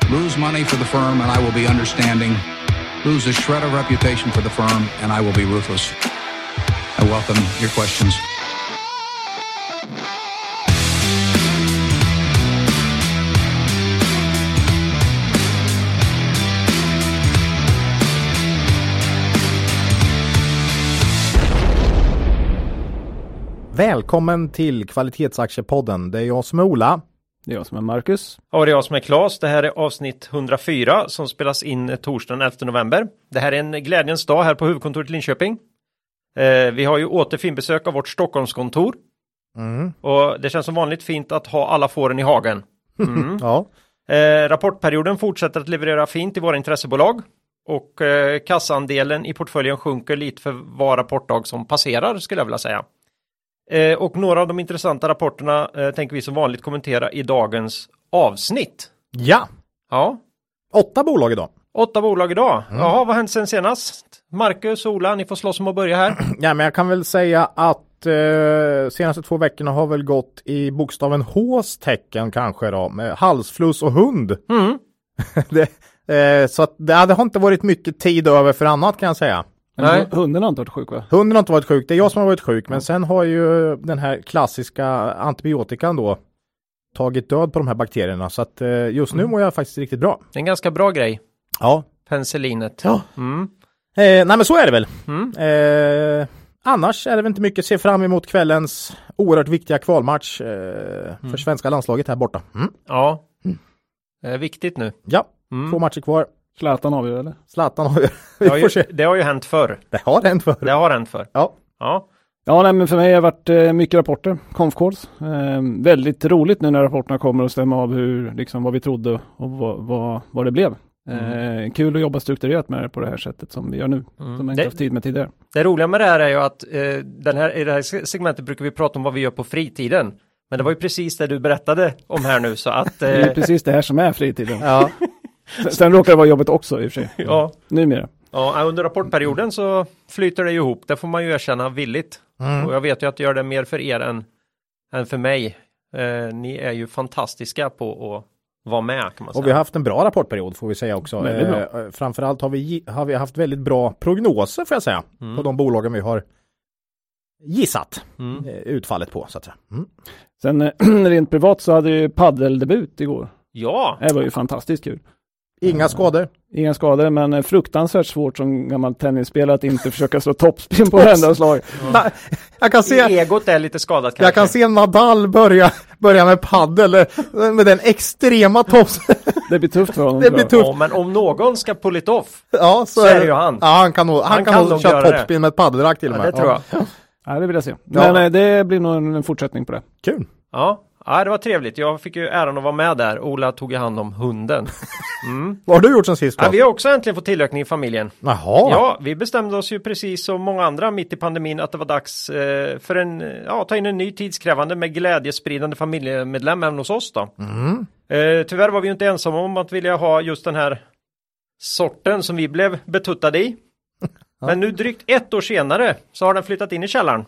Lose money for the firm and I will be understanding. Lose a shred of reputation for the firm and I will be ruthless. I welcome your questions. Välkommen till Kvalitetsaktiepodden. Det är jag som är Ola. Det är jag som är Marcus. Och det är jag som är Claes. Det här är avsnitt 104 som spelas in torsdagen 11 november. Det här är en glädjens dag här på huvudkontoret i Linköping. Vi har ju återfinbesök av vårt Stockholmskontor. Och det känns som vanligt fint att ha alla fåren i hagen. Ja. Rapportperioden fortsätter att leverera fint i våra intressebolag. Och kassaandelen i portföljen sjunker lite för var rapportdag som passerar, skulle jag vilja säga. Och några av de intressanta rapporterna tänker vi som vanligt kommentera i dagens avsnitt. Ja. Ja. 8 bolag idag. 8 bolag idag. Jaha, vad har hänt sen senast? Marcus, Ola, ni får slåss om att börja här. Ja, men jag kan väl säga att senaste 2 veckorna har väl gått i bokstaven H's tecken kanske då. Med halsfluss och hund. Så att det har inte varit mycket tid över för annat, kan jag säga. Nej. Hunden har inte varit sjuk, va? Hunden har inte varit sjuk, det är jag som har varit sjuk. Men sen har ju den här klassiska antibiotikan då tagit död på de här bakterierna. Så att just nu mår jag faktiskt riktigt bra. Det är en ganska bra grej. Ja. Penicillinet. Ja. Nej, men så är det väl. Annars är det väl inte mycket. Se fram emot kvällens oerhört viktiga kvalmatch för svenska landslaget här borta. Ja. Viktigt nu. Ja, 2 matcher kvar. Zlatan avgör, eller? Zlatan avgör. Det har ju hänt förr. Det har hänt förr. Ja, nej, men för mig har det varit mycket rapporter, konfkåls. Väldigt roligt nu när rapporterna kommer och stämma av hur, liksom, vad vi trodde och vad det blev. Kul att jobba strukturerat med det på det här sättet som vi gör nu. Som jag inte haft tid med tidigare. Det roliga med det här är ju att i det här segmentet brukar vi prata om vad vi gör på fritiden. Men det var ju precis det du berättade om här nu. Så att, det är precis det här som är fritiden. Ja. Sen råkar det vara jobbet också i och för sig. Ja. Numera. Ja, under rapportperioden så flyter det ju ihop. Det får man ju erkänna villigt. Och jag vet ju att jag gör det mer för er än för mig. Ni är ju fantastiska på att vara med, kan man säga. Och vi har haft en bra rapportperiod, får vi säga också. Framförallt har vi haft väldigt bra prognoser, får jag säga. På de bolagen vi har gissat utfallet på, så att säga. Sen rent privat så hade ju paddeldebut igår. Ja. Det var ju fantastiskt kul. Inga skador, men fruktansvärt svårt som gammal tennisspelare att inte försöka slå toppspin på varenda slag. Jag kan se egot är lite skadat kanske. Jag kan se Nadal börja med paddel med den extrema toppspin. Det blir tufft för honom. Det blir tufft. Ja, men om någon ska pull it off, ja, så är det ju han. Ja, han kan nog köra toppspin med ett paddelrack till och med. Ja, det tror jag. Ja, det vill jag se. Men det blir nog en fortsättning på det. Kul. Ja, det var trevligt. Jag fick ju äran att vara med där. Ola tog ju hand om hunden. Vad har du gjort sen sist? Ja, vi har också äntligen fått tillökning i familjen. Jaha. Ja, vi bestämde oss ju precis som många andra mitt i pandemin att det var dags för ta in en ny tidskrävande med glädjespridande familjemedlem även hos oss då. Tyvärr var vi ju inte ensamma om att vilja ha just den här sorten som vi blev betuttade i. Men nu drygt 1 år senare så har den flyttat in i källaren.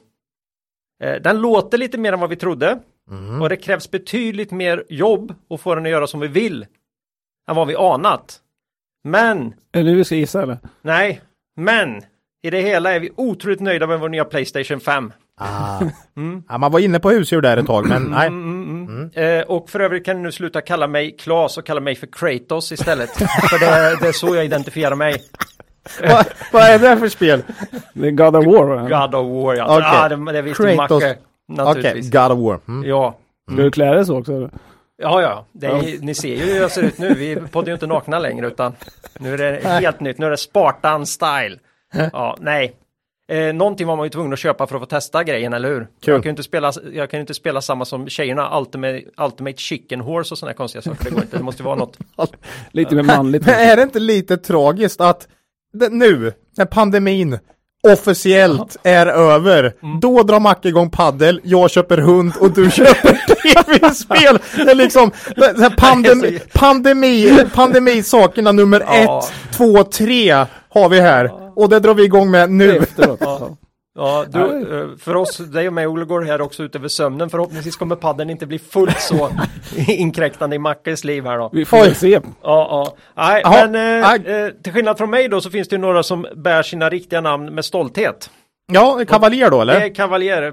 Den låter lite mer än vad vi trodde. Och det krävs betydligt mer jobb att få den att göra som vi vill än vad vi anat. Men... Är det du ska gissa, eller? Nej, men i det hela är vi otroligt nöjda med vår nya PlayStation 5. Ja, man var inne på husdjur där ett tag, men nej. Och för övrigt kan du nu sluta kalla mig Claes och kalla mig för Kratos istället. För det är så jag identifierar mig. Vad är det för spel? Det är God of War. God of War, ja. Okay. Det visste Macke, naturligtvis. Okej, God of War. Ja. Ska du klä dig så också? Ja. Ni ser ju hur jag ser ut nu. Vi poddar ju inte nakna längre, utan nu är det helt nytt. Nu är det Spartan style. Ja, nej. Någonting var man ju tvungen att köpa för att få testa grejen, eller hur? Cool. Jag kan ju inte spela samma som tjejerna, Ultimate Chicken Horse och sådana konstiga saker. Det går inte, det måste vara något. Lite mer manligt. Men är det inte lite tragiskt att nu, när pandemin officiellt är över, då drar Macke igång paddel, jag köper hund och du köper tv-spel. Det är liksom pandemisakerna nummer 1, 2, 3 har vi här. Och det drar vi igång med nu. Ja, för oss, dig och mig, Olle, går här också ut över sömnen. Förhoppningsvis kommer padden inte bli fullt så inkräktande i Mackes liv här då. Vi får se. Ja. Nej, men till skillnad från mig då så finns det ju några som bär sina riktiga namn med stolthet. Ja, Cavalier då, eller? Det är Cavalier.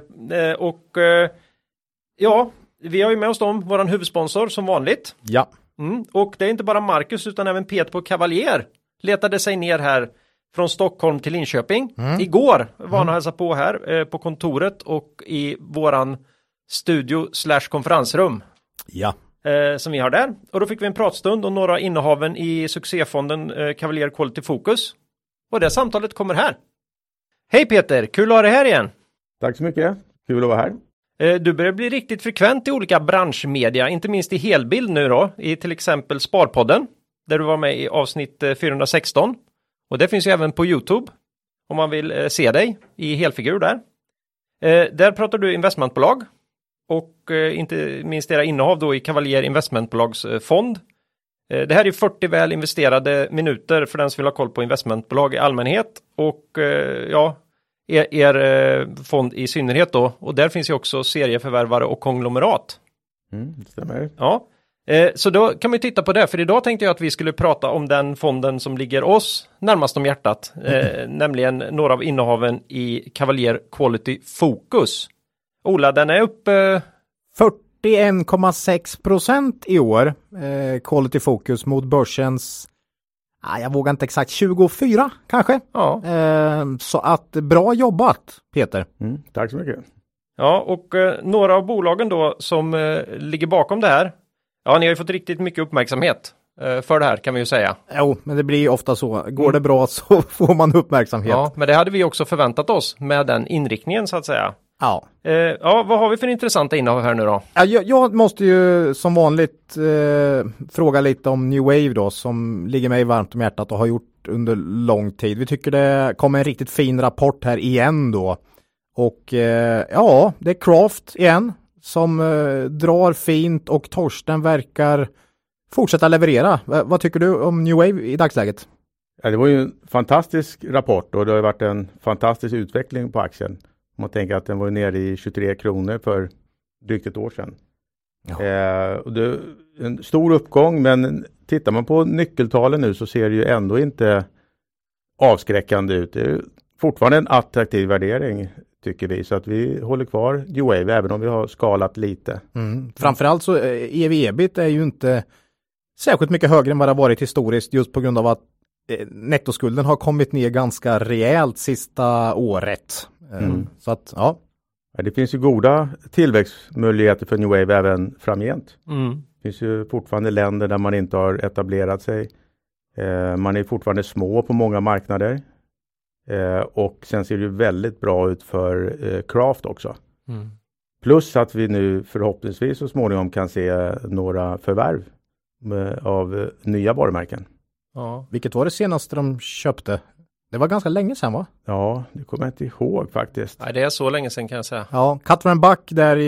Ja, vi har ju med oss dem, våran huvudsponsor som vanligt. Ja. Och det är inte bara Marcus utan även Peter på Cavalier letade sig ner här från Stockholm till Linköping. Igår var han och hälsade på här på kontoret och i våran studio/konferensrum. Ja. Som vi har där. Och då fick vi en pratstund om några innehaven i succéfonden Cavalier Quality Focus. Och det samtalet kommer här. Hej Peter, kul att ha dig här igen. Tack så mycket, kul att vara här. Du börjar bli riktigt frekvent i olika branschmedia, inte minst i helbild nu då, i till exempel Sparpodden, där du var med i avsnitt 416. Och det finns ju även på YouTube, om man vill se dig i helfigur där. Där pratar du investmentbolag och inte minst era innehav då i Cavalier investmentbolagsfond. Det här är 40 väl investerade minuter för den som vill ha koll på investmentbolag i allmänhet och er fond i synnerhet då. Och där finns ju också serieförvärvare och konglomerat. Det stämmer. Ja, så då kan vi titta på det. För idag tänkte jag att vi skulle prata om den fonden som ligger oss närmast om hjärtat. Nämligen några av innehaven i Cavalier Quality Focus. Ola, den är uppe 41,6% i år. Quality Focus mot börsens, jag vågar inte exakt, 24 kanske. Ja. Så att bra jobbat, Peter. Tack så mycket. Ja, och några av bolagen då som ligger bakom det här. Ja, ni har ju fått riktigt mycket uppmärksamhet för det här kan vi ju säga. Jo, men det blir ju ofta så. Går det bra så får man uppmärksamhet. Ja, men det hade vi också förväntat oss med den inriktningen så att säga. Ja. Vad har vi för intressanta innehav här nu då? Ja, jag måste ju som vanligt fråga lite om New Wave då, som ligger mig varmt om hjärtat och har gjort under lång tid. Vi tycker det kommer en riktigt fin rapport här igen då. Och det är Craft igen som drar fint och Torsten verkar fortsätta leverera. Vad tycker du om New Wave i dagsläget? Ja, det var ju en fantastisk rapport och det har varit en fantastisk utveckling på aktien. Om man tänker att den var nere i 23 kronor för drygt ett år sedan. Ja. Och det är en stor uppgång, men tittar man på nyckeltalen nu så ser det ju ändå inte avskräckande ut. Det är fortfarande en attraktiv värdering tycker vi, så att vi håller kvar New-Wave även om vi har skalat lite. Framförallt så EV/EBIT är ju inte särskilt mycket högre än vad det har varit historiskt, just på grund av att nettoskulden har kommit ner ganska rejält sista året. Så att, ja. Det finns ju goda tillväxtmöjligheter för New Wave även framgent. Det finns ju fortfarande länder där man inte har etablerat sig. Man är fortfarande små på många marknader. Och sen ser det ju väldigt bra ut för Craft också. Plus att vi nu förhoppningsvis så småningom kan se några förvärv av nya varumärken. Ja. Vilket var det senaste de köpte? Det var ganska länge sedan, va? Ja, det kommer jag inte ihåg faktiskt. Nej, det är så länge sedan kan jag säga. Ja, Cutter & Buck där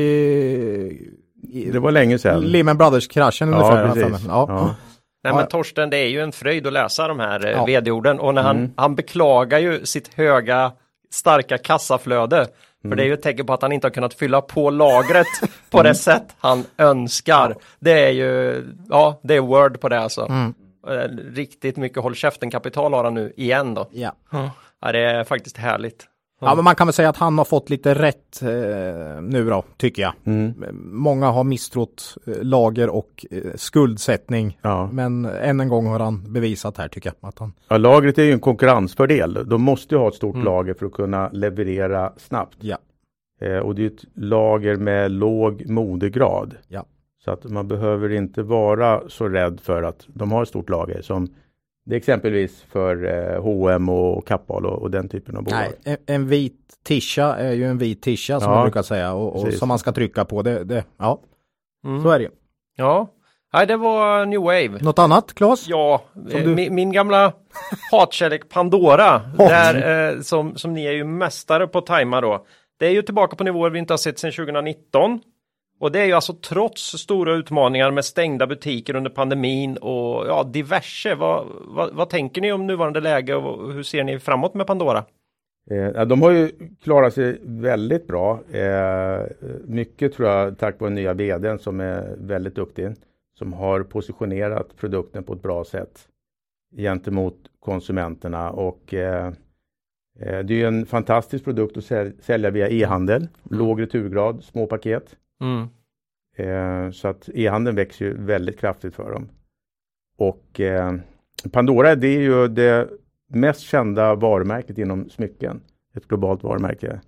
det var länge sedan. Lehman Brothers-kraschen ungefär. Ja, precis. Ja. Nej, men Torsten, det är ju en fröjd att läsa de här vd-orden. Och när han beklagar ju sitt höga, starka kassaflöde. För det är ju ett tecken på att han inte har kunnat fylla på lagret på det sätt han önskar. Det är ju, det är word på det alltså. Riktigt mycket håll käften-kapital har han nu igen då. Ja, det är faktiskt härligt. Ja, men man kan väl säga att han har fått lite rätt nu då, tycker jag. Många har misstrott lager och skuldsättning. Ja. Men än en gång har han bevisat här, tycker jag. Att han... Ja, lagret är ju en konkurrensfördel. De måste ju ha ett stort lager för att kunna leverera snabbt. Ja. Och det är ett lager med låg modegrad. Ja. Så att man behöver inte vara så rädd för att de har ett stort lager som det är exempelvis för H&M och Kappahl och den typen av bolag. Nej, en vit tisha är ju en vit tisha som man brukar säga och som man ska trycka på. Så är det ju. Ja, nej, det var New Wave. Något annat, Claes? Ja, min gamla hatkärlek Pandora, där, som ni är ju mästare på att tajma då. Det är ju tillbaka på nivåer vi inte har sett sedan 2019. Och det är ju alltså trots stora utmaningar med stängda butiker under pandemin och diverse. Vad tänker ni om nuvarande läge och hur ser ni framåt med Pandora? De har ju klarat sig väldigt bra. Mycket tror jag tack vare nya vdn som är väldigt duktig. Som har positionerat produkten på ett bra sätt gentemot konsumenterna. Och det är ju en fantastisk produkt att sälja via e-handel. Låg returgrad, små paket. Så att e-handeln växer ju väldigt kraftigt för dem. Och Pandora, det är ju det mest kända varumärket inom smycken. Ett globalt varumärke.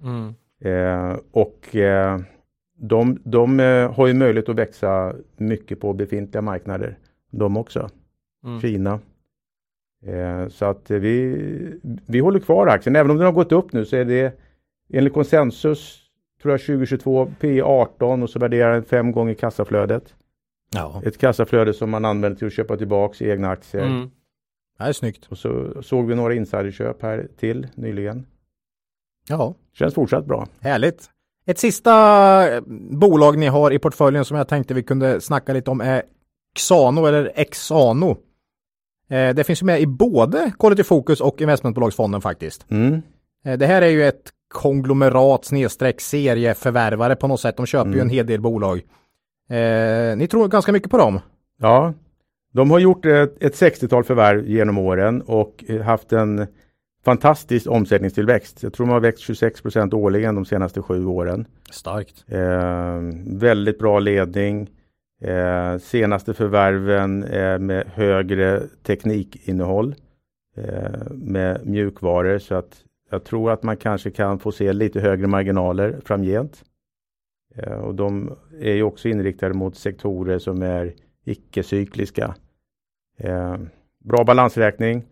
De har ju möjlighet att växa mycket på befintliga marknader. De också. Kina. Så att vi håller kvar aktien. Även om den har gått upp nu så är det enligt konsensus tror jag 2022 P18 och så värderar den 5 gånger kassaflödet. Ja. Ett kassaflöde som man använder till att köpa tillbaka egna aktier. Det är snyggt. Och så såg vi några insiderköp här till nyligen. Ja. Känns fortsatt bra. Härligt. Ett sista bolag ni har i portföljen som jag tänkte vi kunde snacka lite om är Xano eller Xano. Det finns ju med i både Quality Focus och investmentbolagsfonden faktiskt. Det här är ju ett konglomerat serieförvärvare på något sätt. De köper ju en hel del bolag. Ni tror ganska mycket på dem? Ja, de har gjort ett 60-tal förvärv genom åren och haft en fantastisk omsättningstillväxt. Jag tror de har växt 26% årligen de senaste 7 åren. Starkt. Väldigt bra ledning. Senaste förvärven med högre teknikinnehåll med mjukvaror, så att jag tror att man kanske kan få se lite högre marginaler framgent. Och de är ju också inriktade mot sektorer som är icke-cykliska. Bra balansräkning.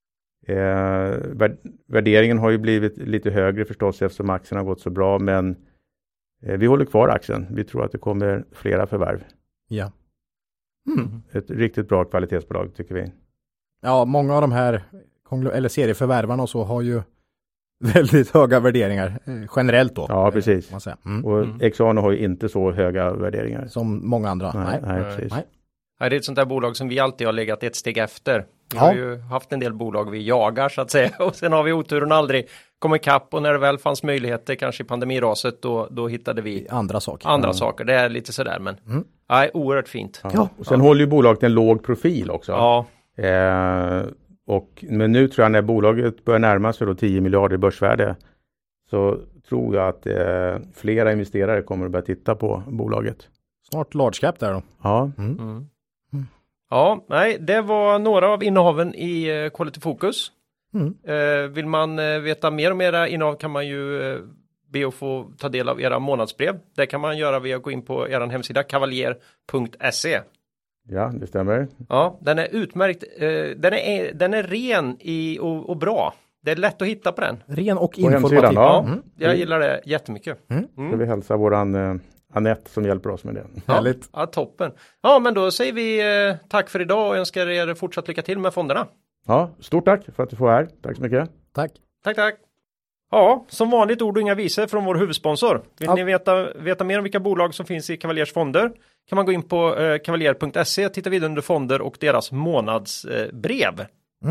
Värderingen har ju blivit lite högre förstås eftersom aktien har gått så bra, men vi håller kvar aktien. Vi tror att det kommer flera förvärv. Ja. Ett riktigt bra kvalitetsbolag tycker vi. Ja, många av de här serieförvärvarna och så har ju väldigt höga värderingar generellt då. Ja, precis. Man säger. Och Xano har ju inte så höga värderingar. Som många andra. Nej, precis. Nej. Det är ett sånt där bolag som vi alltid har legat ett steg efter. Vi har ju haft en del bolag vi jagar så att säga. Och sen har vi oturen aldrig kommit ikapp. Och när det väl fanns möjligheter, kanske i pandemiraset, då hittade vi andra saker. Det är lite sådär, men nej, oerhört fint. Ja. Och sen håller ju bolaget en låg profil också. Ja. Men nu tror jag när bolaget börjar närma sig då 10 miljarder i börsvärde, så tror jag att flera investerare kommer att börja titta på bolaget. Snart large cap där då. Ja. Ja, nej, det var några av innehaven i Quality Focus. Vill man veta mer om era innehav kan man ju be att få ta del av era månadsbrev. Det kan man göra via att gå in på er hemsida kavaljer.se. Ja, det stämmer. Ja, den är utmärkt. Den är ren och bra. Det är lätt att hitta på den. Ren och informativ. Ja, jag gillar det jättemycket. Ska vi hälsa våran Annette som hjälper oss med det. Härligt. Ja, toppen. Ja, men då säger vi tack för idag och önskar er fortsatt lycka till med fonderna. Ja, stort tack för att du får här. Tack så mycket. Tack. Tack. Ja, som vanligt ord och inga visor från vår huvudsponsor. Vill ni veta mer om vilka bolag som finns i Cavaliers fonder kan man gå in på kavaljer.se, titta vidare under fonder och deras månadsbrev.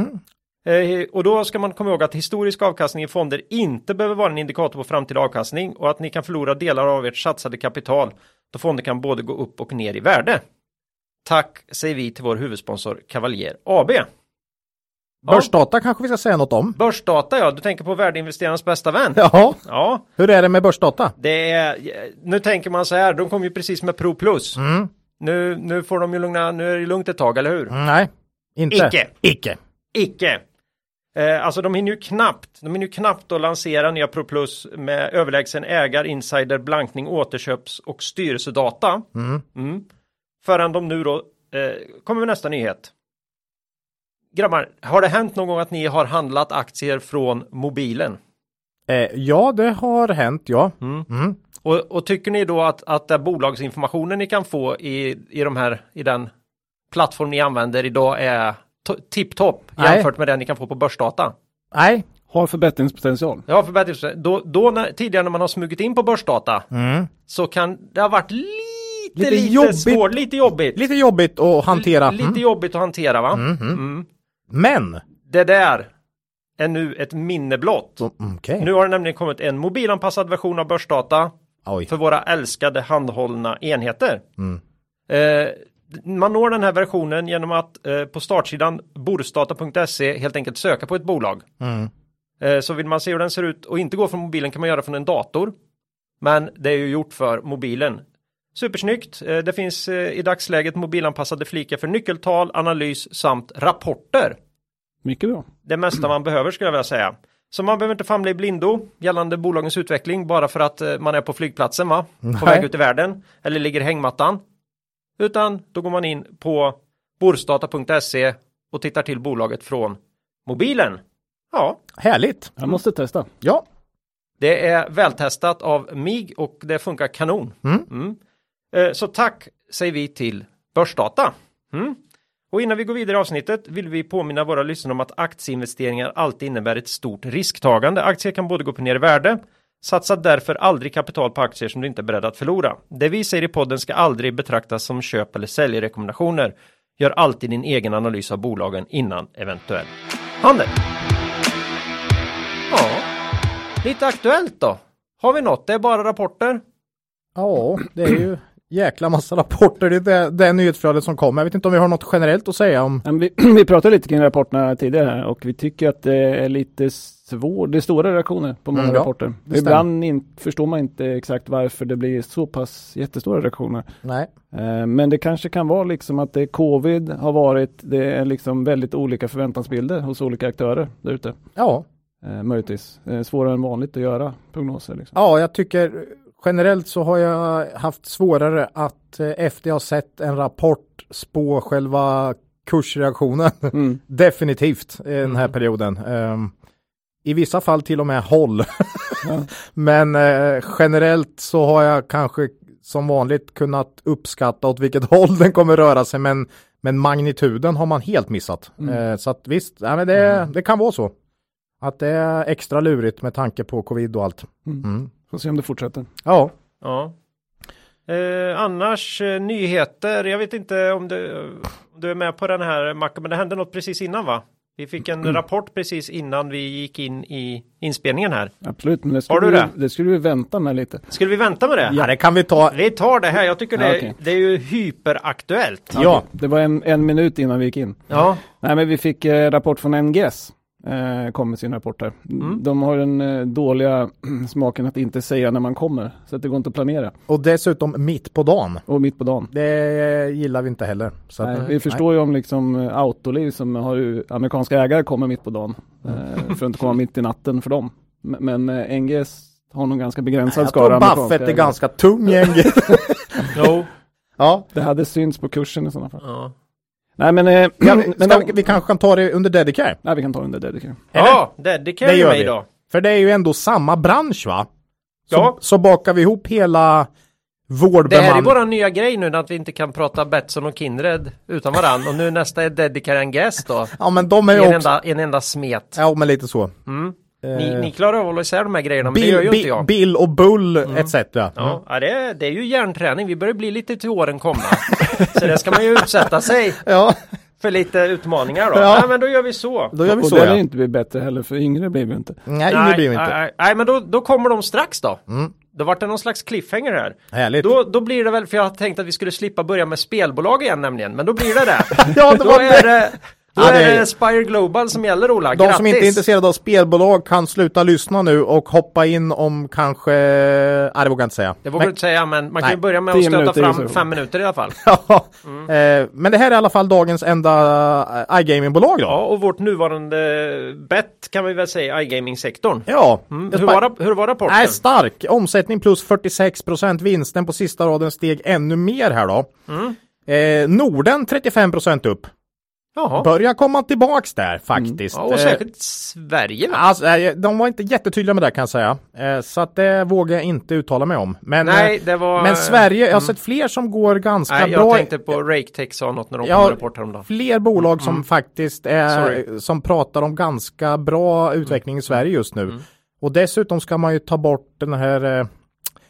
Och då ska man komma ihåg att historisk avkastning i fonder inte behöver vara en indikator på framtida avkastning och att ni kan förlora delar av ert satsade kapital då fonder kan både gå upp och ner i värde. Tack säger vi till vår huvudsponsor Cavalier AB. Börsdata kanske vi ska säga något om. Börsdata, ja. Du tänker på värdeinvesterarnas bästa vän. Ja. Hur är det med börsdata? Nu tänker man så här, de kom ju precis med Pro Plus. Nu får de ju lugna, nu är det lugnt ett tag, eller hur? Nej, inte. Icke. Alltså de hinner ju knappt att lansera nya Pro Plus med överlägsen insider, blankning, återköps och styrelsedata. Förrän de nu då kommer med nästa nyhet. Grabbar, har det hänt någon gång att ni har handlat aktier från mobilen? Ja, det har hänt, ja. Och tycker ni då att bolagsinformationen ni kan få i den plattform ni använder idag är tipptopp jämfört med den ni kan få på börsdata? Nej. Har förbättringspotential. Ja, förbättringspotential. Tidigare när man har smugit in på börsdata så kan det ha varit lite svårt, lite jobbigt. Lite jobbigt att hantera. Lite jobbigt att hantera, va? Men det där är nu ett minne blott. Okay. Nu har det nämligen kommit en mobilanpassad version av Börsdata för våra älskade handhållna enheter. Man når den här versionen genom att på startsidan borsdata.se helt enkelt söka på ett bolag. Så vill man se hur den ser ut och inte gå från mobilen kan man göra från en dator. Men det är ju gjort för mobilen. Supersnyggt. Det finns i dagsläget mobilanpassade flikar för nyckeltal, analys samt rapporter. Mycket bra. Det mesta man behöver skulle jag vilja säga. Så man behöver inte famla i blindo gällande bolagens utveckling bara för att man är på flygplatsen på väg ut i världen eller ligger i hängmattan. Utan då går man in på borsdata.se och tittar till bolaget från mobilen. Ja. Härligt. Jag måste testa. Ja. Det är vältestat av MIG och det funkar kanon. Så tack säger vi till Börsdata. Och innan vi går vidare i avsnittet vill vi påminna våra lyssnare om att aktieinvesteringar alltid innebär ett stort risktagande. Aktier kan både gå upp och ner i värde. Satsa därför aldrig kapital på aktier som du inte är beredd att förlora. Det vi säger i podden ska aldrig betraktas som köp- eller säljrekommendationer. Gör alltid din egen analys av bolagen innan eventuell handel. Ja, lite aktuellt då. Har vi något? Det är bara rapporter. Ja, det är ju jäkla massa rapporter. Det är det nyhetsflödet som kommer. Jag vet inte om vi har något generellt att säga om. Vi pratade lite kring rapporterna tidigare här och vi tycker att det är lite svårt. Det är stora reaktioner på många rapporter. Ibland förstår man inte exakt varför det blir så pass jättestora reaktioner. Nej. Men det kanske kan vara liksom att det covid har varit, det är liksom väldigt olika förväntansbilder hos olika aktörer där ute. Ja. Möjligtvis. Svårare än vanligt att göra prognoser. Liksom. Ja, jag tycker generellt så har jag haft svårare att efter jag sett en rapport spå själva kursreaktionen. Definitivt i den här perioden. I vissa fall till och med håll. Men generellt så har jag kanske som vanligt kunnat uppskatta åt vilket håll den kommer röra sig. Men magnituden har man helt missat. Så att visst, men det kan vara så. Att det är extra lurigt med tanke på covid och allt. Får se om det fortsätter. Ja. Annars nyheter. Jag vet inte om du är med på den här, Macke, men det hände något precis innan, va? Vi fick en rapport precis innan vi gick in i inspelningen här. Absolut, men det skulle vi vänta med lite. Skulle vi vänta med det? Ja, det kan vi ta. Vi tar det här. Jag tycker det är ju hyperaktuellt. Ja, det var en minut innan vi gick in. Ja. Nej, men vi fick rapport från NGS. Kom med sin rapport här. De har den dåliga smaken att inte säga när man kommer. Så att det går inte att planera. Och dessutom mitt på dagen. Och mitt på dagen. Det gillar vi inte heller. Så nej, vi förstår ju om liksom Autoliv som har amerikanska ägare kommer mitt på dagen. För att inte komma mitt i natten för dem. Men NGS har någon ganska begränsad skara amerikanska ägare. Buffett är ganska tung i NGS. Jo. Ja. Det hade syns på kursen i sådana fall. Ja. Nej, men vi kanske kan ta det under Dedicare. Nej, vi kan ta det under Dedicare. Ja, Dedicare är med idag. För det är ju ändå samma bransch, va? Så bakar vi ihop hela vårdbemanning. Det här är våra nya grej nu när vi inte kan prata Betsson och Kindred utan varann. Och nu nästa är Dedicare and Guest då. Ja, men de är ju också en enda smet. Ja, men lite så. Ni klarar av att hålla isär de här grejerna, men det gör ju inte jag. Bill och Bull, etc. Ja, det är ju hjärnträning. Vi börjar bli lite till åren komna. Så det ska man ju utsätta sig för lite utmaningar då. Nej, men då gör vi så. Då gör vi så, det lär inte bli bättre heller, för yngre blir vi inte. Nej, yngre blir vi inte. Nej, men då kommer de strax då. Då vart det någon slags cliffhanger här. Härligt. Då blir det väl, för jag har tänkt att vi skulle slippa börja med spelbolag igen nämligen. Men då blir det. Ja, det var det. Då är det Spire Global som gäller, Ola. De som inte är intresserade av spelbolag kan sluta lyssna nu och hoppa in om kanske... det vågar jag inte säga. Det vågar jag inte säga, men man kan ju börja med att stöta fram 5 minuter i alla fall. Men det här är i alla fall dagens enda iGaming-bolag då. Ja, och vårt nuvarande bett kan vi väl säga iGaming-sektorn. Ja. Hur var rapporten? Nej, stark. Omsättning plus 46%. Vinsten på sista raden steg ännu mer här då. Norden 35% upp. Jaha. Börjar komma tillbaks där faktiskt. Och särskilt Sverige. Alltså, de var inte jättetydliga med det kan jag säga. Så att det vågar jag inte uttala mig om. Men, men Sverige, jag har sett fler som går ganska bra. Jag tänkte på RakeTech sa något när de kom rapport häromdagen. Fler bolag som faktiskt som pratar om ganska bra utveckling i Sverige just nu. Och dessutom ska man ju ta bort den här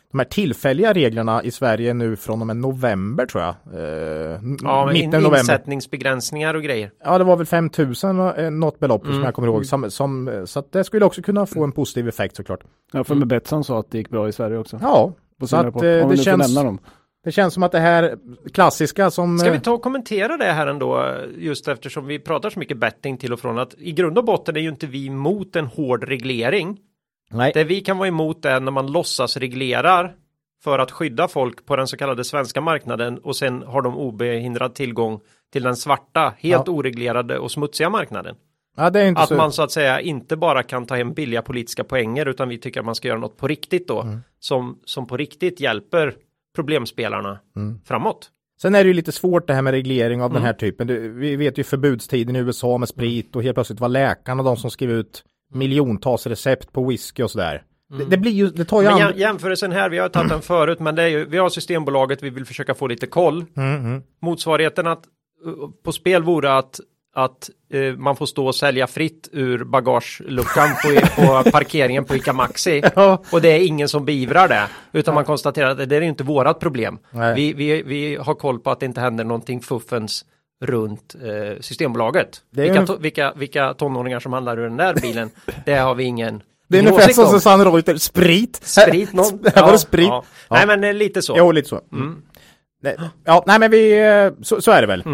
de här tillfälliga reglerna i Sverige nu från och med november tror jag. Mitten november. Insättningsbegränsningar och grejer. Ja, det var väl 5 000 något belopp som jag kommer ihåg. Så att det skulle också kunna få en positiv effekt såklart. Ja, för med Betsson sa att det gick bra i Sverige också. Ja, så att det känns som att det här klassiska som... Ska vi ta och kommentera det här ändå, just eftersom vi pratar så mycket betting till och från, att i grund och botten är ju inte vi emot en hård reglering. Nej. Det vi kan vara emot är när man låtsas reglerar för att skydda folk på den så kallade svenska marknaden och sen har de obehindrad tillgång till den svarta, helt oreglerade och smutsiga marknaden. Ja, det är inte att så... man så att säga inte bara kan ta hem billiga politiska poänger, utan vi tycker att man ska göra något på riktigt då, som på riktigt hjälper problemspelarna framåt. Sen är det ju lite svårt det här med reglering av den här typen. Vi vet ju förbudstiden i USA med sprit och helt plötsligt var läkarna de som skrev ut miljontals recept på whisky och sådär. Det blir ju, det tar ju jämförelsen här, vi har tagit den förut, men det är ju, vi har Systembolaget, vi vill försöka få lite koll. Motsvarigheten att på spel vore att man får stå och sälja fritt ur bagageluckan på parkeringen på ICA Maxi. Och det är ingen som beivrar det. Utan man konstaterar att det är inte vårat problem. Vi har koll på att det inte händer någonting fuffens runt Systembolaget. Vilka tonåringar som handlar ur den där bilen, det har vi ingen... Det är ungefär som Susanne Reuter, sprit. Var det sprit? Ja. Nej, men lite så. Jo, lite så. Ja, nej men så är det väl.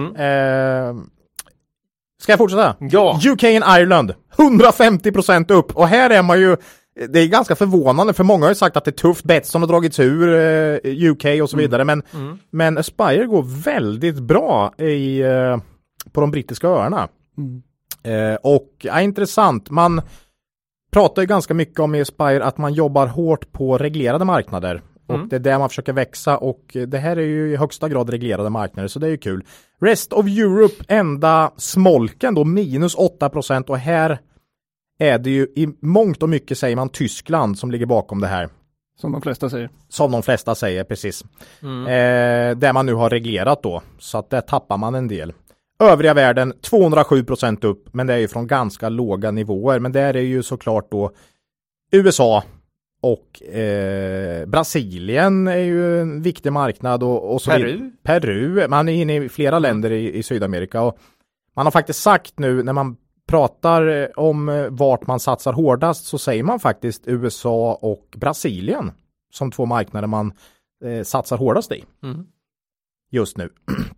Ska jag fortsätta? Ja. UK and Ireland, 150% upp. Och här är man ju, det är ganska förvånande, för många har ju sagt att det är tufft. Betsson har dragits ur UK och så vidare. Men Aspire går väldigt bra på de brittiska öarna. Och intressant. Man pratar ju ganska mycket om i Aspire att man jobbar hårt på reglerade marknader. Och det är där man försöker växa, och det här är ju i högsta grad reglerade marknader, så det är ju kul. Rest of Europe, enda smolken då, minus 8%, och här är det ju i mångt och mycket, säger man, Tyskland som ligger bakom det här. Som de flesta säger, precis. Där man nu har reglerat då, så att där tappar man en del. Övriga världen 207% upp, men det är ju från ganska låga nivåer. Men där är ju såklart då USA och Brasilien är ju en viktig marknad, och så Peru. Man är inne i flera länder i Sydamerika, och man har faktiskt sagt nu när man pratar om vart man satsar hårdast, så säger man faktiskt USA och Brasilien som två marknader man satsar hårdast i just nu.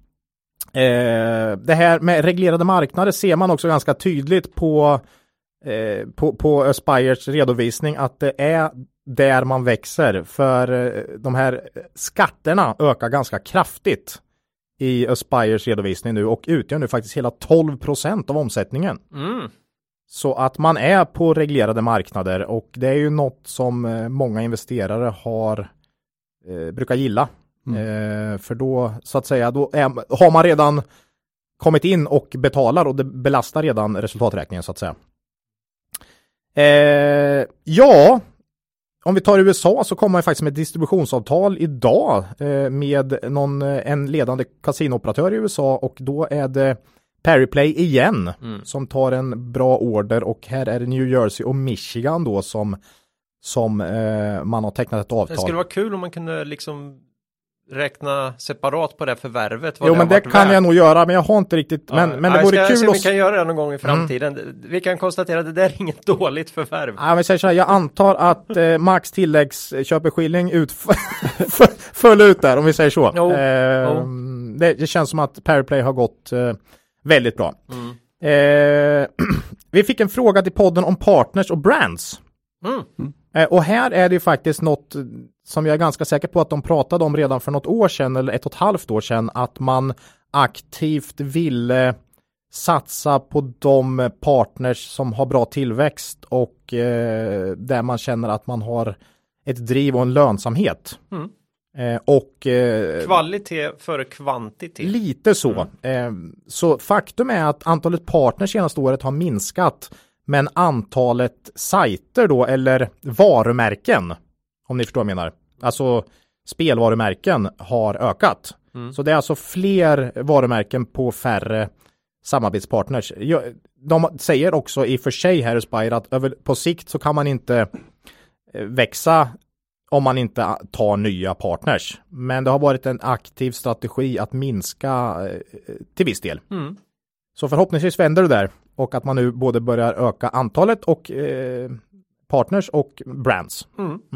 Det här med reglerade marknader ser man också ganska tydligt på Aspires redovisning, att det är där man växer, för de här skatterna ökar ganska kraftigt i Aspires redovisning nu och utgör nu faktiskt hela 12% av omsättningen. Så att man är på reglerade marknader, och det är ju något som många investerare brukar gilla. För då, så att säga, har man redan kommit in och betalar, och det belastar redan resultaträkningen, så att säga. Ja, om vi tar USA, så kommer man faktiskt med ett distributionsavtal idag med en ledande kasinooperatör i USA, och då är det Pariplay igen som tar en bra order, och här är det New Jersey och Michigan då som man har tecknat ett avtal. Det skulle vara kul om man kunde liksom räkna separat på det förvärvet. Jo, men det kan jag nog göra, men jag har inte riktigt. Men det vore kul vi kan göra det någon gång i framtiden. Vi kan konstatera att det där är inget dåligt förvärv. Ja, men säger så här, jag antar att Max tilläggsköpeskilling föll ut där, om vi säger så. Det känns som att Pariplay har gått väldigt bra. Vi fick en fråga till podden om partners och brands. Och här är det ju faktiskt något som jag är ganska säker på att de pratade om redan för något år sedan, eller 1,5 år sedan, att man aktivt ville satsa på de partners som har bra tillväxt och där man känner att man har ett driv och en lönsamhet. Kvalitet före kvantitet. Lite så. Så faktum är att antalet partners senaste året har minskat, men antalet sajter då, eller varumärken, om ni förstår vad jag menar, alltså spelvarumärken, har ökat. Så det är alltså fler varumärken på färre samarbetspartners. De säger också i och för sig här i Aspire att på sikt så kan man inte växa om man inte tar nya partners. Men det har varit en aktiv strategi att minska till viss del. Så förhoppningsvis vänder det där och att man nu både börjar öka antalet och partners och brands.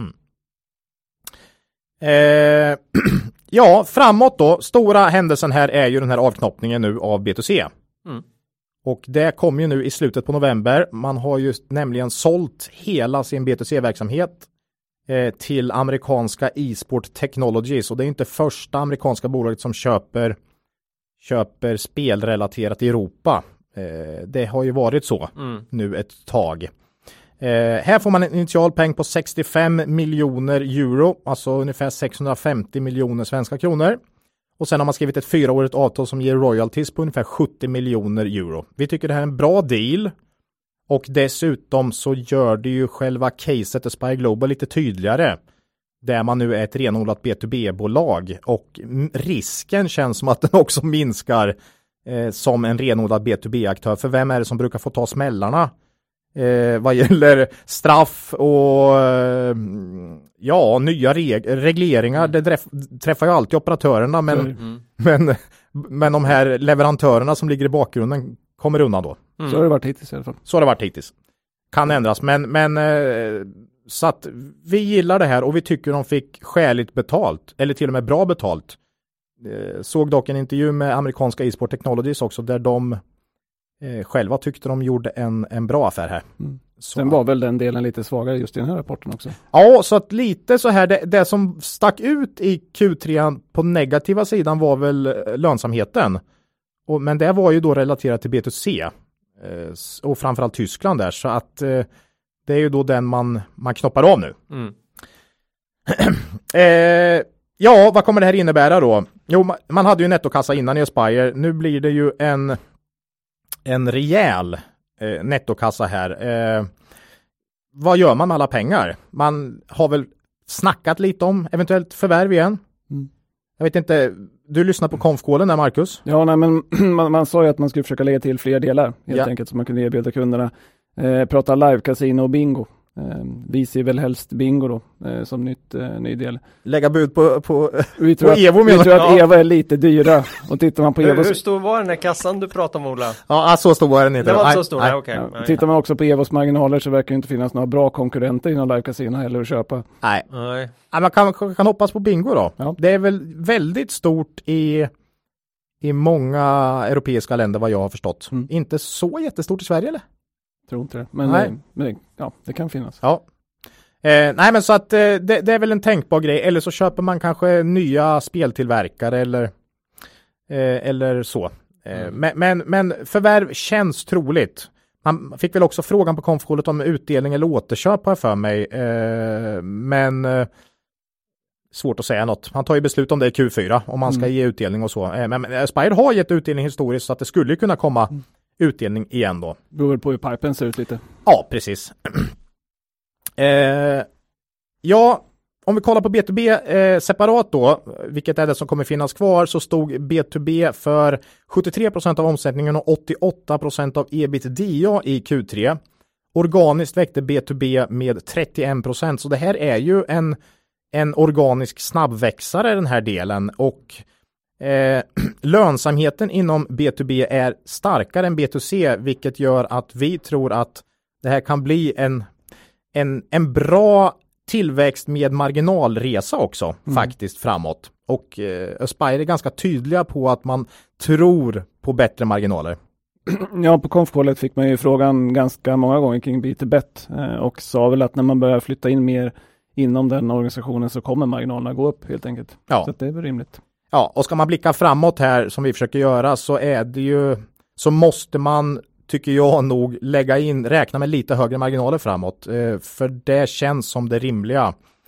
Ja, framåt då. Stora händelsen här är ju den här avknoppningen nu av B2C. Och det kommer ju nu i slutet på november. Man har ju nämligen sålt hela sin B2C-verksamhet till amerikanska eSport Technologies. Och det är inte första amerikanska bolaget som köper spelrelaterat i Europa. Det har ju varit så nu ett tag. Här får man en initial peng på 65 miljoner euro, alltså ungefär 650 miljoner svenska kronor. Och sen har man skrivit ett 4-årigt avtal som ger royalties på ungefär 70 miljoner euro. Vi tycker det här är en bra deal. Och dessutom så gör det ju själva caset Aspire Global lite tydligare. Där man nu är ett renodlat B2B-bolag. Och risken känns som att den också minskar som en renodlad B2B-aktör. För vem är det som brukar få ta smällarna? Vad gäller straff och nya regleringar, det träffar ju alltid operatörerna, men de här leverantörerna som ligger i bakgrunden kommer undan då. Så har det varit hittills i alla fall. Så har det varit hittills. Kan ändras, men så att vi gillar det här och vi tycker de fick skäligt betalt, eller till och med bra betalt. Såg dock en intervju med amerikanska eSport Technologies också där de själva tyckte de gjorde en bra affär här. Sen var väl den delen lite svagare just i den här rapporten också. Ja, så att lite så här, det som stack ut i Q3 på negativa sidan var väl lönsamheten. Men det var ju då relaterat till B2C och framförallt Tyskland där, så att det är ju då den man knoppar av nu. Ja, vad kommer det här innebära då? Jo, man hade ju nettokassa innan i Aspire. Nu blir det ju en rejäl nettokassa här. Vad gör man med alla pengar? Man har väl snackat lite om eventuellt förvärv igen. Jag vet inte, du lyssnar på konfkålen där, Marcus? Ja, nej, men man sa ju att man skulle försöka lägga till fler delar helt enkelt som man kunde erbjuda kunderna. Prata live, casino och bingo. Vi ser väl helst bingo då som ny del. Lägga bud på vi tror Evo, vi tror att Evo är lite dyra. Och tittar man på Evo... Hur stor var den här kassan du pratade om, Ola? Ja, så stor var den inte. Det var inte så stor, okej. Ja, tittar man också på Evos marginaler så verkar det inte finnas några bra konkurrenter inom live casino heller att köpa. Nej. Man kan hoppas på bingo då. Ja. Det är väl väldigt stort i många europeiska länder vad jag har förstått. Inte så jättestort i Sverige eller? Tror inte det. Men det kan finnas. Ja. Nej, men så att det är väl en tänkbar grej. Eller så köper man kanske nya speltillverkare eller så. Men förvärv känns troligt. Man fick väl också frågan på konfkålet om utdelning eller återköp här för mig. Men svårt att säga något. Man tar ju beslut om det i Q4 om man ska ge utdelning och så. Men Aspire har gett utdelning historiskt så att det skulle kunna komma utdelning igen då. Beror på hur pipen ser ut lite. Ja, precis. Ja, om vi kollar på B2B separat då, vilket är det som kommer finnas kvar, så stod B2B för 73% av omsättningen och 88% av EBITDA i Q3. Organiskt väckte B2B med 31%, så det här är ju en organisk snabbväxare den här delen, och lönsamheten inom B2B är starkare än B2C, vilket gör att vi tror att det här kan bli en bra tillväxt med marginalresa också faktiskt framåt. Och Aspire är ganska tydliga på att man tror på bättre marginaler. Ja, på konfkålet fick man ju frågan ganska många gånger kring B2Bet och sa väl att när man börjar flytta in mer inom den organisationen så kommer marginalerna gå upp helt enkelt. Ja. Så det är väl rimligt. Ja, och ska man blicka framåt här som vi försöker göra så måste man, tycker jag nog, räkna med lite högre marginaler framåt. För det känns som det rimliga.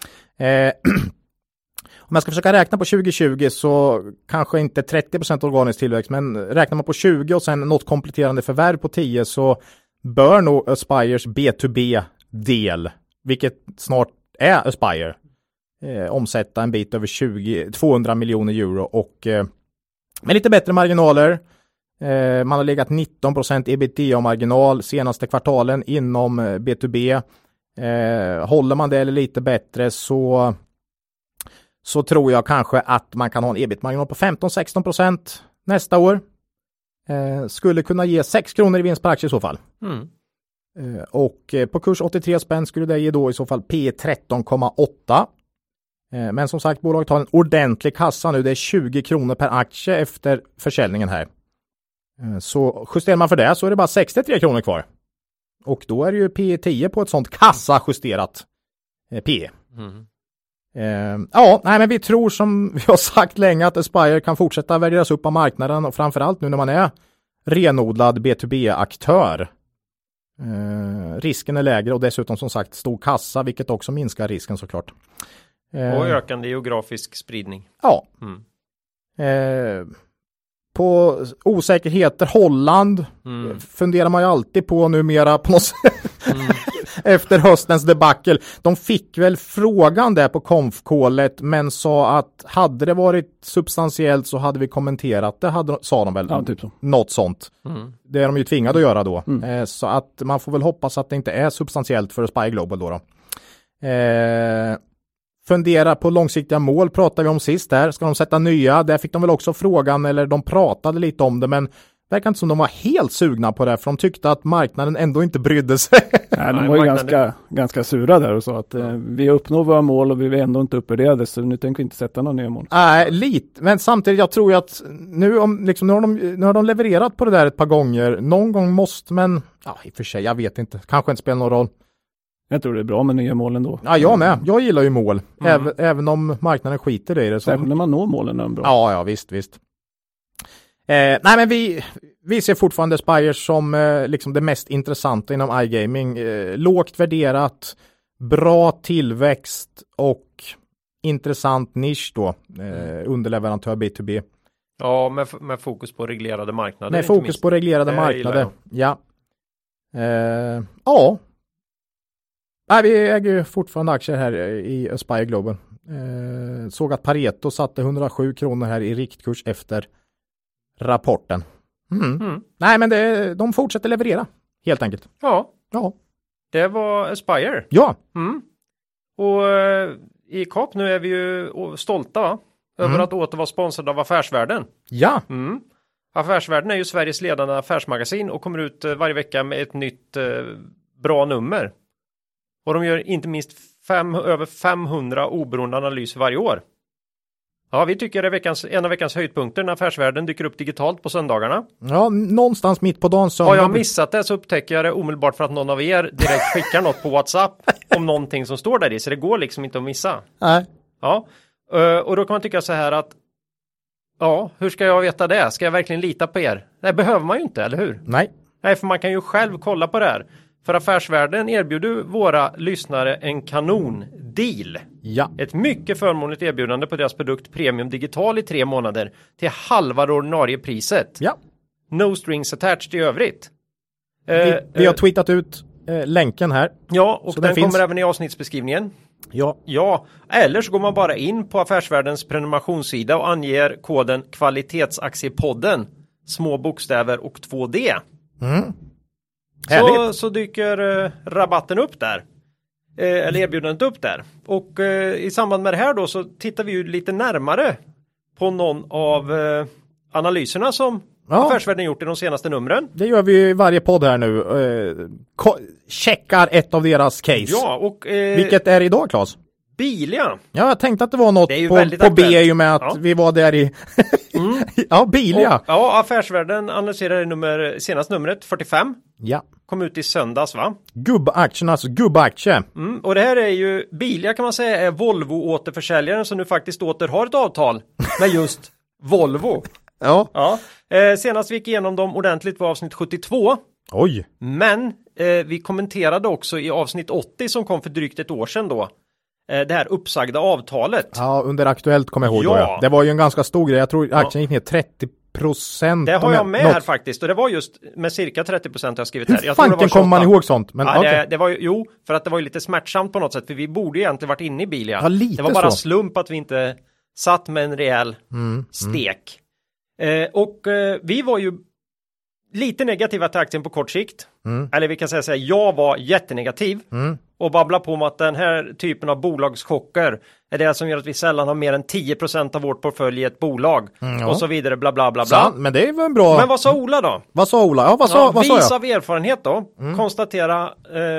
Om jag ska försöka räkna på 2020 så kanske inte 30% organisk tillväxt, men räknar man på 20 och sen något kompletterande förvärv på 10 så bör nog Aspires B2B-del, vilket snart är Aspire, omsätta en bit över 200 miljoner euro och med lite bättre marginaler. Man har legat 19% EBITDA-marginal senaste kvartalen inom B2B. Håller man det eller lite bättre så tror jag kanske att man kan ha en ebit-marginal på 15-16% nästa år. Skulle kunna ge 6 kronor i vinst per aktie i så fall. Och på kurs 83 spänn skulle det ge då i så fall P 13,8. Men som sagt, bolaget har en ordentlig kassa nu. Det är 20 kronor per aktie efter försäljningen här. Så justerar man för det så är det bara 63 kronor kvar. Och då är det ju P 10 på ett sånt kassajusterat P. Men vi tror som vi har sagt länge att Aspire kan fortsätta värderas upp av marknaden och framförallt nu när man är renodlad B2B-aktör. Risken är lägre och dessutom som sagt stor kassa, vilket också minskar risken såklart. Och ökande geografisk spridning. Ja. På osäkerheter, Holland funderar man ju alltid på numera på något sätt. Efter höstens debacle. De fick väl frågan där på konfkålet men sa att hade det varit substantiellt så hade vi kommenterat det, sa de väl. Ja, typ så. Något sånt. Det är de ju tvingade att göra då. Så att man får väl hoppas att det inte är substantiellt för Aspire Global då. Fundera på långsiktiga mål pratar vi om sist där. Ska de sätta nya? Där fick de väl också frågan, eller de pratade lite om det, men verkar inte som de var helt sugna på det, för de tyckte att marknaden ändå inte brydde sig. Nej, de var ju ganska sura där och sa att vi uppnår våra mål och vi är ändå inte uppvärderade, så nu tänker vi inte sätta några nya mål. Nej, lite. Men samtidigt, jag tror ju att nu har de levererat på det där ett par gånger. Någon gång måste, men i och för sig, jag vet inte. Kanske inte spelar någon roll. Jag tror det är bra med nya mål ändå. Ja, jag med. Jag gillar ju mål. Även om marknaden skiter i det. Särskilt när man når målen är bra. Ja, visst. Nej, men vi ser fortfarande Aspire som liksom det mest intressanta inom iGaming. Lågt värderat, bra tillväxt och intressant nisch då. Underleverantör B2B. Ja, med fokus på reglerade marknader. Med fokus på reglerade marknader. Ja. Nej, vi äger ju fortfarande aktier här i Aspire Global. Såg att Pareto satte 107 kronor här i riktkurs efter rapporten. Nej, men de fortsätter leverera, helt enkelt. Ja. Det var Aspire. Ja. Och i KAP nu är vi ju stolta, va? Över att åter vara sponsrad av Affärsvärlden. Ja. Affärsvärlden är ju Sveriges ledande affärsmagasin och kommer ut varje vecka med ett nytt bra nummer. Och de gör inte minst över 500 oberoende analyser varje år. Ja, vi tycker det är en av veckans höjdpunkter när Affärsvärlden dyker upp digitalt på söndagarna. Ja, någonstans mitt på dagen. Har jag missat det så upptäcker jag det omedelbart för att någon av er direkt skickar något på WhatsApp om någonting som står där i. Så det går liksom inte att missa. Nej. Ja, och då kan man tycka så här att hur ska jag veta det? Ska jag verkligen lita på er? Nej, behöver man ju inte, eller hur? Nej, för man kan ju själv kolla på det här. För Affärsvärlden erbjuder våra lyssnare en kanondeal. Ja. Ett mycket förmånligt erbjudande på deras produkt Premium Digital i 3 månader till halva det ordinarie priset. Ja. No strings attached i övrigt. Vi har tweetat ut länken här. Ja, och den kommer även i avsnittsbeskrivningen. Ja, eller så går man bara in på Affärsvärldens prenumerationssida och anger koden kvalitetsaktiepodden, små bokstäver och 2D. Så dyker rabatten upp där. Eller erbjudandet upp där. Och i samband med det här då så tittar vi ju lite närmare på någon av analyserna som Affärsvärlden gjort i de senaste numren. Det gör vi i varje podd här nu. Checkar ett av deras case. Ja, och vilket är idag, Claes? Bilia. Ja, jag tänkte att det var något på B i och med att vi var där i ja, Bilia. Och, Affärsvärlden analyserar senaste numret 45. Ja. Kom ut i söndags, va? Gubbaktiernas gubbaktie. Och det här är ju, Bilia kan man säga är Volvo-återförsäljaren som nu faktiskt åter har ett avtal med just Volvo. Ja. Senast vi gick igenom dem ordentligt var avsnitt 72. Oj. Men vi kommenterade också i avsnitt 80 som kom för drygt ett år sedan då. Det här uppsagda avtalet. Ja, under Aktuellt kommer jag ihåg då. Ja. Det var ju en ganska stor grej. Jag tror aktien gick ner 30%. Det har jag med här faktiskt. Och det var just med cirka 30% jag har skrivit här. Hur fanken kommer man ihåg sånt? Men, det var ju, för att det var ju lite smärtsamt på något sätt. För vi borde ju egentligen varit inne i Bilia. Ja, lite det var bara så. slump att vi inte satt med en rejäl stek. Och vi var ju lite negativa till aktien på kort sikt. Eller vi kan säga så här, jag var jättenegativ. Och babbla på om att den här typen av bolagschocker är det som gör att vi sällan har mer än 10% av vårt portfölj i ett bolag. Och så vidare, bla bla bla bla. Men det är väl bra. Men vad sa Ola då? Vad sa Ola? Ja, vad sa jag? Vis av erfarenhet då, konstatera,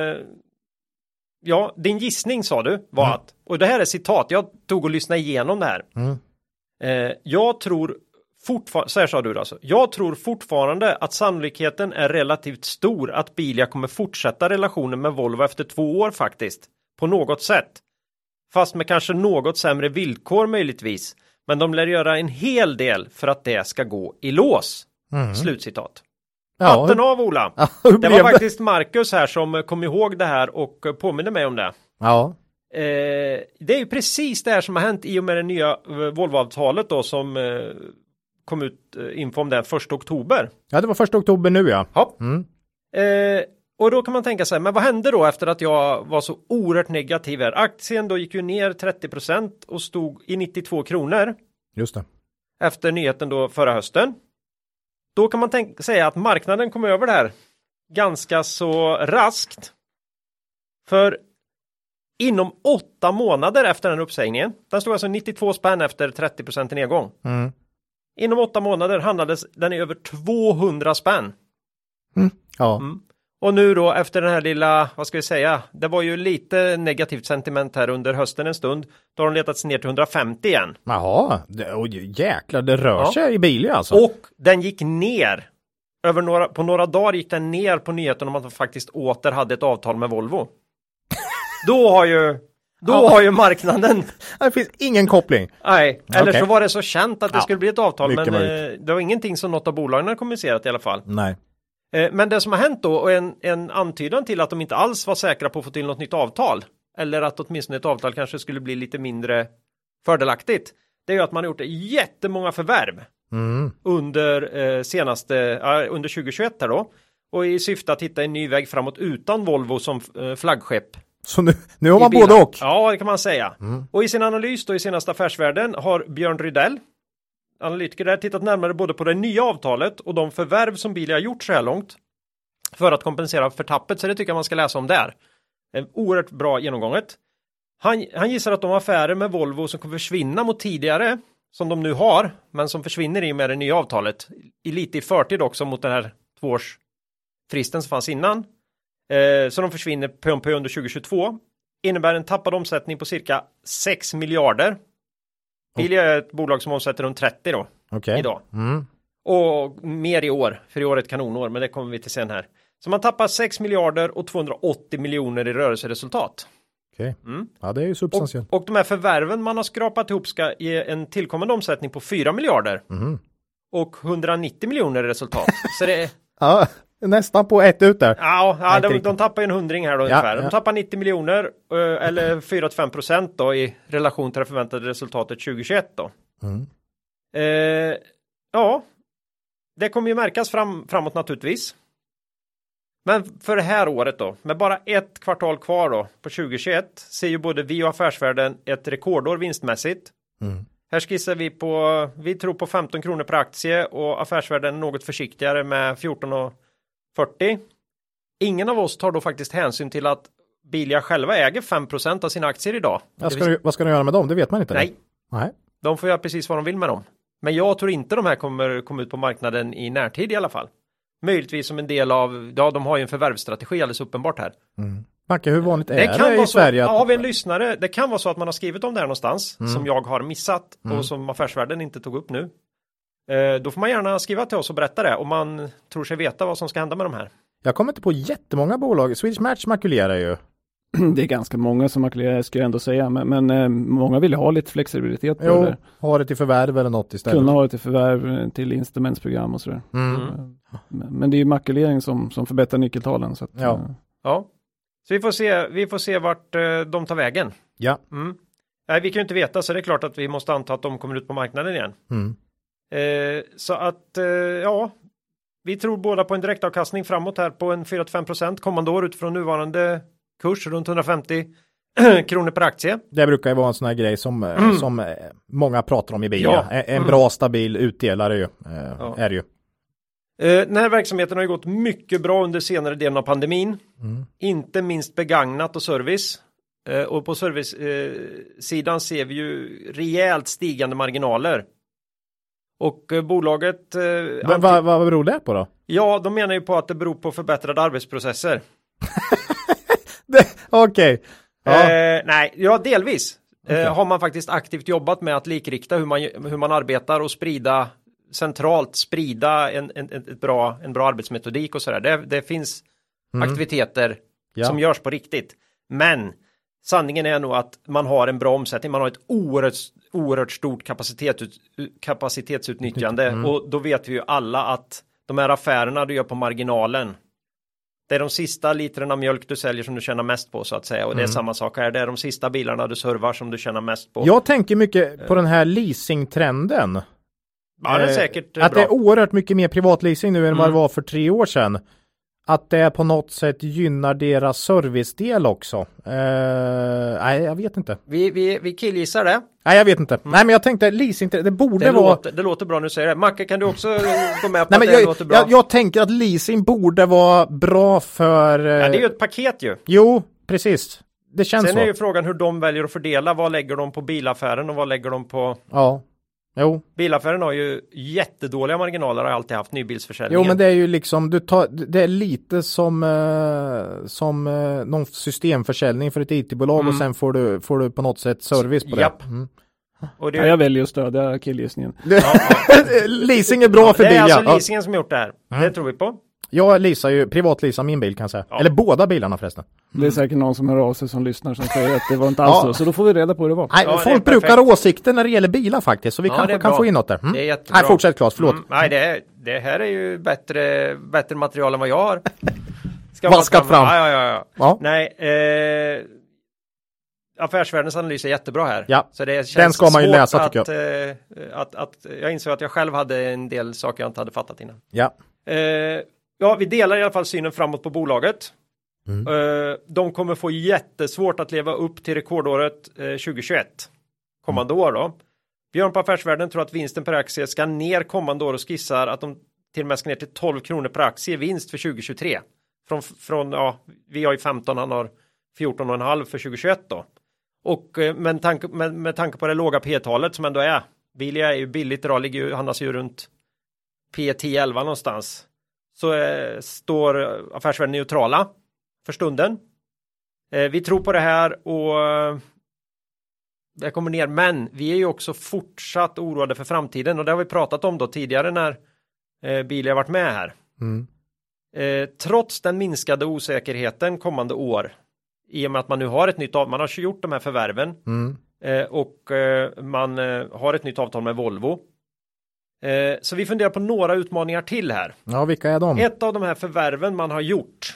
din gissning sa du var att, och det här är citat, jag tog och lyssnade igenom det här. Jag tror fortfarande, så här sa du alltså, jag tror fortfarande att sannolikheten är relativt stor att Bilia kommer fortsätta relationen med Volvo efter 2 år faktiskt, på något sätt. Fast med kanske något sämre villkor möjligtvis. Men de lär göra en hel del för att det ska gå i lås. Slutcitat. Hatten av Ola. Det var faktiskt Marcus här som kom ihåg det här och påminner mig om det. Ja. Det är ju precis det här som har hänt i och med det nya Volvo-avtalet då som kom ut info om det 1 oktober. Ja, det var 1 oktober nu ja. Och då kan man tänka sig, men vad hände då efter att jag var så oerhört negativ här? Aktien då gick ju ner 30% och stod i 92 kronor. Just det. Efter nyheten då förra hösten. Då kan man säga att marknaden kom över det här ganska så raskt. För inom 8 månader efter den uppsägningen, den stod alltså 92 spänn efter 30% nedgång. Inom 8 månader handlades den i över 200 spänn. Ja. Och nu då efter den här lilla, vad ska vi säga, det var ju lite negativt sentiment här under hösten en stund. Då har de letat sig ner till 150 igen. Jaha, jäklar, det rör sig i Bilia alltså. Och den gick ner. På några dagar gick den ner på nyheten om att de faktiskt åter hade ett avtal med Volvo. Då har ju marknaden... Det finns ingen koppling. Nej, eller så var det så känt att det skulle bli ett avtal. Men möjligt. det var ingenting som något av bolagen har kommunicerat i alla fall. Nej. Men det som har hänt då, och en antydan till att de inte alls var säkra på att få till något nytt avtal, eller att åtminstone ett avtal kanske skulle bli lite mindre fördelaktigt, det är ju att man har gjort jättemånga förvärv under 2021 här då, och i syfte att hitta en ny väg framåt utan Volvo som flaggskepp. Så nu har man både och. Ja, det kan man säga. Och i sin analys då i senaste Affärsvärlden har Björn Rydell, analytiker där, tittat närmare både på det nya avtalet och de förvärv som Bilia har gjort så här långt för att kompensera för tappet, så det tycker jag man ska läsa om där. Oerhört bra genomgånget. Han gissar att de affärer med Volvo som kommer försvinna mot tidigare, som de nu har, men som försvinner i med det nya avtalet, lite i förtid också mot den här 2-årsfristen som fanns innan. Så de försvinner på under 2022. Innebär en tappad omsättning på cirka 6 miljarder. Bilia är ett bolag som omsätter runt 30 då, idag. Och mer i år, för i år är ett kanonår, men det kommer vi till sen här. Så man tappar 6 miljarder och 280 miljoner i rörelseresultat. Ja, det är ju substantiellt. Och de här förvärven man har skrapat ihop ska ge en tillkommande omsättning på 4 miljarder. Och 190 miljoner i resultat. Så det är... Ja, nästan på ett ut där. Ja, de tappar ju en 100 här då ungefär. De tappar 90 miljoner eller 4-5% då i relation till det förväntade resultatet 2021 då. Det kommer ju märkas framåt naturligtvis. Men för det här året då, med bara ett kvartal kvar då på 2021, ser ju både vi och Affärsvärlden ett rekordår vinstmässigt. Här skissar vi tror på 15 kronor per aktie och Affärsvärlden något försiktigare med 14,40. Ingen av oss tar då faktiskt hänsyn till att Bilia själva äger 5% av sina aktier idag. Vad ska de göra med dem? Det vet man inte. Nej. De får göra precis vad de vill med dem. Men jag tror inte de här kommer komma ut på marknaden i närtid i alla fall. Möjligtvis som en del av, de har ju en förvärvsstrategi alldeles uppenbart här. Macke, hur vanligt är det i Sverige? Ja, har vi en lyssnare, det kan vara så att man har skrivit om det här någonstans som jag har missat och som Affärsvärlden inte tog upp nu. Då får man gärna skriva till oss och berätta det om man tror sig veta vad som ska hända med de här. Jag kommer inte på jättemånga bolag. Swedish Match makulerar ju. Det är ganska många som makulerar, ska jag ändå säga. Men många vill ha lite flexibilitet på det. Ha det till förvärv eller något istället. Kunna ha det till förvärv, till instrumentsprogram och sådär. Men det är ju makulering som förbättrar nyckeltalen. Så att, så vi får se vart de tar vägen. Ja. Nej, vi kan ju inte veta, så det är klart att vi måste anta att de kommer ut på marknaden igen. Så att, vi tror båda på en direktavkastning framåt här på en 4-5% kommande år utifrån nuvarande kurs runt 150 kronor per aktie. Det brukar ju vara en sån här grej som många pratar om i Bilia. En bra stabil utdelare ju, är det ju. Den här verksamheten har ju gått mycket bra under senare delen av pandemin. Inte minst begagnat och service. Och på servicesidan ser vi ju rejält stigande marginaler. Och bolaget... Vad beror det på då? Ja, de menar ju på att det beror på förbättrade arbetsprocesser. Okej. Ja. Nej, ja delvis. Har man faktiskt aktivt jobbat med att likrikta hur man arbetar och sprida en bra arbetsmetodik och sådär. Det finns aktiviteter som görs på riktigt. Men sanningen är nog att man har en bra omsättning. Man har ett oerhört stort kapacitetsutnyttjande. Och då vet vi ju alla att de här affärerna du gör på marginalen, det är de sista literna mjölk du säljer som du tjänar mest på så att säga. Och det är samma sak här. Det är de sista bilarna du servar som du tjänar mest på. Jag tänker mycket på den här leasingtrenden. Ja, det är säkert att bra. det är oerhört mycket mer privatleasing nu än vad det var för 3 år sedan. Att det på något sätt gynnar deras servicedel också. Nej, jag vet inte. Vi killgissar det. Nej, jag vet inte. Nej, men jag tänkte leasing, det borde vara... Det låter bra när du säger det. Macke, kan du också gå med på Nej, att men det låter bra? Jag tänker att leasing borde vara bra för... Ja, det är ju ett paket ju. Jo, precis. Det känns Sen så. är ju frågan hur de väljer att fördela. Vad lägger de på bilaffären och vad lägger de på... Ja. Jo. Bilaffären har ju jättedåliga marginaler, har alltid haft nybilsförsäljningen. Jo, men det är ju liksom, det är lite som någon systemförsäljning för ett IT-bolag och sen får du på något sätt service på Japp. det. Mm. Och det... Ja, jag väljer att stödja killgissningen. Leasing är bra för det bilar. Det är alltså leasingen som gjort det här. Det tror vi på. Jag privatleasar min bil kan jag säga. Eller båda bilarna förresten. Det är säkert någon som hör av sig som lyssnar som säger att det var inte alls så. Så då får vi reda på hur det var. Nej, folk brukar ha åsikter när det gäller bilar faktiskt. Så vi kanske kan få in något där. Det är jättebra. Nej, fortsätt Claes, förlåt. Nej, det här är ju bättre material än vad jag har. Vaskat fram. Ja. Nej, Affärsvärldens analys är jättebra här. Ja, så det känns den ska man ju läsa tycker jag. Att jag insåg att jag själv hade en del saker jag inte hade fattat innan. Ja. Ja, vi delar i alla fall synen framåt på bolaget. De kommer få jättesvårt att leva upp till rekordåret 2021. Kommande år då. Björn på Affärsvärlden tror att vinsten per aktie ska ner kommande år och skissar att de till och med ska ner till 12 kronor per aktie i vinst för 2023. Vi har ju 15, han har 14,5 för 2021 då. Och med tanke på det låga P-talet som ändå är. Bilia är ju billigt idag, handlas ju runt P10-11 någonstans. Så står Affärsvärlden neutrala för stunden. Vi tror på det här och det kommer ner. Men vi är ju också fortsatt oroade för framtiden. Och det har vi pratat om då tidigare när Bilia har varit med här. Trots den minskade osäkerheten kommande år. I och med att man nu har ett nytt avtal. Man har gjort de här förvärven. Och man har ett nytt avtal med Volvo. Så vi funderar på några utmaningar till här. Ja, vilka är de? Ett av de här förvärven man har gjort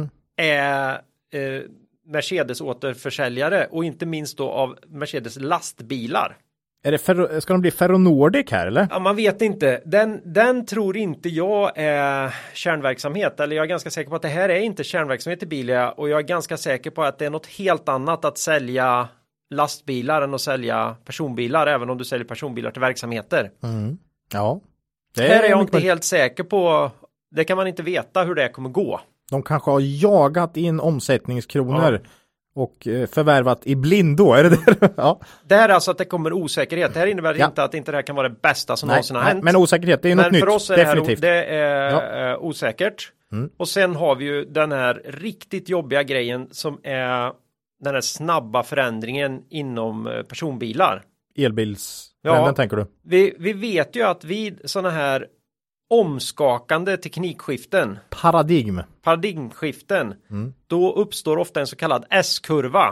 är Mercedes återförsäljare och inte minst då av Mercedes lastbilar. Är det ska de bli Ferronordic här eller? Ja, man vet inte. Den tror inte jag är kärnverksamhet. Eller jag är ganska säker på att det här är inte kärnverksamhet i Bilia. Och jag är ganska säker på att det är något helt annat att sälja lastbilar än att sälja personbilar. Även om du säljer personbilar till verksamheter. Ja. Det här är jag inte helt säker på. Det kan man inte veta hur det kommer gå. De kanske har jagat in omsättningskronor och förvärvat i blindo. Är det där? Ja. Det här är alltså att det kommer osäkerhet. Det här innebär inte att inte det här kan vara det bästa som någonsin har hänt. Men osäkerhet, det är något nytt. Men för oss är definitivt. det är osäkert. Och sen har vi ju den här riktigt jobbiga grejen som är den här snabba förändringen inom personbilar. Elbilstrenden tänker du? Vi vet ju att vid sådana här omskakande teknikskiften, paradigmskiften, då uppstår ofta en så kallad S-kurva.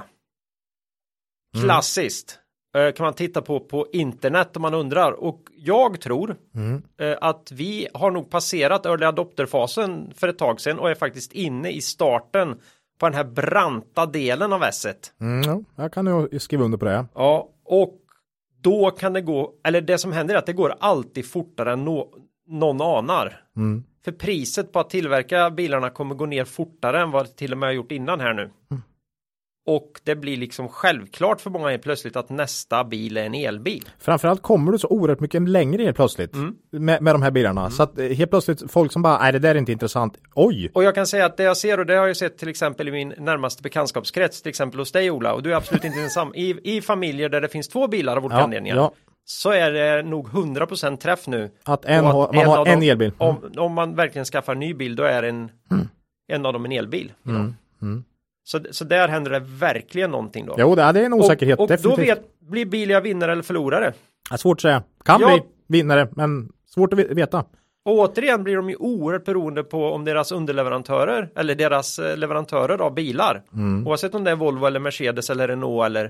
Klassiskt. Kan man titta på internet om man undrar. Och jag tror att vi har nog passerat early adopter-fasen för ett tag sedan och är faktiskt inne i starten på den här branta delen av S-et. Jag kan ju skriva under på det. Ja, och då kan det gå, eller det som händer är att det går alltid fortare än någon anar. För priset på att tillverka bilarna kommer gå ner fortare än vad det till och med har gjort innan här nu. Och det blir liksom självklart för många helt plötsligt att nästa bil är en elbil. Framförallt kommer du så oerhört mycket längre helt plötsligt med de här bilarna. Så att helt plötsligt folk som bara, nej det där är inte intressant. Oj! Och jag kan säga att det jag ser, och det har jag sett till exempel i min närmaste bekantskapskrets, till exempel hos dig Ola, och du är absolut inte ensam. I familjer där det finns 2 bilar av olika anledningar. Så är det nog 100% träff nu. Att man har en elbil. Om man verkligen skaffar en ny bil, då är en av dem en elbil. Så där händer det verkligen någonting då. Jo, det är en osäkerhet. Och då blir Bilia vinnare eller förlorare? Det är svårt att säga. Kan bli vinnare, men svårt att veta. Och återigen blir de ju oerhört beroende på om deras underleverantörer eller deras leverantörer av bilar. Oavsett om det är Volvo eller Mercedes eller Renault eller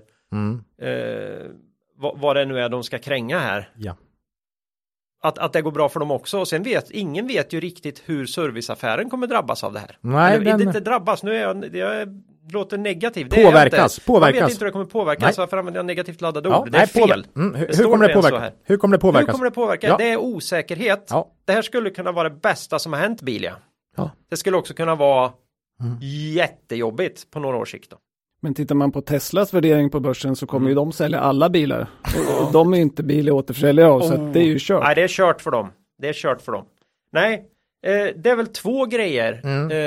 vad det nu är de ska kränga här. Ja. Att det går bra för dem också. Och sen ingen vet ju riktigt hur serviceaffären kommer drabbas av det här. Nej, eller, inte drabbas, nu är jag låter negativ. Påverkas. Man vet inte hur det kommer påverkas. Varför använder jag negativt laddade ord? Det är fel. Hur kommer det påverka? Hur kommer det påverka? Ja. Det är osäkerhet. Ja. Det här skulle kunna vara det bästa som har hänt Bilia. Ja. Det skulle också kunna vara jättejobbigt på några års sikt då. Men tittar man på Teslas värdering på börsen så kommer ju de sälja alla bilar. Och de är ju inte återförsäljare av, så att det är ju kört. Nej, det är kört för dem. Nej, det är väl 2 grejer.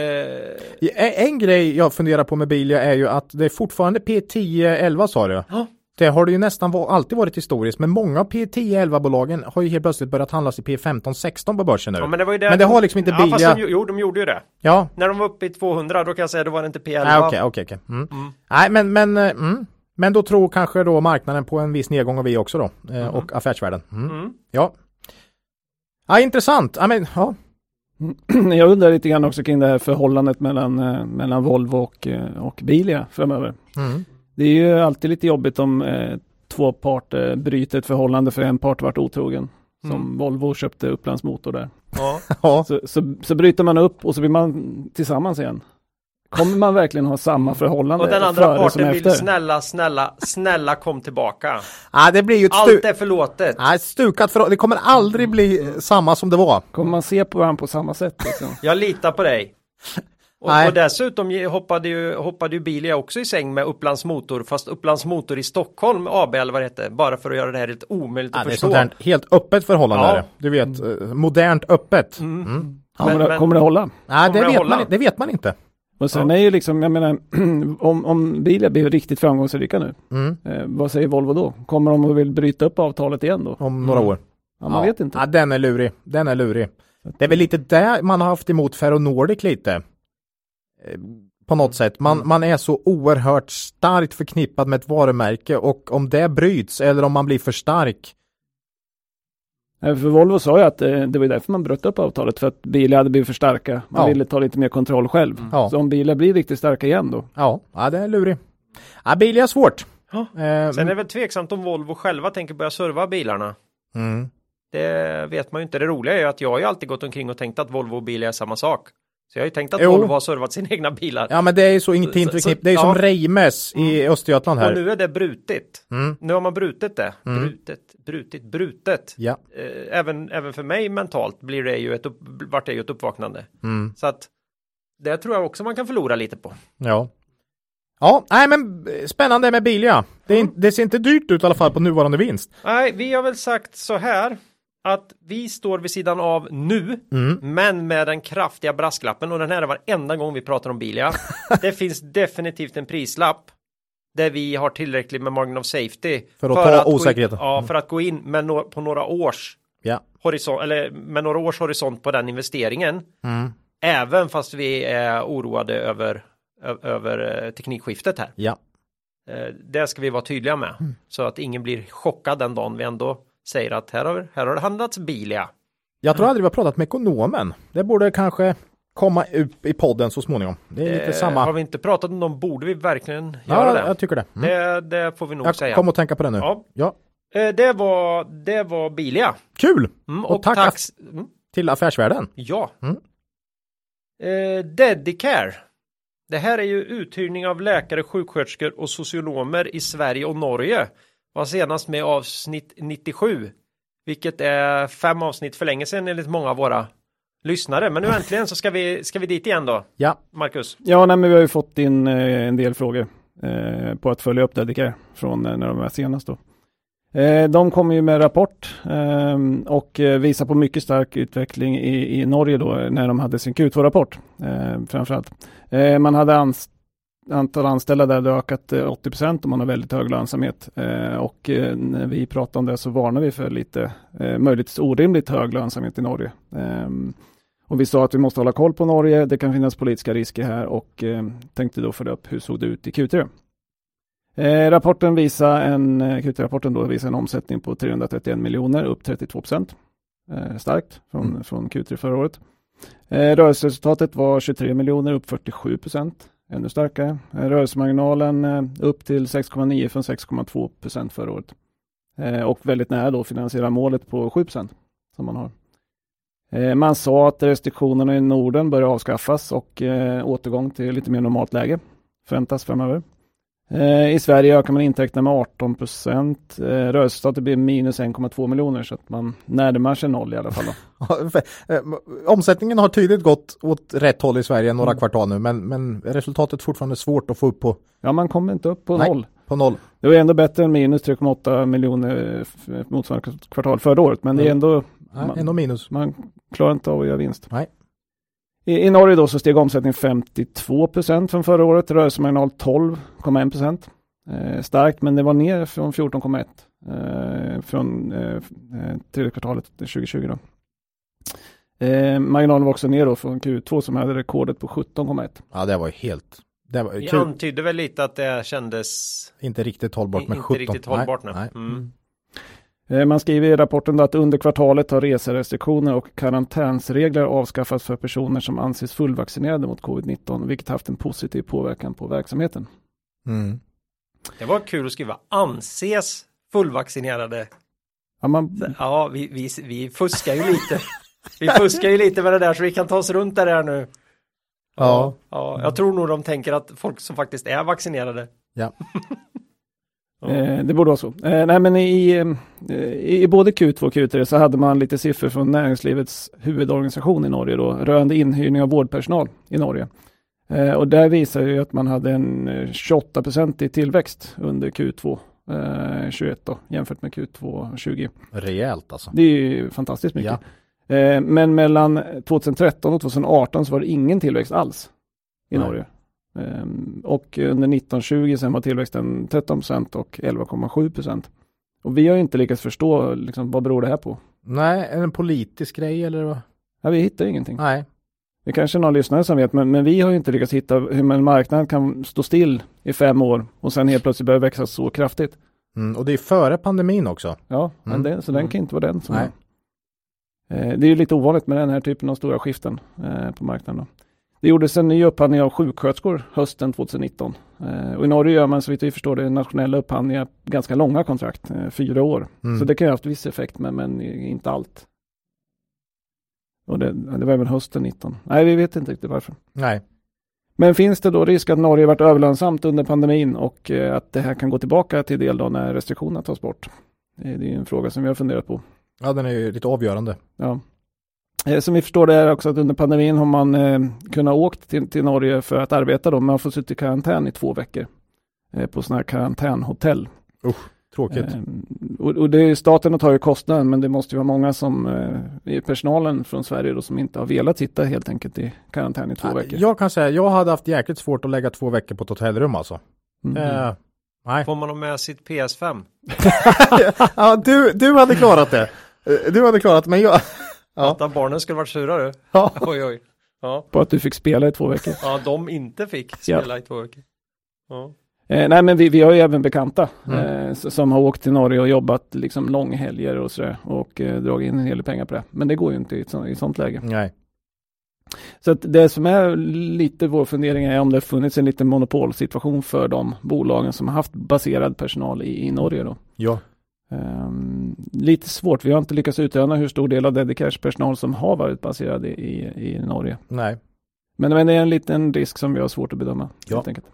En grej jag funderar på med Bilia är ju att det är fortfarande P10-11 sa du. Ja. Det har det ju nästan alltid varit historiskt, men många av P10-11-bolagen har ju helt plötsligt börjat handlas i P15-16 på börsen nu. Ja, men det har liksom inte Bilia... Ja, fast de gjorde ju det. Ja. När de var uppe i 200, då kan jag säga då var det inte P11. Okej. Nej, men då tror kanske då marknaden på en viss nedgång av vi också då. Och affärsvärlden. Ja. Ja, intressant. Jag undrar lite grann också kring det här förhållandet mellan Volvo och Bilia framöver. Det är ju alltid lite jobbigt om 2 parter bryter ett förhållande för en part varit otrogen. Som Volvo köpte Upplands Motor där. Ja. Så bryter man upp och så blir man tillsammans igen. Kommer man verkligen ha samma förhållande? Och den andra parten vill snälla kom tillbaka. Det blir ju allt är förlåtet. Stukat det kommer aldrig bli samma som det var. Kommer man se på varandra på samma sätt? Liksom? Jag litar på dig. Och dessutom hoppade ju Bilia också i säng med Upplands Motor, fast Upplands Motor i Stockholm AB eller vad det heter, bara för att göra det här helt omöjligt att förstå. Det är sånt helt öppet förhållande. Du vet, modernt öppet. Kommer det hålla? Det vet man inte. Och sen är ju liksom, jag menar, om Bilia blir riktigt framgångsrika nu, vad säger Volvo då? Kommer de att vill bryta upp avtalet igen då? Om några år. Ja, man vet inte. Ja, den är lurig. Det är väl lite där man har haft emot Ferronordic lite. På något sätt. Man är så oerhört starkt förknippad med ett varumärke, och om det bryts eller om man blir för stark. För Volvo sa ju att det var därför man bröt upp avtalet, för att Bilia hade blivit för starka. Man ville ta lite mer kontroll själv. Så om Bilia blir riktigt starka igen då? Ja, det är lurig. Ja, Bilia är svårt. Sen är det väl tveksamt om Volvo själva tänker börja serva bilarna. Det vet man ju inte. Det roliga är ju att jag har ju alltid gått omkring och tänkt att Volvo och Bilia är samma sak. Så jag har ju tänkt att Volvo har servat sina egna bilar. Ja, men det är ju så intimt förknippat. Det är ju som Reimes i Östergötland här. Och nu är det brutit. Nu har man brutit det. Brutet. Ja. Även för mig mentalt blir det ju vart det ju ett uppvaknande. Så att det tror jag också man kan förlora lite på. Ja, nej men spännande med Bilia. Det ser inte dyrt ut i alla fall på nuvarande vinst. Nej, vi har väl sagt så här att vi står vid sidan av nu, men med den kraftiga brasklappen, och den här är varenda gång vi pratar om Bilia. Det finns definitivt en prislapp där vi har tillräckligt med margin of safety för att ta osäkerheten. För att gå in med på några års horisont, eller med några års horisont på den investeringen. Även fast vi är oroade över teknikskiftet här. Ja. Det ska vi vara tydliga med, så att ingen blir chockad den dagen vi ändå säger att här har det handlats Bilia. Jag tror aldrig vi har pratat med ekonomen. Det borde kanske komma upp i podden så småningom. Det är lite samma. Har vi inte pratat om dem, borde vi verkligen göra det. Jag tycker det. Det får vi nog säga. Jag kommer att tänka på det nu. Ja. Det var Bilia. Kul! Och tack till Affärsvärlden. Ja. Dedicare. Det här är ju uthyrning av läkare, sjuksköterskor och socionomer i Sverige och Norge. Var senast med avsnitt 97. Vilket är 5 avsnitt för länge sedan enligt många av våra lyssnare. Men nu äntligen så ska vi dit igen då. Ja. Marcus. Ja, men vi har ju fått in en del frågor. på att följa upp Dedicare från när de var senast då. De kom ju med rapport och visar på mycket stark utveckling i Norge då när de hade sin Q2-rapport framförallt. Man hade antal anställda där hade ökat 80% och man har väldigt hög lönsamhet. Och när vi pratade om det så varnar vi för lite möjligtvis orimligt hög lönsamhet i Norge. Och vi sa att vi måste hålla koll på Norge, det kan finnas politiska risker här och tänkte då följa upp hur såg det ut i Q3. Rapporten visar Q3-rapporten då visar en omsättning på 331 miljoner, upp 32%. Starkt från Q3 förra året. Rörelseresultatet var 23 miljoner, upp 47%. Ännu starkare. Rörelsemarginalen upp till 6,9 från 6,2% förra året. Och väldigt nära då finansiera målet på 7% som man har. Man sa att restriktionerna i Norden börjar avskaffas och återgång till lite mer normalt läge förväntas framöver. I Sverige ökar man intäkterna med 18%. Rörelseresultatet blir minus 1,2 miljoner så att man närmar sig noll i alla fall. Omsättningen har tydligt gått åt rätt håll i Sverige några kvartal nu, men resultatet är fortfarande svårt att få upp på. Ja, man kommer inte upp på noll. På noll. Det var ändå bättre än minus 3,8 miljoner motsvarande kvartal förra året, men det är ändå, ändå minus. Man klarar inte av att göra vinst. Nej. I Norge då så steg omsättningen 52% från förra året, rörelsemarginal 12,1%. Starkt, men det var ner från 14,1% från tredje kvartalet 2020 då. Marginalen var också ner då från Q2 som hade rekordet på 17,1%. Ja, det var ju helt... Vi antydde väl lite att det kändes... Inte riktigt hållbart med 17. Inte riktigt hållbart nu. Nej. Man skriver i rapporten då att under kvartalet har reserestriktioner och karantänsregler avskaffats för personer som anses fullvaccinerade mot covid-19, vilket haft en positiv påverkan på verksamheten. Mm. Det var kul att skriva anses fullvaccinerade. Ja, vi fuskar ju lite. Vi fuskar ju lite med det där så vi kan ta oss runt där nu. Ja. Jag tror nog de tänker att folk som faktiskt är vaccinerade. Ja. Det borde vara så. Nej, men i både Q2 och Q3 så hade man lite siffror från näringslivets huvudorganisation i Norge då, rörande inhyrning av vårdpersonal i Norge. Och där visar ju att man hade en 28% i tillväxt under Q2 21 då, jämfört med Q2 20. Rejält alltså. Det är ju fantastiskt mycket. Ja. Men mellan 2013 och 2018 så var det ingen tillväxt alls i Norge. Och under 1920 sen var tillväxten 13% och 11,7%. Och vi har ju inte lyckats förstå liksom, vad beror det här på? Nej, är det en politisk grej eller vad? Ja, vi hittar ingenting. Nej. Det kanske är någon lyssnare som vet, men vi har ju inte lyckats hitta hur en marknad kan stå still i 5 år och sen helt plötsligt börja växa så kraftigt. Och det är före pandemin också. Ja, men så den kan inte vara den som är. Det är ju lite ovanligt med den här typen av stora skiften på marknaden då. Det gjordes en ny upphandling av sjuksköterskor hösten 2019. Och i Norge gör man, så vitt vi förstår det, nationella upphandlingar ganska långa kontrakt, 4 år. Så det kan ju ha haft viss effekt, men inte allt. Och det var även hösten 19. Nej, vi vet inte riktigt varför. Nej. Men finns det då risk att Norge varit överlönsamt under pandemin och att det här kan gå tillbaka till del då när restriktionerna tas bort? Det är en fråga som vi har funderat på. Ja, den är ju lite avgörande. Ja. Som vi förstår det är också att under pandemin har man kunnat åkt till Norge för att arbeta då. Man har fått sitta i karantän i 2 veckor på sådana här karantänhotell. Tråkigt. Och det är staten att ta ju kostnaden, men det måste ju vara många som är personalen från Sverige då, som inte har velat sitta helt enkelt i karantän i 2 veckor. Jag kan säga, jag hade haft jäkligt svårt att lägga 2 veckor på ett hotellrum alltså. Nej. Får man ha med sitt PS5? Ja, du hade klarat det. Du hade klarat det, men jag... Ja. Att barnen skulle varit sura du. Ja. Oj. Ja. På att du fick spela i 2 veckor. Ja, de inte fick spela i 2 veckor. Ja. Nej, men vi har ju även bekanta som har åkt till Norge och jobbat liksom långhelger och sådär och dragit in en hel del pengar på det. Men det går ju inte i sånt läge. Nej. Så att det som är lite vår fundering är om det funnits en liten monopolsituation för de bolagen som har haft baserad personal i Norge då. Ja. Lite svårt. Vi har inte lyckats utröna hur stor del av Dedicares personal som har varit baserad i Norge. Nej. Men det är en liten risk som vi har svårt att bedöma. Ja. Helt enkelt.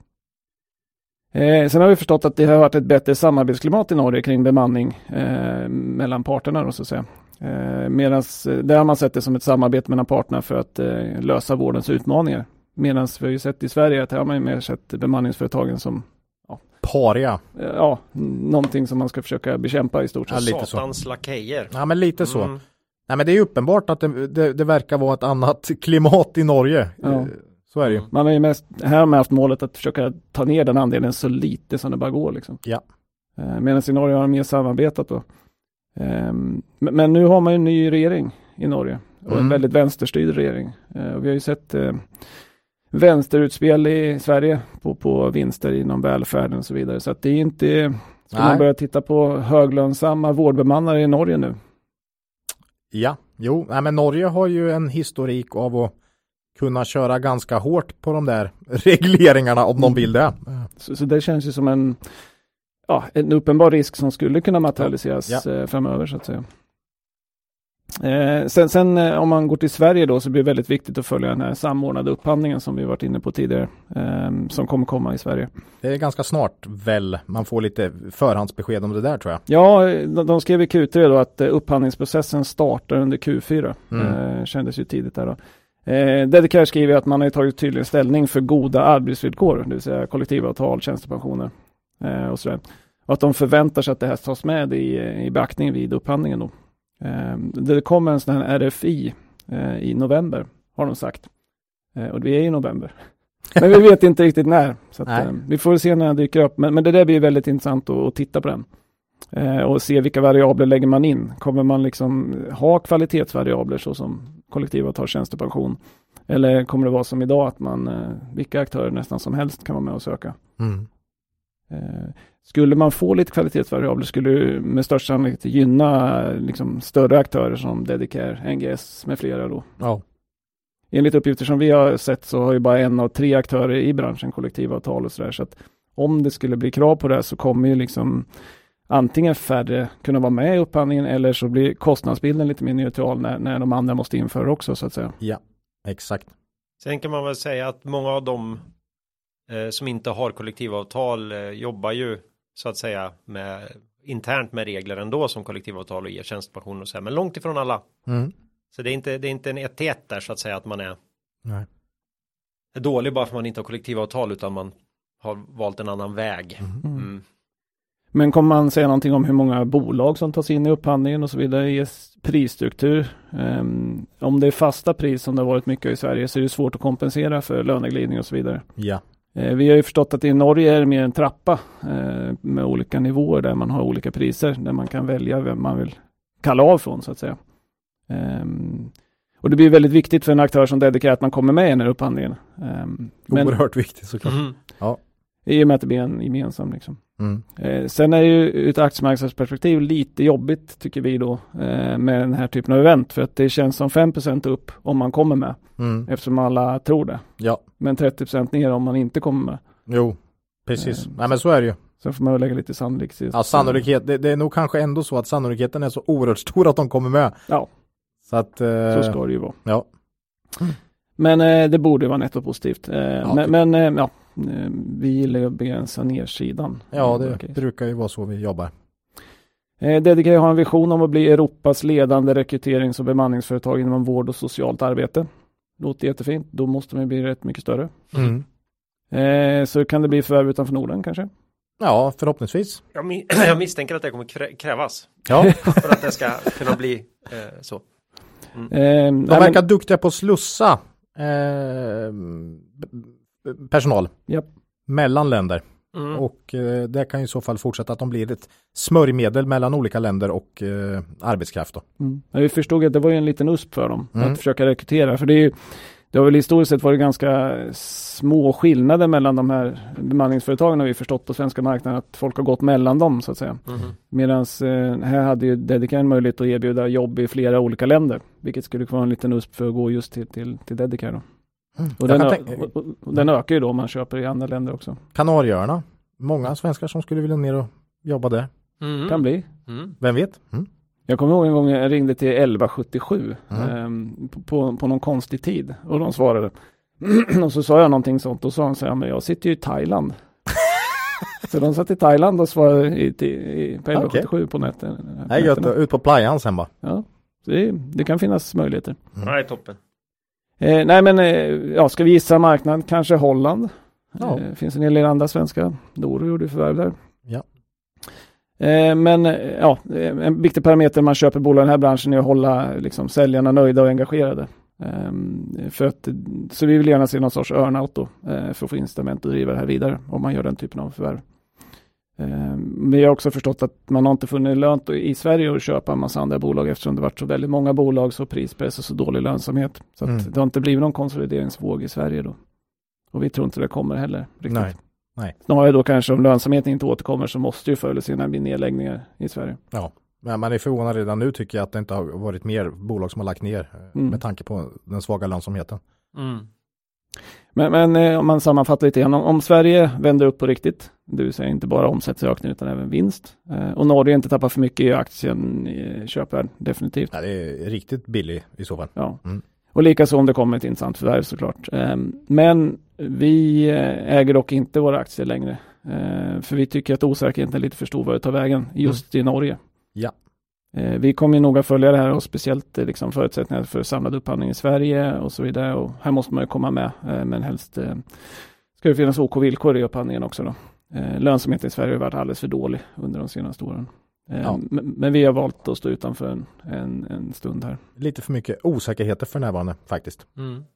Sen har vi förstått att det har varit ett bättre samarbetsklimat i Norge kring bemanning mellan parterna då, så att säga. Medans där har man sett det som ett samarbete mellan parterna för att lösa vårdens utmaningar. Medan vi har ju sett i Sverige att här har man ju mer sett bemanningsföretagen som paria. Ja, någonting som man ska försöka bekämpa i stort sett. Ja, lite Satans lakejer. Ja, men lite så. Nej, men det är uppenbart att det verkar vara ett annat klimat i Norge. Ja. Så är det ju. Man har ju här med haft målet att försöka ta ner den andelen så lite som det bara går liksom. Ja. Medan i Norge har de mer samarbetat då. Men nu har man ju en ny regering i Norge. Och en väldigt vänsterstyrd regering. Och vi har ju sett vänsterutspel i Sverige på vinster inom välfärden och så vidare. Så att det är inte... Ska man börja titta på höglönsamma vårdbemannare i Norge nu? Ja, jo. Nej, men Norge har ju en historik av att kunna köra ganska hårt på de där regleringarna om de vill det. Så det känns ju som en uppenbar risk som skulle kunna materialiseras framöver så att säga. Sen om man går till Sverige då så blir det väldigt viktigt att följa den här samordnade upphandlingen som vi varit inne på tidigare som kommer komma i Sverige. Det är ganska snart väl man får lite förhandsbesked om det där tror jag. Ja, de skrev i Q3 då att upphandlingsprocessen startar under Q4. Kändes ju tidigt där då. Dedicare skriver att man har tagit tydlig ställning för goda arbetsvillkor, det vill säga kollektivavtal, tjänstepensioner och sådär. Och att de förväntar sig att det här tas med i beaktning vid upphandlingen då. Det kommer en sån här RFI i november, har de sagt. Och vi är i november. Men vi vet inte riktigt när. Så att, vi får se när den dyker upp. Men det där blir väldigt intressant att titta på den. Och se vilka variabler lägger man in. Kommer man liksom ha kvalitetsvariabler så som kollektivavtal, tjänstepension? Eller kommer det vara som idag att vilka aktörer nästan som helst kan vara med och söka? Skulle man få lite kvalitetsvariabler skulle det med största sannolikhet gynna liksom större aktörer som Dedicare, NGS med flera då. Ja. Enligt uppgifter som vi har sett så har ju bara 1 av 3 aktörer i branschen kollektivavtal och sådär. Så att om det skulle bli krav på det så kommer ju liksom antingen färre kunna vara med i upphandlingen eller så blir kostnadsbilden lite mer neutral när de andra måste införa också så att säga. Ja, exakt. Sen kan man väl säga att många av dem som inte har kollektivavtal jobbar ju så att säga internt med regler ändå som kollektivavtal och ger tjänstepension och så här, men långt ifrån alla. Så det är inte en 1-1 där så att säga att man är dålig bara för man inte har kollektivavtal utan man har valt en annan väg. Men kommer man säga någonting om hur många bolag som tas in i upphandlingen och så vidare i prisstruktur? Om det är fasta pris som det har varit mycket i Sverige så är det svårt att kompensera för löneglidning och så vidare. Ja. Vi har ju förstått att i Norge är det mer en trappa med olika nivåer där man har olika priser där man kan välja vem man vill kalla av från så att säga. Och det blir väldigt viktigt för en aktör som Dedicare att man kommer med i den här upphandlingen. Oerhört viktigt såklart. Ja. I och med att det blir en gemensam liksom. Sen är det ju ur ett aktiemarknadsperspektiv lite jobbigt tycker vi då med den här typen av event för att det känns som 5% upp om man kommer med eftersom alla tror det. Ja. Men 30% ner om man inte kommer med. Jo, precis. Nej men så är det ju. Så får man väl lägga lite sannolikhet. Ja, sannolikhet. Det är nog kanske ändå så att sannolikheten är så oerhört stor att de kommer med. Ja. Så att så ska det ju vara. Ja. Men det borde vara nettopositivt. Men vi gillar ju att begränsa nedsidan. Ja, det brukar ju vara så vi jobbar. Dedicare har en vision om att bli Europas ledande rekryterings- och bemanningsföretag inom vård och socialt arbete. Låter jättefint. Då måste man bli rätt mycket större. Så kan det bli förvärv utanför Norden kanske? Ja, förhoppningsvis. Jag misstänker att det kommer krävas. Ja. För att det ska kunna bli så. De verkar duktiga på att slussa personal mellan länder. Och det kan i så fall fortsätta att de blir ett smörjmedel mellan olika länder och arbetskraft. Då. Vi förstod att det var en liten USP för dem att försöka rekrytera. För det har väl historiskt sett varit ganska små skillnader mellan de här bemanningsföretagen har vi förstått på svenska marknaden att folk har gått mellan dem så att säga. Medan här hade ju Dedicare en möjlighet att erbjuda jobb i flera olika länder. Vilket skulle vara en liten USP för att gå just till Dedicare då. Och den ökar ju då om man köper i andra länder också. Kanarieöarna. Många svenskar som skulle vilja ner och jobba där. Kan bli. Vem vet? Jag kommer ihåg en gång jag ringde till 1177 på någon konstig tid. Och de svarade. Och så sa jag någonting sånt. Och så sa han så här, men jag sitter ju i Thailand. Så de satt i Thailand och svarade på 1177 på nätet. Det är gött, ut på playan sen bara. Ja, det kan finnas möjligheter. Nej, toppen. Nej men, ska vi gissa marknad? Kanske Holland. Ja. Det finns en hel del andra svenska. Doro gjorde förvärv där. Ja. Men en viktig parameter när man köper bolag i den här branschen är att hålla liksom, säljarna nöjda och engagerade. Så vi vill gärna se någon sorts earnout då, för att få incitament att driva det här vidare om man gör den typen av förvärv. Men jag har också förstått att man har inte funnit lönt i Sverige att köpa en massa andra bolag eftersom det varit så väldigt många bolag, så prispress och så dålig lönsamhet. Så att det har inte blivit någon konsolideringsvåg i Sverige då. Och vi tror inte det kommer heller riktigt. Nej. Snarare då kanske om lönsamheten inte återkommer så måste ju förr eller senare bli nedläggningar i Sverige. Ja, men man är förvånad redan nu tycker jag att det inte har varit mer bolag som har lagt ner med tanke på den svaga lönsamheten. Men om man sammanfattar lite grann, om Sverige vänder upp på riktigt, det vill säga inte bara omsättningsökning utan även vinst, och Norge inte tappar för mycket i aktien i köpvärd, definitivt. Ja, det är riktigt billigt i så fall. Ja. Och likaså om det kommer ett intressant förvärv såklart. Men vi äger dock inte våra aktier längre. För vi tycker att osäkerheten är lite för stor vad det tar vägen just i Norge. Ja. Vi kommer ju noga följa det här och speciellt liksom förutsättningar för samlad upphandling i Sverige och så vidare. Och här måste man ju komma med. Men helst ska det finnas OK-villkor i upphandlingen också då. Lönsamheten i Sverige har varit alldeles för dålig under de senaste åren. Men vi har valt att stå utanför en stund här. Lite för mycket osäkerheter för närvarande faktiskt.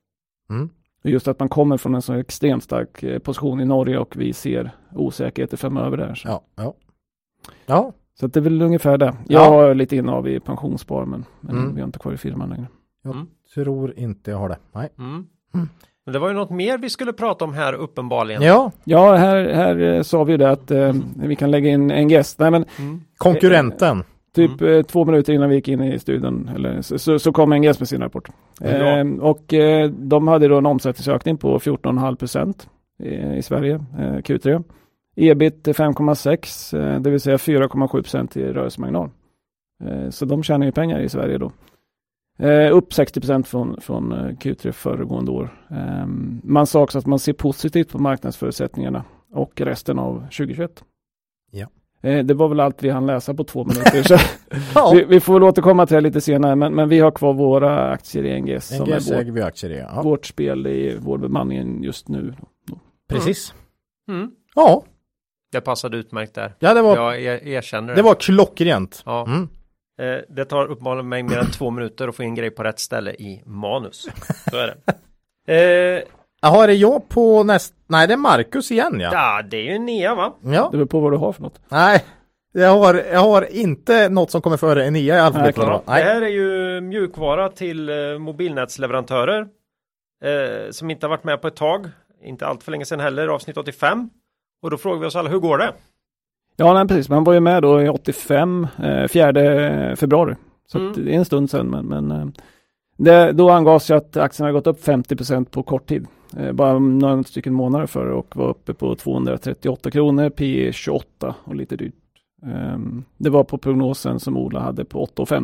Just att man kommer från en så extremt stark position i Norge och vi ser osäkerheter framöver där. Så. Ja. Så att det är väl ungefär det. Jag har lite innehav i pensionsspar men vi har inte kvar i firman längre. Jag tror inte jag har det. Nej. Men det var ju något mer vi skulle prata om här uppenbarligen. Ja, här sa vi ju det att vi kan lägga in en gäst. Nej, men, konkurrenten. Typ 2 minuter innan vi gick in i studion så kom en gäst med sin rapport. Och de hade då en omsättningsökning på 14,5% i Sverige, Q3. EBIT 5,6, det vill säga 4,7% i rörelsemarginal. Så de tjänar ju pengar i Sverige då. Upp 60% från Q3 föregående år. Man sa också att man ser positivt på marknadsförutsättningarna och resten av 2021. Ja. Det var väl allt vi hann läsa på 2 minuter. Så vi får väl återkomma till det lite senare. Men vi har kvar våra aktier i NGS. Som är vi aktier i, vårt spel i vår bemanning just nu. Precis. Ja. Det passade utmärkt där. Ja, det var, jag erkänner det. Det var klockrent. Ja. Det tar uppenbarligen mig mer än 2 minuter att få in grej på rätt ställe i manus. Så är det. Jaha, är det jag på Nej, det är Marcus igen, Ja, det är ju Enea, va? Ja. Det beror på vad du har för något. Nej, jag har inte något som kommer före Enea i alfabetet. Det här är ju mjukvara till mobilnätsleverantörer som inte har varit med på ett tag. Inte allt för länge sedan heller, avsnitt 85. Och då frågar vi oss alla, hur går det? Ja, nej, precis. Man var ju med då i 85, 4 februari. Så det är en stund sedan. Men då angavs ju att aktien har gått upp 50% på kort tid. Bara några stycken månader före och var uppe på 238 kronor, P 28 och lite dyrt. Det var på prognosen som Ola hade på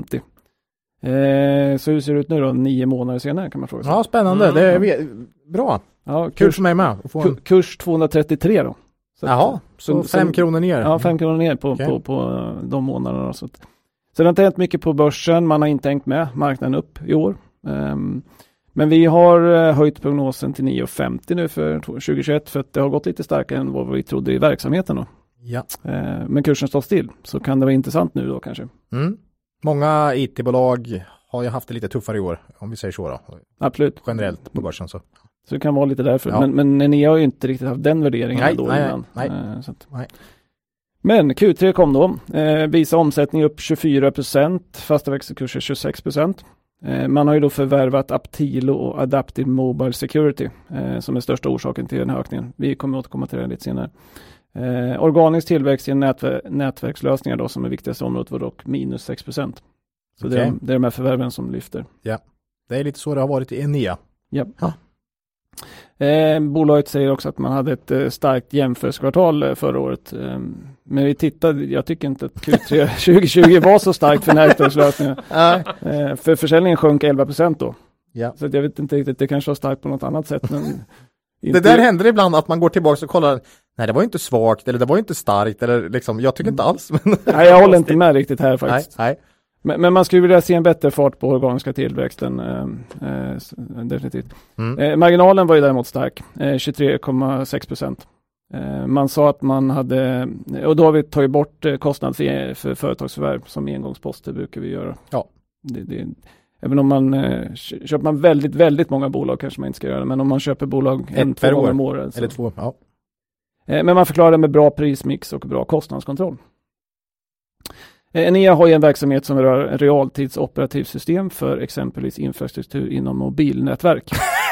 8,50. Så hur ser det ut nu då, 9 månader senare kan man fråga sig. Ja, spännande. Det är bra. Ja, kul för mig med. Kurs 233 då. Så jaha, så 5 kronor ner. Ja, 5 kronor ner på de månaderna. Så det har inte hänt mycket på börsen. Man har inte hängt med marknaden upp i år. Men vi har höjt prognosen till 9,50 nu för 2021 för att det har gått lite starkare än vad vi trodde i verksamheten då. Ja. Men kursen står still, så kan det vara intressant nu då kanske. Många IT-bolag har ju haft det lite tuffare i år, om vi säger så då. Absolut. Generellt på börsen så. Så det kan vara lite därför. Ja. Men ni har ju inte riktigt haft den värderingen innan. Nej. Men Q3 kom då. Visa omsättning upp 24%, fasta växelkurser 26%. Man har ju då förvärvat Aptilo och Adaptive Mobile Security som är största orsaken till den här ökningen. Vi kommer återkomma till det lite senare. Organisk tillväxt i nätverkslösningar då som är viktigaste området var dock minus 6%. Så det är de här förvärven som lyfter. Ja, det är lite så det har varit i Enea. Ja. Bolaget säger också att man hade ett starkt jämförelsekvartal förra året. Men vi tittade, jag tycker inte att Q3 2020 var så starkt för nätverkslösningar. För försäljningen sjönk 11% då. Ja. Så jag vet inte riktigt, det kanske var starkt på något annat sätt. Men det där händer ibland att man går tillbaka och kollar, nej det var inte svagt eller det var inte starkt eller liksom, jag tycker inte alls. Men nej, jag håller inte med riktigt här faktiskt. Nej. Men man skulle vilja se en bättre fart på organiska tillväxten, definitivt. Marginalen var ju däremot stark, 23,6%. Man sa att man hade, och då har vi tagit bort kostnad för företagsförvärv som engångsposter brukar vi göra. Ja. Även om köper man väldigt, väldigt många bolag kanske man inte ska göra det, men om man köper bolag 1-2 gånger om året. Eller 2, ja. Men man förklarar det med bra prismix och bra kostnadskontroll. Enea har ju en verksamhet som rör realtidsoperativsystem för exempelvis infrastruktur inom mobilnätverk.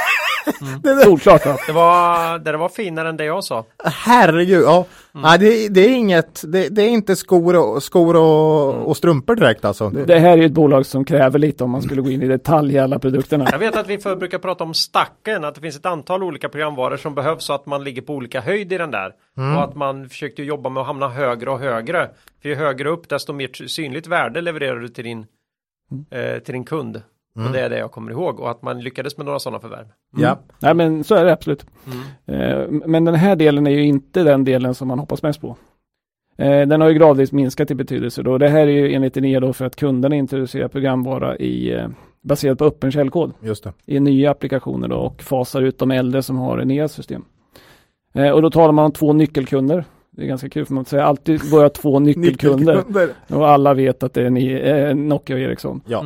Solklart va? Det var finare än det jag sa. Herregud, ja. Nej, det är inget, det är inte skor och strumpor direkt alltså. Det här är ju ett bolag som kräver lite om man skulle gå in i detalj i alla produkterna. Jag vet att vi förr brukar prata om stacken, att det finns ett antal olika programvaror som behövs så att man ligger på olika höjd i den där. Och att man försökte jobba med att hamna högre och högre. För ju högre upp desto mer synligt värde levererar du till din kund. Och det är det jag kommer ihåg. Och att man lyckades med några sådana förvärv. Ja. Nej men så är det absolut. Men den här delen är ju inte den delen som man hoppas mest på. Den har ju gradvis minskat i betydelse då. Det här är ju enligt Enea då för att kunderna introducerar programvara baserat på öppen källkod. Just det. I nya applikationer då och fasar ut de äldre som har Eneas system. Och då talar man om 2 nyckelkunder. Det är ganska kul för man säger alltid bara 2 nyckelkunder. Och alla vet att det är Nokia och Ericsson. Ja.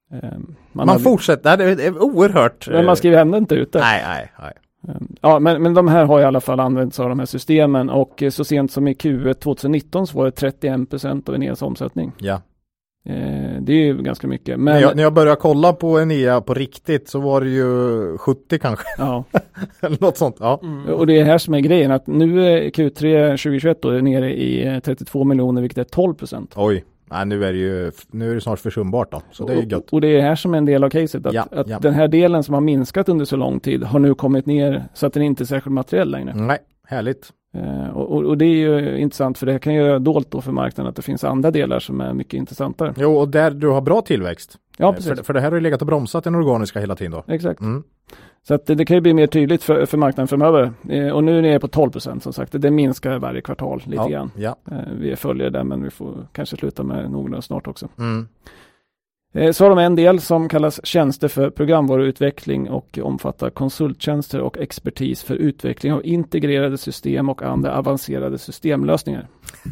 Man fortsätter, det är oerhört. Men man skriver ändå inte ut det. Nej. Ja, men de här har i alla fall använts av de här systemen och så sent som i Q1 2019 så var det 31% av Eneas omsättning. Ja. Det är ju ganska mycket. Men när jag började kolla på Enea på riktigt så var det ju 70 kanske. Ja. Eller något sånt, ja. Och det är här som är grejen att nu är Q3 2021 då är nere i 32 miljoner vilket är 12%. Oj. Nej, nu är det snart försumbart då, så det är gött. Och det är här som är en del av caset, att den här delen som har minskat under så lång tid har nu kommit ner så att den inte är särskilt materiell längre. Nej, härligt. Och det är ju intressant för det kan ju göra dolt då för marknaden att det finns andra delar som är mycket intressantare. Jo, och där du har bra tillväxt. Ja, precis. För det här har ju legat och bromsat den organiska hela tiden då. Exakt. Så att det kan ju bli mer tydligt för marknaden framöver. Och nu är det på 12% som sagt. Det minskar varje kvartal lite grann. Ja. Vi följer det men vi får kanske sluta med någorlunda snart också. Så har de en del som kallas tjänster för programvaruutveckling och omfattar konsulttjänster och expertis för utveckling av integrerade system och andra avancerade systemlösningar.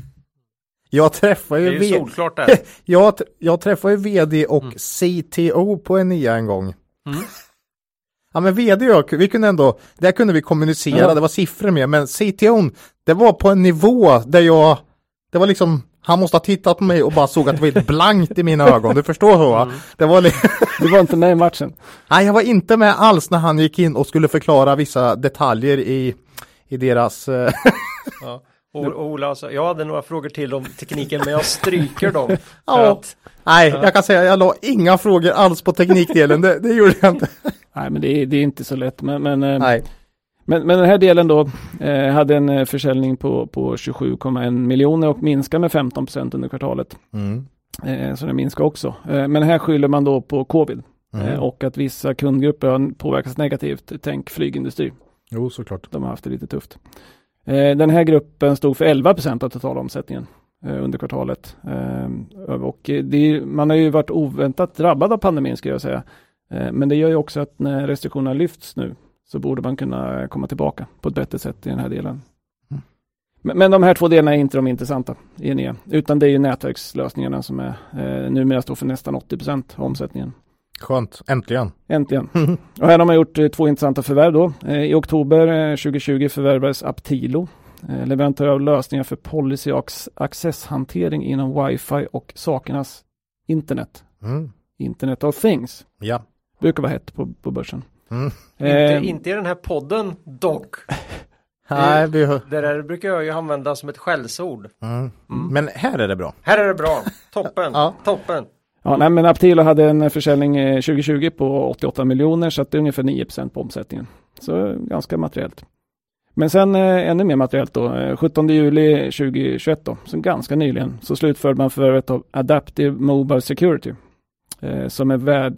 Jag träffar ju det är ju solklart där. jag träffar ju vd och CTO på Enea en gång. Ja men vd och vi kunde ändå, där kunde vi kommunicera, det var siffror med, men CTO:n, det var på en nivå där det var liksom, han måste ha tittat på mig och bara såg att det var helt blankt i mina ögon, du förstår så va? Det var du var inte med i matchen? Nej, jag var inte med alls när han gick in och skulle förklara vissa detaljer i deras... Ja. Och Ola, alltså, jag hade några frågor till om tekniken men jag stryker dem. Nej, jag kan säga jag la inga frågor alls på teknikdelen, det gjorde jag inte. Nej, men det är inte så lätt. Men den här delen då hade en försäljning på 27,1 miljoner och minskade med 15% under kvartalet. Så det minskar också. Men här skyller man då på covid och att vissa kundgrupper har påverkats negativt. Tänk flygindustri. Jo, såklart. De har haft det lite tufft. Den här gruppen stod för 11% av totalomsättningen under kvartalet. Och man har ju varit oväntat drabbad av pandemin ska jag säga. Men det gör ju också att när restriktionerna lyfts nu så borde man kunna komma tillbaka på ett bättre sätt i den här delen. Men de här 2 delarna är inte de intressanta i Enea, utan det är ju nätverkslösningarna som är numera står för nästan 80% av omsättningen. Skönt, äntligen. Och här har man gjort 2 intressanta förvärv då. I oktober 2020 förvärvades Aptilo, leverantör av lösningar för policy och accesshantering inom wifi och sakernas internet. Internet of Things. Ja. Brukar vara hett på börsen. Inte i den här podden dock. Nej, det där brukar jag ju använda som ett skällsord. Men här är det bra. Här är det bra. Toppen. Toppen. Ja, nej, men Aptilo hade en försäljning 2020 på 88 miljoner så att det är ungefär 9% på omsättningen. Så ganska materiellt. Men sen ännu mer materiellt då. 17 juli 2021 då, så ganska nyligen, så slutförde man förvärvet av Adaptive Mobile Security. Som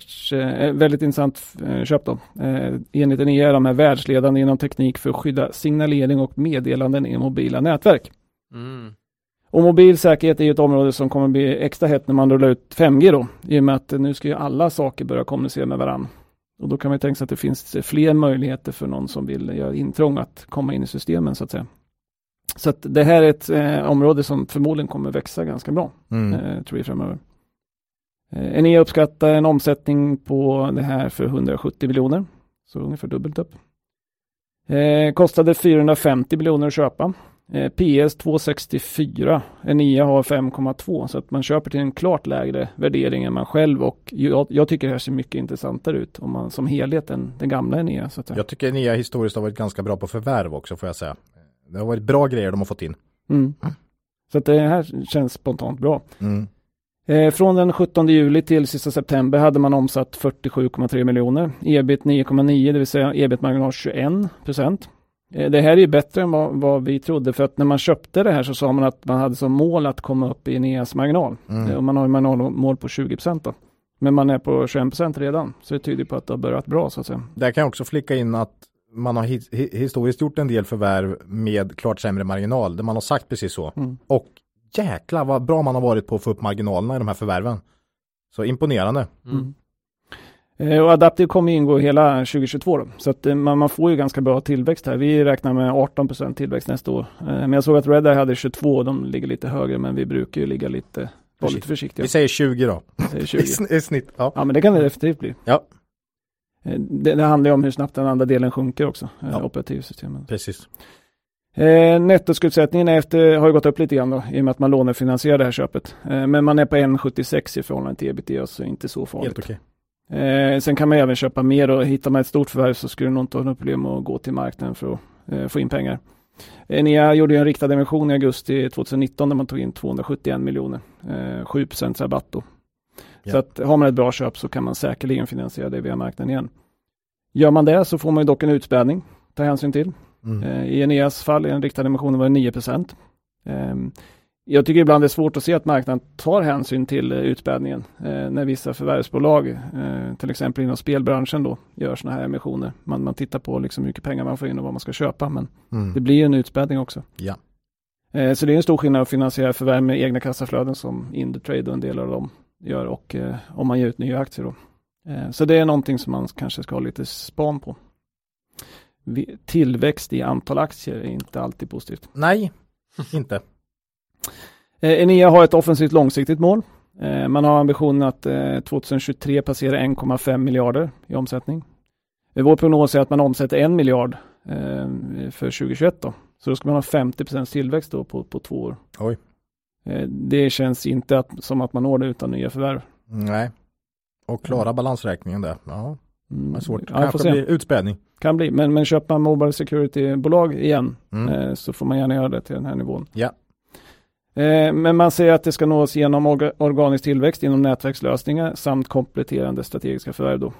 är väldigt intressant köp då. Enligt Enea är de här världsledande inom teknik för att skydda signalering och meddelanden i mobila nätverk. Och mobil säkerhet är ju ett område som kommer bli extra hett när man rullar ut 5G då. I och med att nu ska ju alla saker börja kommunicera med varandra. Och då kan man tänka sig att det finns fler möjligheter för någon som vill göra intrång att komma in i systemen så att säga. Så att det här är ett område som förmodligen kommer växa ganska bra, tror vi framöver. Enea uppskattar en omsättning på det här för 170 miljoner, så ungefär dubbelt upp. Kostade 450 miljoner att köpa. PS 264, Enea har 5,2 så att man köper till en klart lägre värdering än man själv och jag tycker det här ser mycket intressantare ut om man som helhet än den gamla Enea. Så att jag tycker Enea historiskt har varit ganska bra på förvärv också får jag säga. Det har varit bra grejer de har fått in. Så att det här känns spontant bra. Från den 17 juli till sista september hade man omsatt 47,3 miljoner. EBIT 9,9 det vill säga EBIT-marginal 21%. Det här är ju bättre än vad vi trodde för att när man köpte det här så sa man att man hade som mål att komma upp i Eneas marginal. Och man har ju marginalmål på 20% då. Men man är på 21% redan. Så det tyder på att det har börjat bra så att säga. Där kan jag också flicka in att man har historiskt gjort en del förvärv med klart sämre marginal. Där man har sagt precis så. Och jäklar vad bra man har varit på att få upp marginalerna i de här förvärven. Så imponerande. Och Adaptive kommer ingå hela 2022 då. Så att man får ju ganska bra tillväxt här. Vi räknar med 18% tillväxt nästa år. Men jag såg att Red Eye hade 22 och de ligger lite högre men vi brukar ju ligga lite försiktiga. Vi säger 20 då. Vi säger 20. I snitt. Ja men det kan det definitivt bli. Ja. Det handlar ju om hur snabbt den andra delen sjunker också. Operativsystemen. Precis. Nettoskuldsättningen har ju gått upp lite grann då, i och med att man lånefinansierar det här köpet. Men man är på 1,76 i förhållande till ebitda så inte så farligt. Helt okej. Sen kan man även köpa mer och hittar man ett stort förvärv så skulle det nog inte ha något problem att gå till marknaden för att få in pengar. Enea gjorde ju en riktad emission i augusti 2019 där man tog in 271 miljoner. 7% rabatt då. Så att har man ett bra köp så kan man säkerligen finansiera det via marknaden igen. Gör man det så får man ju dock en utspädning ta hänsyn till. I Eneas fall i en riktad emission var det 9%. Jag tycker ibland det är svårt att se att marknaden tar hänsyn till utspädningen när vissa förvärvsbolag, till exempel inom spelbranschen då, gör såna här emissioner. Man tittar på liksom hur mycket pengar man får in och vad man ska köpa, men det blir ju en utspädning också. Ja. Så det är en stor skillnad att finansiera förvärv med egna kassaflöden som Indutrade och en del av dem gör och om man ger ut nya aktier då. Så det är någonting som man kanske ska ha lite span på. Tillväxt i antal aktier är inte alltid positivt. Nej, inte. Enea har ett offensivt långsiktigt mål. Man har ambitionen att 2023 passera 1,5 miljarder i omsättning. Vår prognos är att man omsätter 1 miljard för 2021 då. Så då ska man ha 50% tillväxt då på 2 år. Oj. Det känns inte som att man når det utan nya förvärv. Nej. Och klara balansräkningen där. Ja. Det är svårt. Ja, kanske blir utspädning. Kan bli. Men köper man Mobile Security-bolag igen så får man gärna göra det till den här nivån. Ja. Men man säger att det ska nås genom organisk tillväxt inom nätverkslösningar samt kompletterande strategiska förvärv då.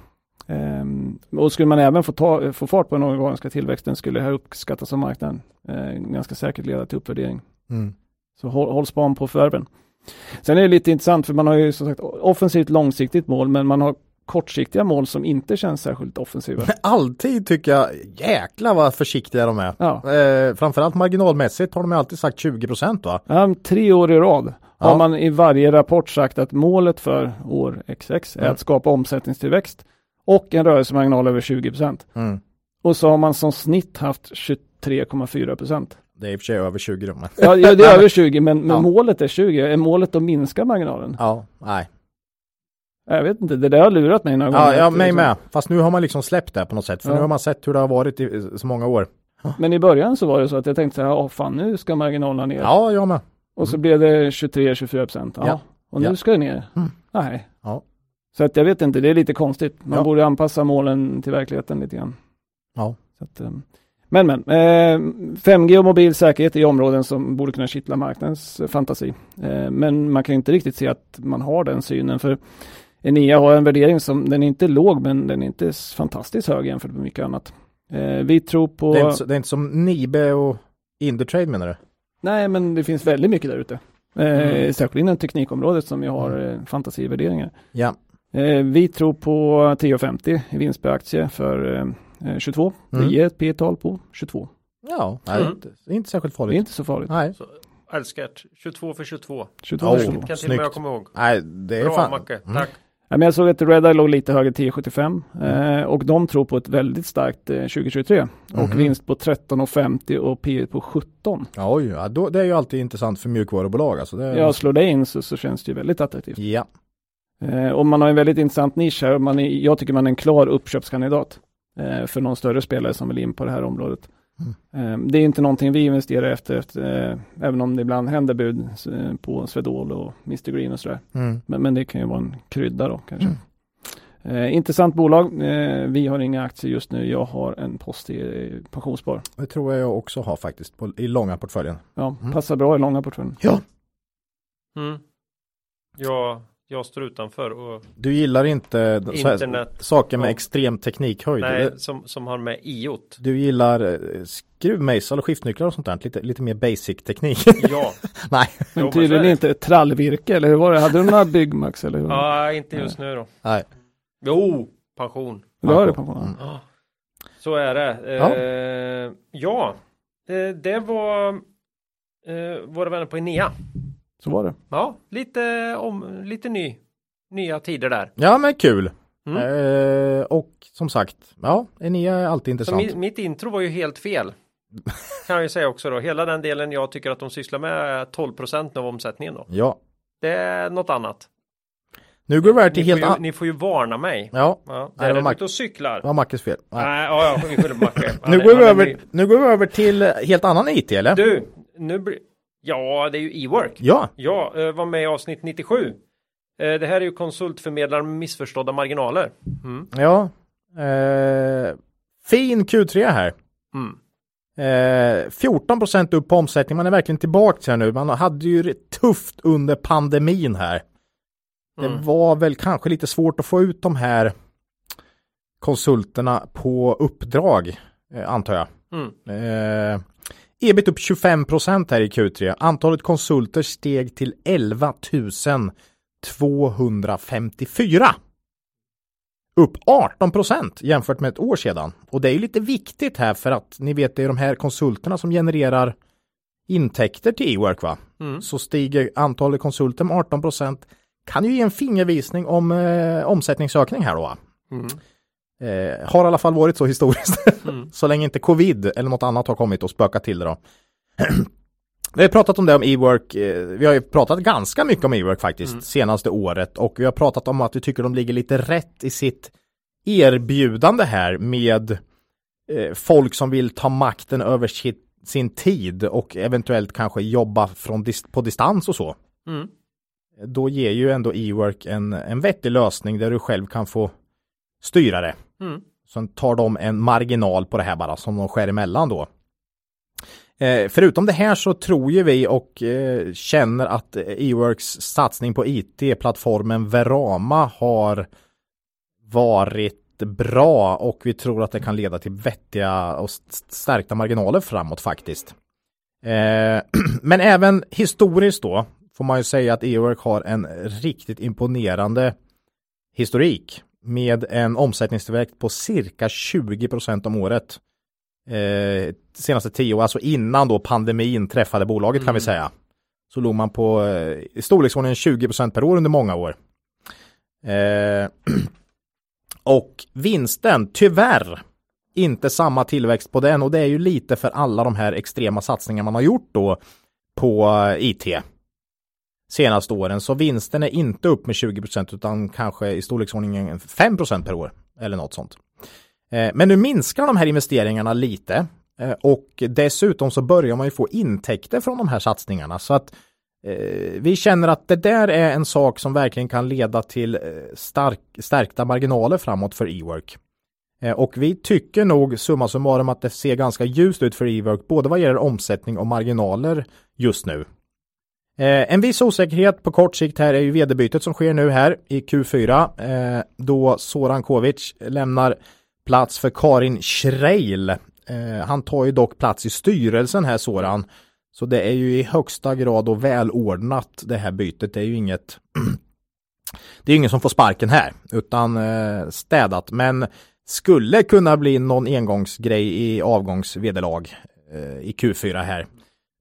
Och skulle man även få fart på den organiska tillväxten skulle det här uppskattas av marknaden ganska säkert leda till uppvärdering. Så håll span på förvärven. Sen är det lite intressant för man har ju som sagt offensivt långsiktigt mål men man har kortsiktiga mål som inte känns särskilt offensiva. Alltid tycker jag, jäkla vad försiktiga de är. Ja. Framförallt marginalmässigt har de alltid sagt 20% va? Ja, 3 år i rad har man i varje rapport sagt att målet för år XX är att skapa omsättningstillväxt och en rörelsemarginal över 20%. Och så har man som snitt haft 23,4%. Det är i och för sig över 20 då. Ja, det är över 20 men målet är 20. Är målet att minska marginalen? Ja, nej. Jag vet inte, det där har lurat mig några gånger. Ja, mig med. Fast nu har man liksom släppt det på något sätt. För nu har man sett hur det har varit i så många år. Men i början så var det så att jag tänkte så här, fan nu ska marginalerna ner. Ja, jag med. Och så blev det 23-24%. Ja. Och nu ska det ner. Nej. Ja. Så att jag vet inte, det är lite konstigt. Man borde anpassa målen till verkligheten lite grann. Ja. Så att, men 5G och mobil säkerhet är områden som borde kunna kittla marknadens fantasi. Men man kan inte riktigt se att man har den synen för Enea har en värdering som, den är inte låg men den är inte fantastiskt hög jämfört med mycket annat. Vi tror på... Det är inte som Nibe och Indutrade menar du? Nej, men det finns väldigt mycket där ute. Särskilt inom teknikområdet som jag har fantasivärderingar. Ja. Vi tror på 10,50 i vinst per aktie för 22. Det ger ett P-tal på 22. Ja, det är inte särskilt farligt. Det är inte så farligt. Nej. älskar 22 för 22. 22 Oh. för 22. Kan till och Snyggt. med jag komma ihåg. Nej, det är Bra fan. Macke, tack. Ja, men jag såg att Red Eye låg lite högre 10,75 och de tror på ett väldigt starkt 2023 och vinst på 13,50 och P på 17. Oj, ja, det är ju alltid intressant för mjukvarubolag. Alltså det Ja, slår det in så känns det ju väldigt attraktivt. Ja. Och man har en väldigt intressant nisch här. Jag tycker man är en klar uppköpskandidat för någon större spelare som vill in på det här området. Det är inte någonting vi investerar efter även om det ibland händer bud på Swedol och Mr. Green och sådär. Men det kan ju vara en krydda då kanske. Intressant bolag. Vi har inga aktier just nu. Jag har en post i pensionsspar. Det tror jag också har faktiskt i långa portföljen. Ja, passar bra i långa portföljen. Ja. Jag står utanför och Du gillar inte internet. Saker med extrem teknikhöjd? Nej, eller? som har med IOT. Du gillar skruvmejsel och skiftnycklar och sånt där? Lite mer basic teknik? Ja. Nej. Men tydligen inte trallvirke, eller hur var det? Hade du några Byggmax eller hur? Ja, inte just nu då. Nej. Jo, pension. Du har det pension. Så är det. Det var våra vänner på Enea. Så var det. Ja, lite nya tider där. Ja, men kul. Och som sagt, ja, Enea är alltid intressant. Så mitt intro var ju helt fel. Kan jag ju säga också då. Hela den delen jag tycker att de sysslar med är 12% av omsättningen då. Ja. Det är något annat. Nu går vi över till Ni får ju varna mig. Ja. Det är ute och cyklar. Det var Mackes fel. Nej, vi skyller på Macke. Nu går vi över till helt annan IT, eller? Du, ja, det är ju e-work. Ja. Jag var med i avsnitt 97. Det här är ju konsultförmedlare med missförstådda marginaler. Ja. Fin Q3 här. 14% upp på omsättning. Man är verkligen tillbaka här nu. Man hade ju det tufft under pandemin här. Det var väl kanske lite svårt att få ut de här konsulterna på uppdrag, antar jag. EBIT upp 25% här i Q3. Antalet konsulter steg till 11 254. Upp 18% jämfört med ett år sedan. Och det är ju lite viktigt här för att ni vet det är de här konsulterna som genererar intäkter till e-work, va? Så stiger antalet konsulter med 18%. Kan ju ge en fingervisning om omsättningsökning här då. Har i alla fall varit så historiskt. Så länge inte covid eller något annat har kommit och spökat till det då. Vi har pratat om det om e-work. Vi har ju pratat ganska mycket om e-work faktiskt senaste året. Och vi har pratat om att vi tycker de ligger lite rätt i sitt erbjudande här med folk som vill ta makten över sin tid och eventuellt kanske jobba på distans och så. Då ger ju ändå e-work en vettig lösning där du själv kan få styra det. Sen tar de en marginal på det här bara som de skär emellan då. Förutom det här så tror ju vi och känner att e-works satsning på IT-plattformen Verama har varit bra och vi tror att det kan leda till vettiga och stärkta marginaler framåt faktiskt. Men även historiskt då får man ju säga att e-work har en riktigt imponerande historik med en omsättningstillväxt på cirka 20% om året. Senaste 10 år, alltså innan då pandemin träffade bolaget kan vi säga. Så låg man på i storleksordningen 20% per år under många år. Och vinsten, tyvärr, inte samma tillväxt på den och det är ju lite för alla de här extrema satsningar man har gjort då på IT senaste åren. Så vinsten är inte upp med 20% utan kanske i storleksordningen 5% per år eller något sånt. Men nu minskar de här investeringarna lite och dessutom så börjar man ju få intäkter från de här satsningarna så att vi känner att det där är en sak som verkligen kan leda till stärkta marginaler framåt för e-work. Och vi tycker nog summa summarum att det ser ganska ljust ut för e-work både vad gäller omsättning och marginaler just nu. En viss osäkerhet på kort sikt här är ju vd-bytet som sker nu här i Q4 då Zoran Kovic lämnar plats för Karin Schreil. Han tar ju dock plats i styrelsen här Zoran. Så det är ju i högsta grad och välordnat det här bytet. Det är ju inget det är ingen som får sparken här utan städat. Men skulle kunna bli någon engångsgrej i avgångsvederlag i Q4 här.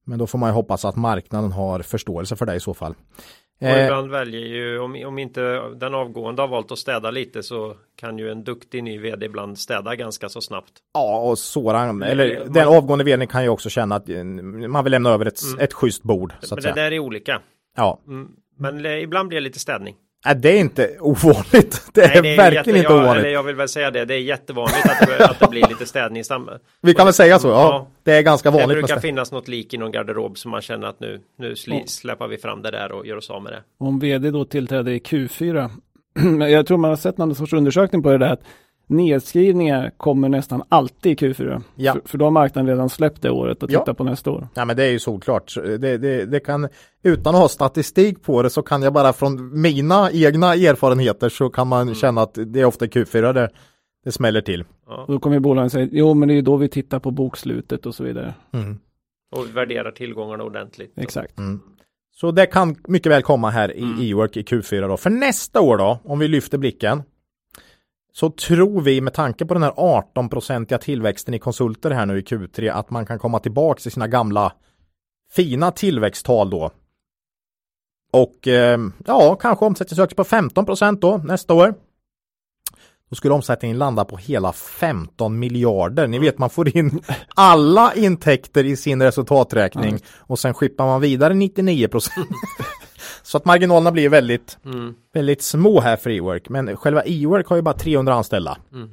Men då får man ju hoppas att marknaden har förståelse för det i så fall. Och ibland väljer ju, om inte den avgående har valt att städa lite, så kan ju en duktig ny vd ibland städa ganska så snabbt. Ja, och sådan, eller den avgående vdn kan ju också känna att man vill lämna över ett schysst bord. Så men det där är olika. Ja. Men ibland blir det lite städning. Det är inte ovanligt. Det är verkligen inte ovanligt. Jag vill väl säga det. Det är jättevanligt att det blir lite städning. Vi kan väl säga så, ja. Det är ganska vanligt. Det brukar finnas något lik i någon garderob som man känner att nu släpper vi fram det där och gör oss av med det. Om vd då tillträder i Q4. Jag tror man har sett någon sorts undersökning på det där, att nedskrivningar kommer nästan alltid i Q4. Ja. För då har marknaden redan släppt det året och tittar på nästa år. Ja, men det är ju såklart. Det kan, utan att ha statistik på det, så kan jag bara från mina egna erfarenheter så kan man känna att det är ofta Q4 det smäller till. Ja. Då kommer bolagen säga, jo men det är då vi tittar på bokslutet och så vidare. Och värderar tillgångarna ordentligt. Exakt. Så det kan mycket väl komma här i eWork i Q4 då. För nästa år då, om vi lyfter blicken, så tror vi med tanke på den här 18-procentiga tillväxten i konsulter här nu i Q3 att man kan komma tillbaka till sina gamla fina tillväxttal då. Och kanske omsättningsökning på 15% då nästa år. Då skulle omsättningen landa på hela 15 miljarder. Ni vet, man får in alla intäkter i sin resultaträkning och sen skippar man vidare 99%. Så att marginalerna blir väldigt små här för eWork. Men själva eWork har ju bara 300 anställda.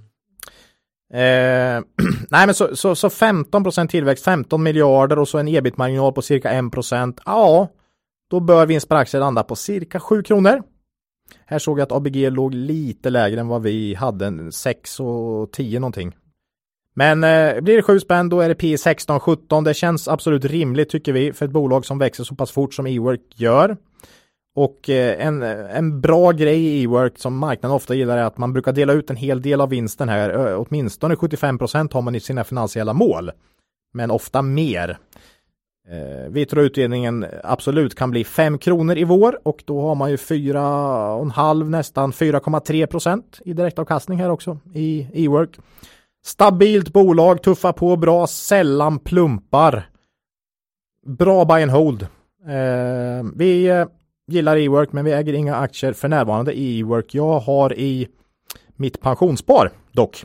Nej, men så 15% tillväxt, 15 miljarder och så en ebit-marginal på cirka 1%. Ja, då bör vinst per aktie landa på cirka 7 kronor. Här såg jag att ABG låg lite lägre än vad vi hade, 6 och 10 någonting. Men blir det 7 spänn, då är det P 16-17. Det känns absolut rimligt tycker vi för ett bolag som växer så pass fort som eWork gör. Och en bra grej i eWork som marknaden ofta gillar är att man brukar dela ut en hel del av vinsten här. Åtminstone 75% har man i sina finansiella mål. Men ofta mer. Vi tror utdelningen absolut kan bli 5 kronor i vår. Och då har man ju 4,5 nästan 4,3% i direktavkastning här också i eWork. Stabilt bolag, tuffa på bra, sällan plumpar. Bra buy and hold. Vi gillar eWork, men vi äger inga aktier för närvarande i eWork. Jag har i mitt pensionsspar dock.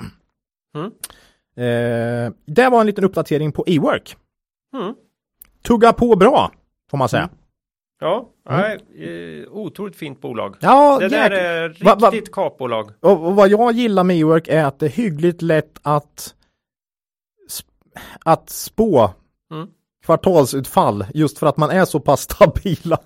Det var en liten uppdatering på eWork. Tugga på bra, får man säga. Ja, otroligt fint bolag. Ja, det där är riktigt kapbolag. Och vad jag gillar med eWork är att det är hyggligt lätt att spå kvartalsutfall just för att man är så pass stabila.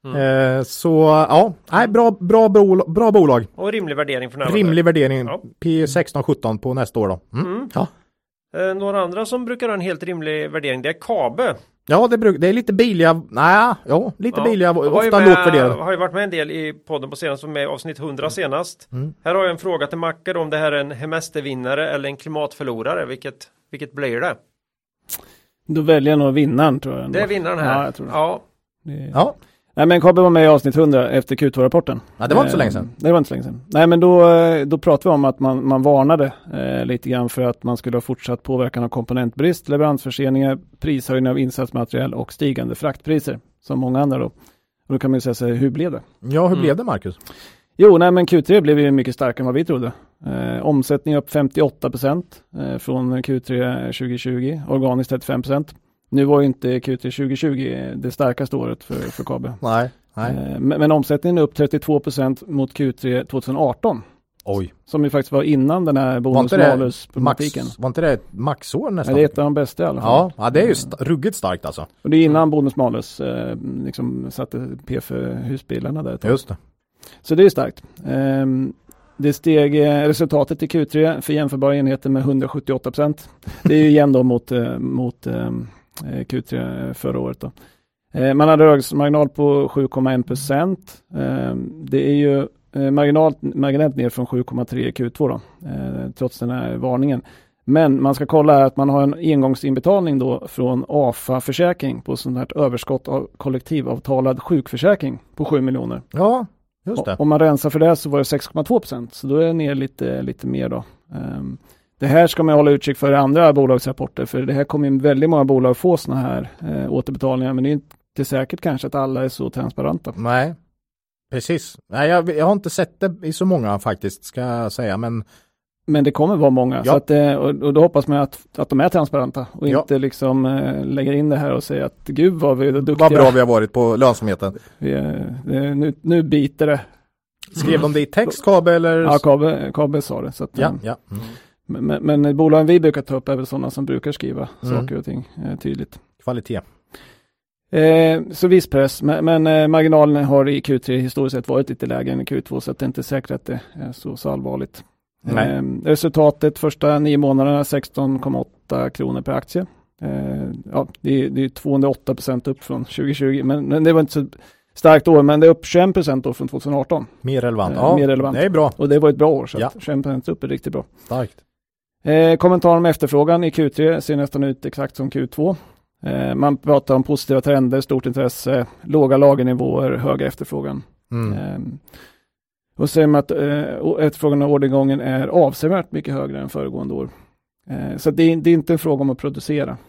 Bra bolag. Och rimlig värdering för närvarande. Rimlig värdering. P16-17 på nästa år då. Ja. Några andra som brukar ha en helt rimlig värdering, det är Kabe. Ja, det är lite billiga. Billiga. Ofta lågt värderade. Har ju varit med en del i podden på senast, som är avsnitt 100 senast. Här har jag en fråga till Macke om det här är en hemestervinnare eller en klimatförlorare. Vilket blir det? Då väljer jag nog vinnaren, tror jag ändå. Det är vinnaren här. Ja, jag tror det. Ja. Nej, men Kabe var med i avsnitt 100 efter Q2-rapporten. Ja, det var inte så länge sedan. Det var inte så länge sedan. Nej, men då pratade vi om att man varnade lite grann för att man skulle ha fortsatt påverkan av komponentbrist, leveransförseningar, prishöjning av insatsmaterial och stigande fraktpriser, som många andra då. Och då kan man ju säga sig, hur blev det? Ja, hur blev det, Marcus? Jo, nej, men Q3 blev ju mycket starkare än vad vi trodde. Omsättning upp 58% från Q3 2020, organiskt 35%. Nu var ju inte Q3 2020 det starkaste året för Kabe. Nej. Men omsättningen är upp 32% mot Q3 2018. Oj. Som ju faktiskt var innan den här bonus-malus-problematiken. Var inte det ett maxår nästan? Nej, det är ett av de bästa i alla fall. Ja, det är ju ruggigt starkt alltså. Och det är innan bonus-malus liksom satte P för husbilarna där. Just det. Så det är starkt. Det steg resultatet i Q3 för jämförbara enheter med 178%. Det är ju igen då mot Q3 förra året då. Man hade rörelsemarginal på 7,1%. Det är ju marginellt ner från 7,3 i Q2 då, trots den här varningen. Men man ska kolla att man har en engångsinbetalning då från AFA-försäkring på sånt här överskott av kollektivavtalad sjukförsäkring på 7 miljoner. Ja, just det. Om man rensar för det så var det 6,2%, så då är det ner lite mer då. Det här ska man hålla utkik för i andra bolagsrapporter, för det här kommer ju väldigt många bolag få såna här återbetalningar, men det är inte säkert kanske att alla är så transparenta. Nej, precis. Nej, jag har inte sett det i så många faktiskt, ska jag säga, Men det kommer vara många, ja. Så att, och då hoppas man att de är transparenta och inte liksom lägger in det här och säger att gud vad vi är duktiga. Vad bra vi har varit på lönsamheten. Nu biter det. Skrev de det i text, KB eller? Ja, KB sa det. Så att, ja. Men bolagen vi brukar ta upp är väl sådana som brukar skriva saker och ting tydligt. Kvalitet. Så viss press, men marginalen har i Q3 historiskt sett varit lite lägre än i Q2, så att det är inte säkert att det är så allvarligt. Resultatet första 9 månaderna 16,8 kronor per aktie. Det är 208% upp från 2020, men det var inte så starkt år, men det är upp 21% då från 2018. Mer relevant. Mer relevant. Det är bra. Och det var ett bra år, så att 21% upp är riktigt bra. Starkt. Kommentar om efterfrågan i Q3 ser nästan ut exakt som Q2. Man pratar om positiva trender, stort intresse, låga lagernivåer, hög efterfrågan. Och säger man att efterfrågan och orderingången är avsevärt mycket högre än föregående år. Så det är inte en fråga om att producera.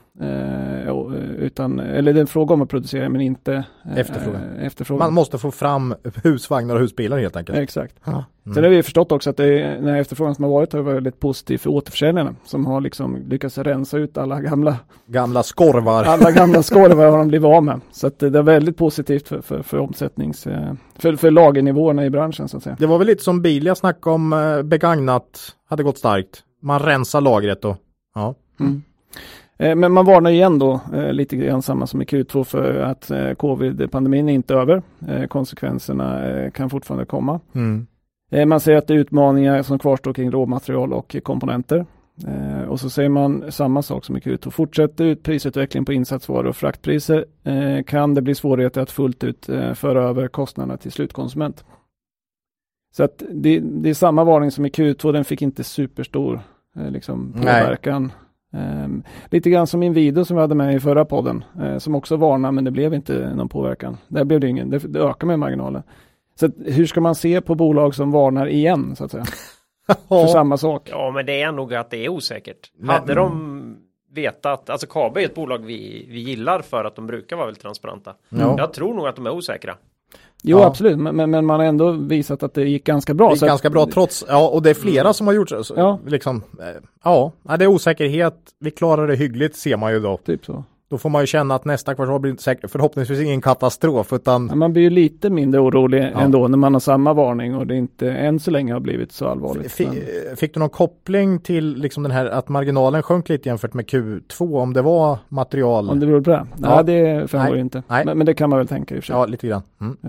Eller det är en fråga om att producera, men inte efterfrågan. Man måste få fram husvagnar och husbilar helt enkelt. Exakt. Sen har vi förstått också att den här efterfrågan som har varit har varit väldigt positiv för återförsäljarna, som har liksom lyckats rensa ut alla gamla skorvar. Alla gamla skorvar har de blivit av med. Så att det är väldigt positivt för för lagernivåerna i branschen, så att säga. Det var väl lite som Bilia snackade om, begagnat hade gått starkt. Man rensar lagret då. Ja. Men man varnar igen då lite grann samma som i Q2 för att covid-pandemin är inte över. Konsekvenserna kan fortfarande komma. Man säger att det är utmaningar som kvarstår kring råmaterial och komponenter. Och så säger man samma sak som i Q2. Fortsätter ut prisutveckling på insatsvaror och fraktpriser kan det bli svårigheter att fullt ut föra över kostnaderna till slutkonsument. Så att det är samma varning som i Q2. Den fick inte superstor påverkan. Lite grann som Inwido som vi hade med i förra podden, som också varnar, men det blev inte någon påverkan. Där blev det ingen, det ökar med marginalen. Så att, hur ska man se på bolag som varnar igen, så att säga? För samma sak. Ja, men det är nog att det är osäkert. Hade de vetat, alltså KB är ett bolag vi gillar för att de brukar vara väldigt transparenta. Jag tror nog att de är osäkra. Jo, absolut, men man har ändå visat att det gick ganska bra. Det gick ganska bra trots, och det är flera som har gjort så. Det är osäkerhet, vi klarar det hyggligt, ser man ju då. Typ så. Då får man ju känna att nästa kvartal blir förhoppningsvis ingen katastrof, utan... Man blir ju lite mindre orolig ändå när man har samma varning och det inte än så länge har blivit så allvarligt. Fick du någon koppling till liksom den här att marginalen sjönk lite jämfört med Q2, om det var material? Om det beror på det? Nej, det framgår inte. Men det kan man väl tänka i och för sig. Ja, lite grann.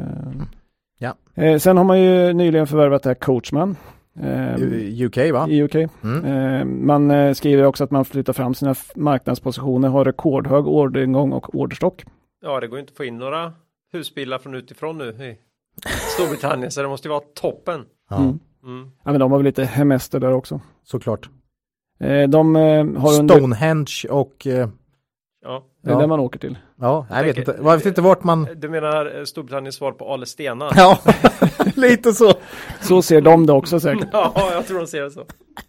Sen har man ju nyligen förvärvat det här Coachman. UK, va? I UK. Man skriver också att man flyttar fram sina marknadspositioner, har rekordhög orderingång och orderstock. Ja, det går inte att få in några husbilar från utifrån nu i Storbritannien, så det måste ju vara toppen. Ja, men de har väl lite hemester där också. Såklart. De har Stonehenge och... det är där man åker till. Ja, jag vet inte. Jag vet inte vart man... Du menar Storbritanniens svar på Ale Stena? Ja, lite så. Så ser de det också säkert. Ja, jag tror de ser det så.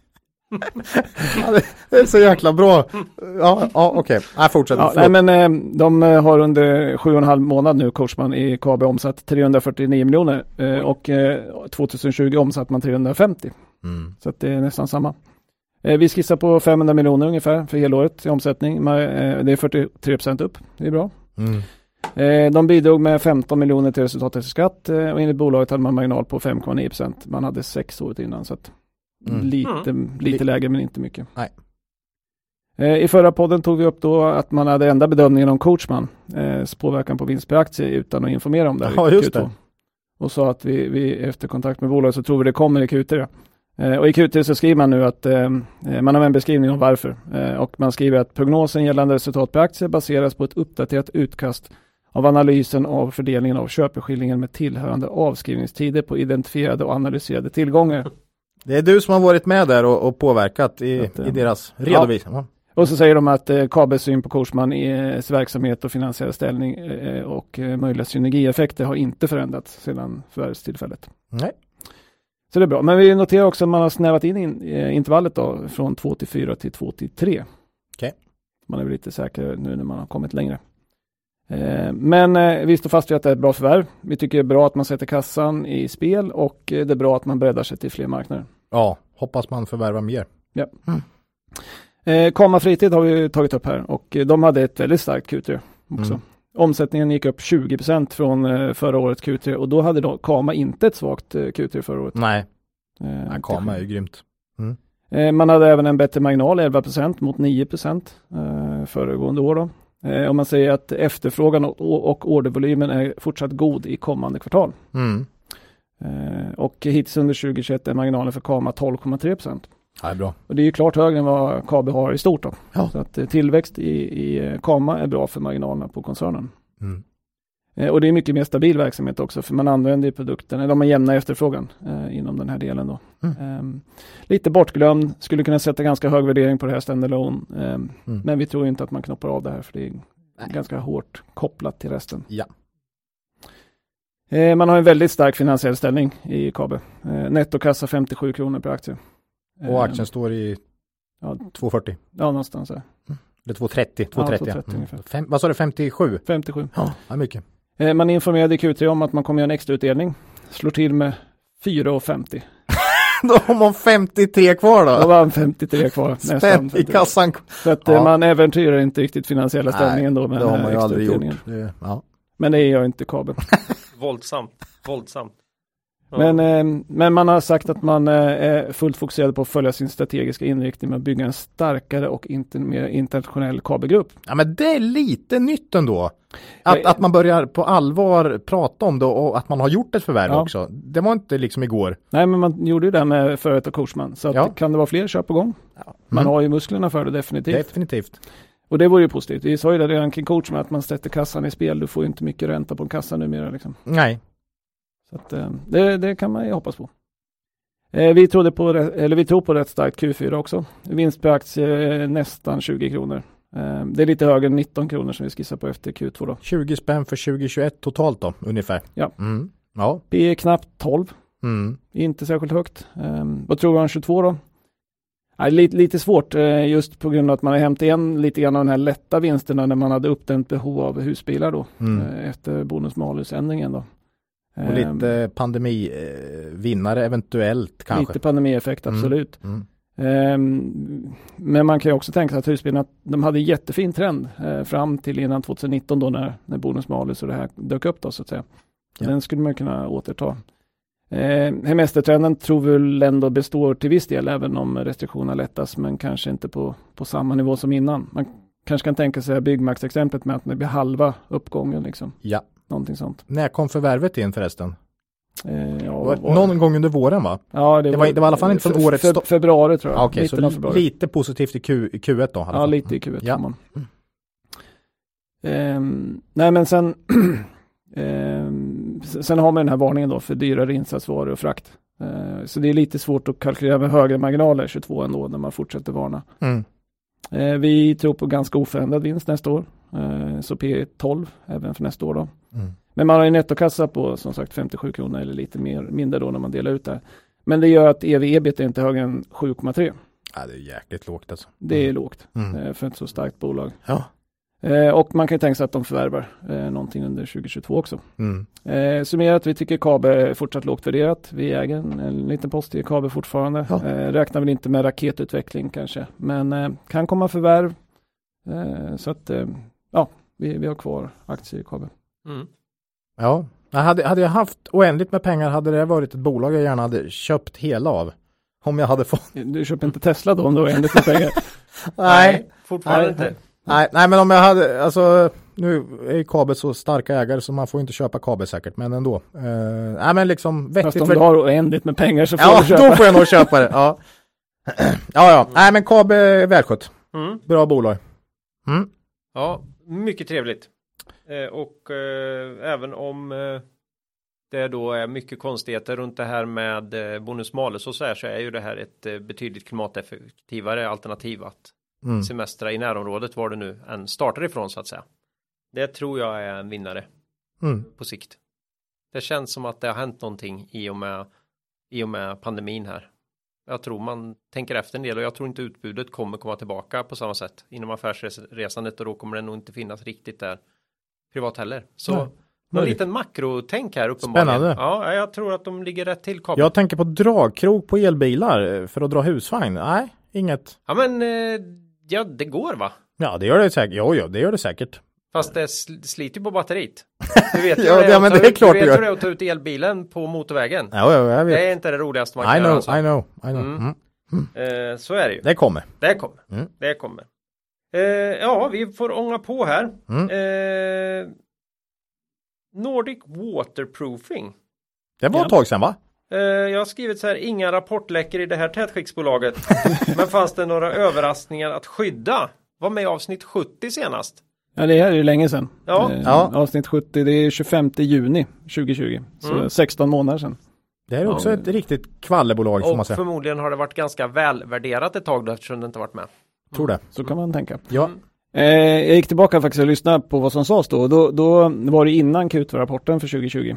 Det är så jäkla bra. Okej. Fortsätt. De har under 7,5 månad nu, Coachman i KB, omsatt 349 miljoner och 2020 omsatt man 350. Så att det är nästan samma. Vi skissar på 500 miljoner ungefär för helåret i omsättning. Det är 43% upp. Det är bra. De bidrog med 15 miljoner till resultat efter skatt och enligt bolaget hade man marginal på 5,9%. Man hade 6 året innan, så att lite lägre men inte mycket. Nej. I förra podden tog vi upp då att man hade ändrat bedömningen om Coachman påverkan på vinst per aktie utan att informera om det. Ja, just det. Och sa att vi efter kontakt med bolaget så tror vi det kommer i Q3. Och i Q3 så skriver man nu att man har en beskrivning om varför. Och man skriver att prognosen gällande resultat per aktie baseras på ett uppdaterat utkast av analysen av fördelningen av köpeskillingen med tillhörande avskrivningstider på identifierade och analyserade tillgångar. Det är du som har varit med där och påverkat i deras redovisning. Ja. Och så säger de att KB:s syn på Coachman i verksamhet och finansiell ställning och möjliga synergieffekter har inte förändrats sedan förvärvstillfället. Nej. Så det är bra. Men vi noterar också att man har snävat in intervallet då från 2 till 4 till 2 till 3. Okej. Man är väl lite säker nu när man har kommit längre. Men vi står fast vid att det är ett bra förvärv. Vi tycker det är bra att man sätter kassan i spel och det är bra att man breddar sig till fler marknader. Ja, hoppas man förvärvar mer. Ja. Kama Fritid har vi tagit upp här och de hade ett väldigt starkt Q3 också. Omsättningen gick upp 20% från förra årets Q3 och då hade Kama inte ett svagt Q3 förra året. Nej, Kama är ju grymt. Man hade även en bättre marginal, 11% mot 9% föregående år då. Om man säger att efterfrågan och ordervolymen är fortsatt god i kommande kvartal. Och hittills under 2021 är marginalen för Kama 12,3%. Ja, det är bra. Och det är ju klart högre än vad KB har i stort då. Ja. Så att tillväxt i Kama är bra för marginalerna på koncernen. Och det är mycket mer stabil verksamhet också för man använder ju produkten, eller man jämnar efterfrågan inom den här delen då. Lite bortglömd, skulle kunna sätta ganska hög värdering på det här standalone. Men vi tror inte att man knoppar av det här för det är ganska hårt kopplat till resten. Ja. Man har en väldigt stark finansiell ställning i KB. Nettokassa 57 kronor per aktie. Och aktien står i 2,40. Ja, någonstans där. Eller 2,30. 2,30 ungefär. Vad sa du, 57? 57. Ja, mycket. Man informerade i Q3 om att man kommer göra en extra utdelning. Slår till med 4,50. Då har man 53 kvar då. Då var 53 kvar. Spänn i kassan. Så att man äventyrar inte riktigt finansiella ställningen då. Med det har man ju extra aldrig utdelningen. gjort. Men det gör inte kabel. Våldsamt. Ja. Men man har sagt att man är fullt fokuserad på att följa sin strategiska inriktning med att bygga en starkare och inte mer internationell kabelgrupp. Ja, men det är lite nytt ändå. Att man börjar på allvar prata om det och att man har gjort ett förvärv också. Det var inte liksom igår. Nej, men man gjorde ju det med förut och Korsman. Så att kan det vara fler köp på gång? Ja. Man har ju musklerna för det definitivt. Och det vore ju positivt. Vi sa ju det redan kring Coachman att man sätter kassan i spel. Du får ju inte mycket ränta på en kassa numera liksom. Nej. Så att, det kan man ju hoppas på. Vi tror på rätt starkt Q4 också. Vinst per aktie nästan 20 kronor. Det är lite högre än 19 kronor som vi skissar på efter Q2 då. 20 spänn för 2021 totalt då, ungefär. Ja. Ja. P är knappt 12. Inte särskilt högt. Vad tror vi om 22 då? Lite svårt just på grund av att man har hämtat igen lite grann av den här lätta vinsterna när man hade uppdämt behov av husbilar då. Efter bonus-malus-ändningen då. Och lite pandemivinnare eventuellt kanske. Lite pandemieffekt, absolut. Men man kan ju också tänka sig att husbilarna, de hade en jättefin trend fram till innan 2019 då när bonus-malus och det här dök upp då så att säga. Den skulle man kunna återta. Hemestertrenden tror väl ändå består till viss del även om restriktionerna lättas men kanske inte på samma nivå som innan. Man kanske kan tänka sig Byggmax-exemplet med att det blir halva uppgången liksom. Ja. Någonting sånt. När kom förvärvet in förresten? Ja, någon gång under våren va? Ja, det var i alla fall inte från årets februari tror jag. Okej, så lite positivt i Q1 då? Ja, lite i Q1 ja. Man. Nej men sen har man den här varningen då för dyrare insatsvaror och frakt. Så det är lite svårt att kalkylera med högre marginaler 22 ändå när man fortsätter varna. Vi tror på ganska oförändrad vinst nästa år. Så P 12 även för nästa år då. Men man har en nettokassa på som sagt 57 kronor eller lite mindre då när man delar ut det. Men det gör att EV/EBIT är inte högre än 7,3. Ja, det är jäkligt lågt alltså. Det är lågt för ett så starkt bolag. Ja. Och man kan ju tänka sig att de förvärvar någonting under 2022 också. Summerat, vi tycker KB är fortsatt lågt värderat. Vi äger en liten post i KB fortfarande. Räknar väl inte med raketutveckling kanske. Men kan komma förvärv. Så att vi har kvar aktier i KB. Ja, hade jag haft oändligt med pengar hade det varit ett bolag jag gärna hade köpt hela av. Om jag hade fått. Du köper inte Tesla då om du har oändligt med pengar? Nej, fortfarande inte. Nej, men om jag hade, alltså nu är KB så starka ägare så man får inte köpa KB säkert, men ändå. Nej men liksom vettigt. Fast om du har oändligt med pengar så får du köpa. Ja, då får jag nog köpa det, ja. Ja. Nej men KB är välskött. Bra bolag. Ja, mycket trevligt. Och även om det då är mycket konstigheter runt det här med bonus-malus och så här så är ju det här ett betydligt klimateffektivare alternativ att semestra i närområdet var det nu än startar ifrån så att säga. Det tror jag är en vinnare på sikt. Det känns som att det har hänt någonting i och med i och med pandemin här. Jag tror man tänker efter en del och jag tror inte utbudet kommer komma tillbaka på samma sätt inom affärsresandet och då kommer det nog inte finnas riktigt där privat heller. Så någon liten makrotänk här uppenbarligen. Spännande. Ja, jag tror att de ligger rätt till. Jag tänker på dragkrok på elbilar för att dra husvagn. Nej, inget. Ja, men ja, det går va? Ja, det gör det säkert. Jo, det gör det säkert. Fast det sliter på batteriet. Du vet ju Ja, men det är klart du du vet gör. hur det är att ta ut elbilen på motorvägen. Ja, jag vet. Det är inte det roligaste man kan I göra. Alltså. know. Så är det ju. Det kommer. Det kommer. Ja, vi får ånga på här. Nordic Waterproofing. Det var ett tag sedan, va? Jag har skrivit så här, inga rapportläckor i det här tätskiktsbolaget. Men fanns det några överraskningar att skydda? Var med i avsnitt 70 senast. Ja, det här är ju länge sedan. Ja. Avsnitt 70, det är 25 juni 2020. Så 16 månader sedan. Det är också ett riktigt kvallebolag, får man Och säga. förmodligen har det varit ganska välvärderat ett tag då, eftersom det inte varit med. Tror det. Så kan man tänka. Ja. Jag gick tillbaka faktiskt och lyssnade på vad som sades då. Då var det innan Q2-rapporten för 2020.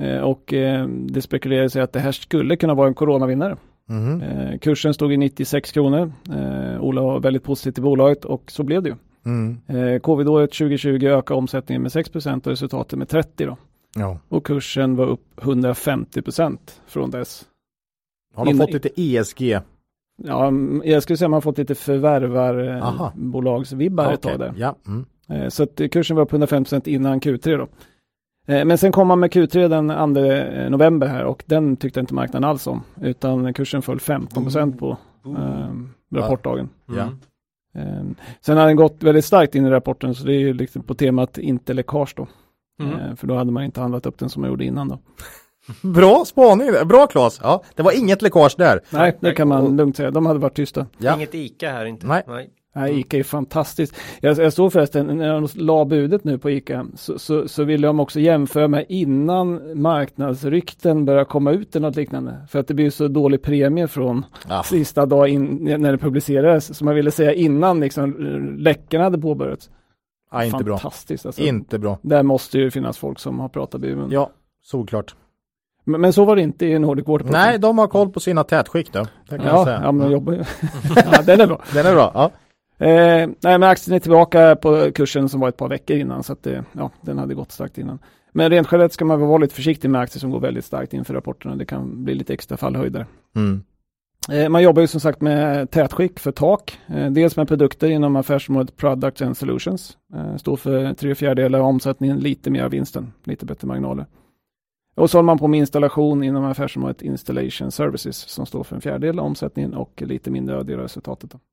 Det spekulerades i att det här skulle kunna vara en coronavinnare. Kursen stod i 96 kronor. Ola var väldigt positiv till bolaget och så blev det ju. Covid-året 2020 ökade omsättningen med 6% och resultatet med 30% då. Ja. Och kursen var upp 150% från dess. Har de fått lite ESG? Ja, jag skulle säga att man har fått lite förvärvarbolagsvibbar ett tag där. Ja. Så att kursen var upp 150% innan Q3 då. Men sen kom man med Q3 den 2 november här och den tyckte inte marknaden alls om. Utan kursen föll 15% på rapportdagen. Ja. Sen har den gått väldigt starkt in i rapporten så det är ju liksom på temat inte läckage då. För då hade man inte handlat upp den som man gjorde innan då. Bra spaning, bra Claes. Ja, det var inget läckage där. Nej, det kan man lugnt säga. De hade varit tysta. Ja. Inget ICA här inte. Nej. Nej, ICA är fantastiskt. Jag såg förresten, när de la budet nu på ICA så ville de också jämföra med innan marknadsrykten börjar komma ut eller något liknande. För att det blir så dålig premie från sista dag när det publicerades. Så man ville säga innan liksom, läckorna hade påbörjats. Ja, inte bra. Fantastiskt. Alltså. Inte bra. Där måste ju finnas folk som har pratat bumen. Ja, såklart. Men så var det inte i Nordic Waterproofing. Nej, de har koll på sina tätskikt då. Det kan jag säga. Ja, men de jobbar ju. Ja, den är bra. Den är bra, ja. Nej, men aktien är tillbaka på kursen som var ett par veckor innan så att den hade gått starkt innan. Men rent generellt ska man vara lite försiktig med aktier som går väldigt starkt inför rapporterna. Det kan bli lite extra fallhöjder. Man jobbar ju som sagt med tätskick för tak. Dels med produkter inom affärsområdet Products and Solutions. Står för 3/4 av omsättningen, lite mer av vinsten, lite bättre marginaler. Och så håller man på med installation inom affärsområdet Installation Services som står för 1/4 av omsättningen och lite mindre av det resultatet. Då.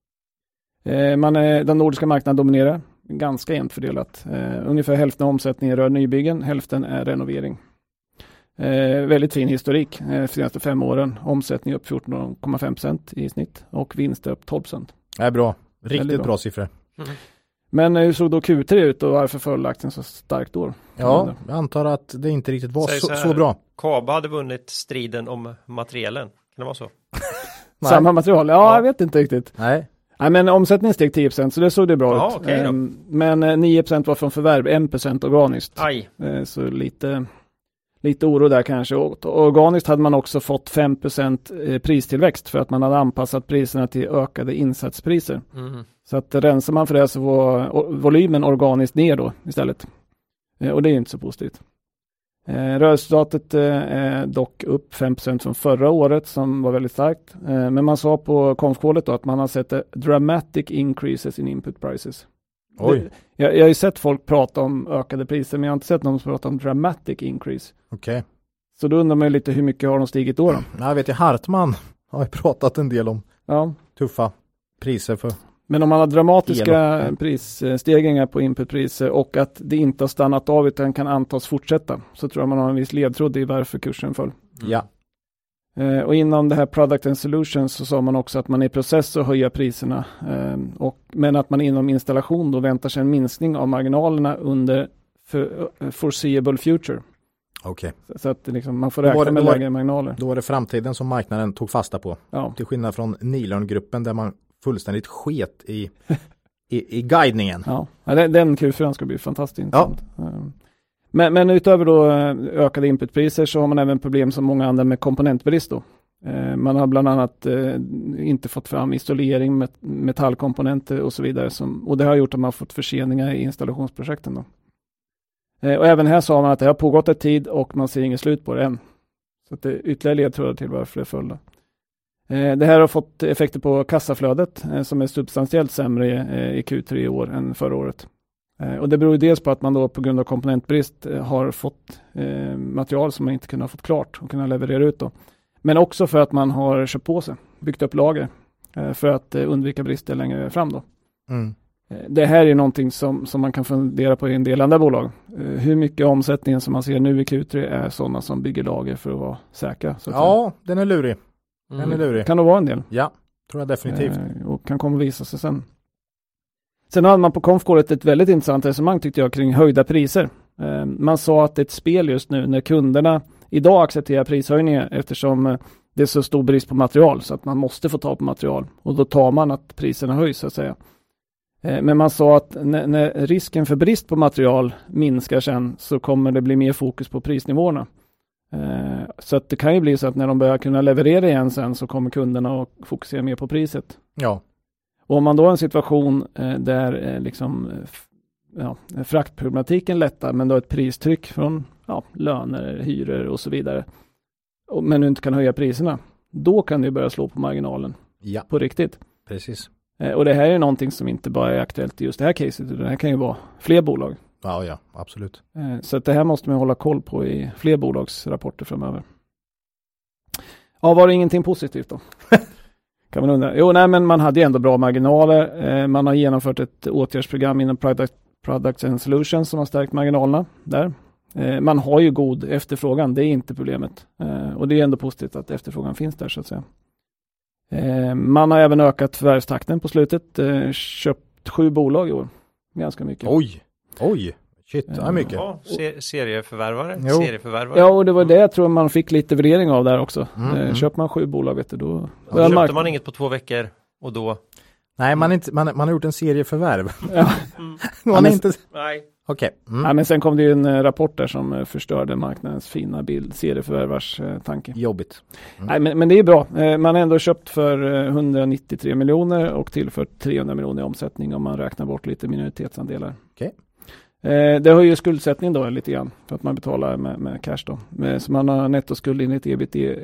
Den nordiska marknaden dominerar, ganska jämnt fördelat. Ungefär hälften av omsättningen rör nybyggen, hälften är renovering. Väldigt fin historik de senaste 5 åren. Omsättning upp 14,5% i snitt och vinst upp 12%. Det är bra. Riktigt bra siffror. Men hur såg då Q3 ut och varför föll aktien så starkt då? Ja, jag antar att det inte riktigt var så bra. Kaba hade vunnit striden om materialen. Kan det vara så? Samma material? Ja, jag vet inte riktigt. Nej, men omsättningen steg 10% så det såg det bra ut. Okay men 9% var från förvärv, 1% organiskt. Aj. Så lite oro där kanske. Och organiskt hade man också fått 5% pristillväxt för att man hade anpassat priserna till ökade insatspriser. Så att rensar man för det så var volymen organiskt ner då istället. Och det är inte så positivt. Rörelseresultatet är dock upp 5% från förra året som var väldigt starkt. Men man sa på konfkålet då att man har sett dramatic increases in input prices. Oj. Jag har ju sett folk prata om ökade priser men jag har inte sett någon som prata om dramatic increase. Okej. Så då undrar man lite hur mycket har de stigit då? Jag vet ju, Hartman har ju pratat en del om tuffa priser för. Men om man har dramatiska prisstegringar på inputpriser och att det inte har stannat av utan kan antas fortsätta så tror jag man har en viss ledtråd i varför kursen föll. Ja. Och inom det här Product and Solutions så sa man också att man är i process att höja priserna men att man inom installation då väntar sig en minskning av marginalerna under foreseeable future. Okej. Så att liksom, man får räkna med lägre marginaler. Då var det framtiden som marknaden tog fasta på. Ja. Till skillnad från Nilörngruppen där man fullständigt sket i guidningen. Ja, den Q4 ska bli fantastiskt intressant. Ja. Men utöver då ökade inputpriser så har man även problem som många andra med komponentbrist då. Man har bland annat inte fått fram isolering med metallkomponenter och så vidare. Och det har gjort att man har fått förseningar i installationsprojekten. Då. Och även här sa man att det har pågått ett tid och man ser inget slut på det än. Så att det är ytterligare ledtrådar till varför det föll. Det här har fått effekter på kassaflödet som är substantiellt sämre i Q3 i år än förra året. Och det beror dels på att man då på grund av komponentbrist har fått material som man inte kunnat fått klart och kunna leverera ut då. Men också för att man har köpt på sig, byggt upp lager för att undvika brister längre fram då. Mm. Det här är någonting som man kan fundera på i en del andra bolag. Hur mycket omsättningen som man ser nu i Q3 är sådana som bygger lager för att vara säkra. Så att den är lurig. Den är lurig. Kan det vara en del? Ja, tror jag definitivt. Och kan komma att visa sig sen. Sen hade man på konfkåret ett väldigt intressant resonemang tyckte jag kring höjda priser. Man sa att det är ett spel just nu när kunderna idag accepterar prishöjningar eftersom det är så stor brist på material så att man måste få ta på material. Och då tar man att priserna höjs så att säga. Men man sa att när risken för brist på material minskar sen så kommer det bli mer fokus på prisnivåerna. Så att det kan ju bli så att när de börjar kunna leverera igen sen så kommer kunderna att fokusera mer på priset. Ja. Och om man då har en situation där fraktproblematiken lättar men då ett pristryck från löner, hyror och så vidare men nu inte kan höja priserna, då kan det börja slå på marginalen på riktigt. Precis. Och det här är någonting som inte bara är aktuellt i just det här caset, utan det här kan ju vara fler bolag. Ja, absolut. Så att det här måste man hålla koll på i fler bolagsrapporter framöver. Ja, var det ingenting positivt då? Kan man undra. Men man hade ju ändå bra marginaler. Man har genomfört ett åtgärdsprogram inom Products and Solutions som har stärkt marginalerna där. Man har ju god efterfrågan, det är inte problemet. Och det är ändå positivt att efterfrågan finns där så att säga. Man har även ökat förvärvstakten på slutet. Köpt 7 bolag i år. Ganska mycket. Oj. Shit, det är mycket. Ja, serieförvärvare. Ja, och det var det jag tror man fick lite värdering av där också. Köper man 7 bolag vet du, då... köpte man inget på 2 veckor och då... Nej, man har gjort en serieförvärv. Ja. Nej. Okej. Ja, men sen kom det ju en rapport där som förstörde marknadens fina bild, serieförvärvars tanke. Jobbigt. Nej, men det är bra. Man har ändå köpt för 193 miljoner och tillfört 300 miljoner i omsättning om man räknar bort lite minoritetsandelar. Okej. Det har ju skuldsättning då lite grann för att man betalar med cash då. Så man har nettoskuld enligt ebitda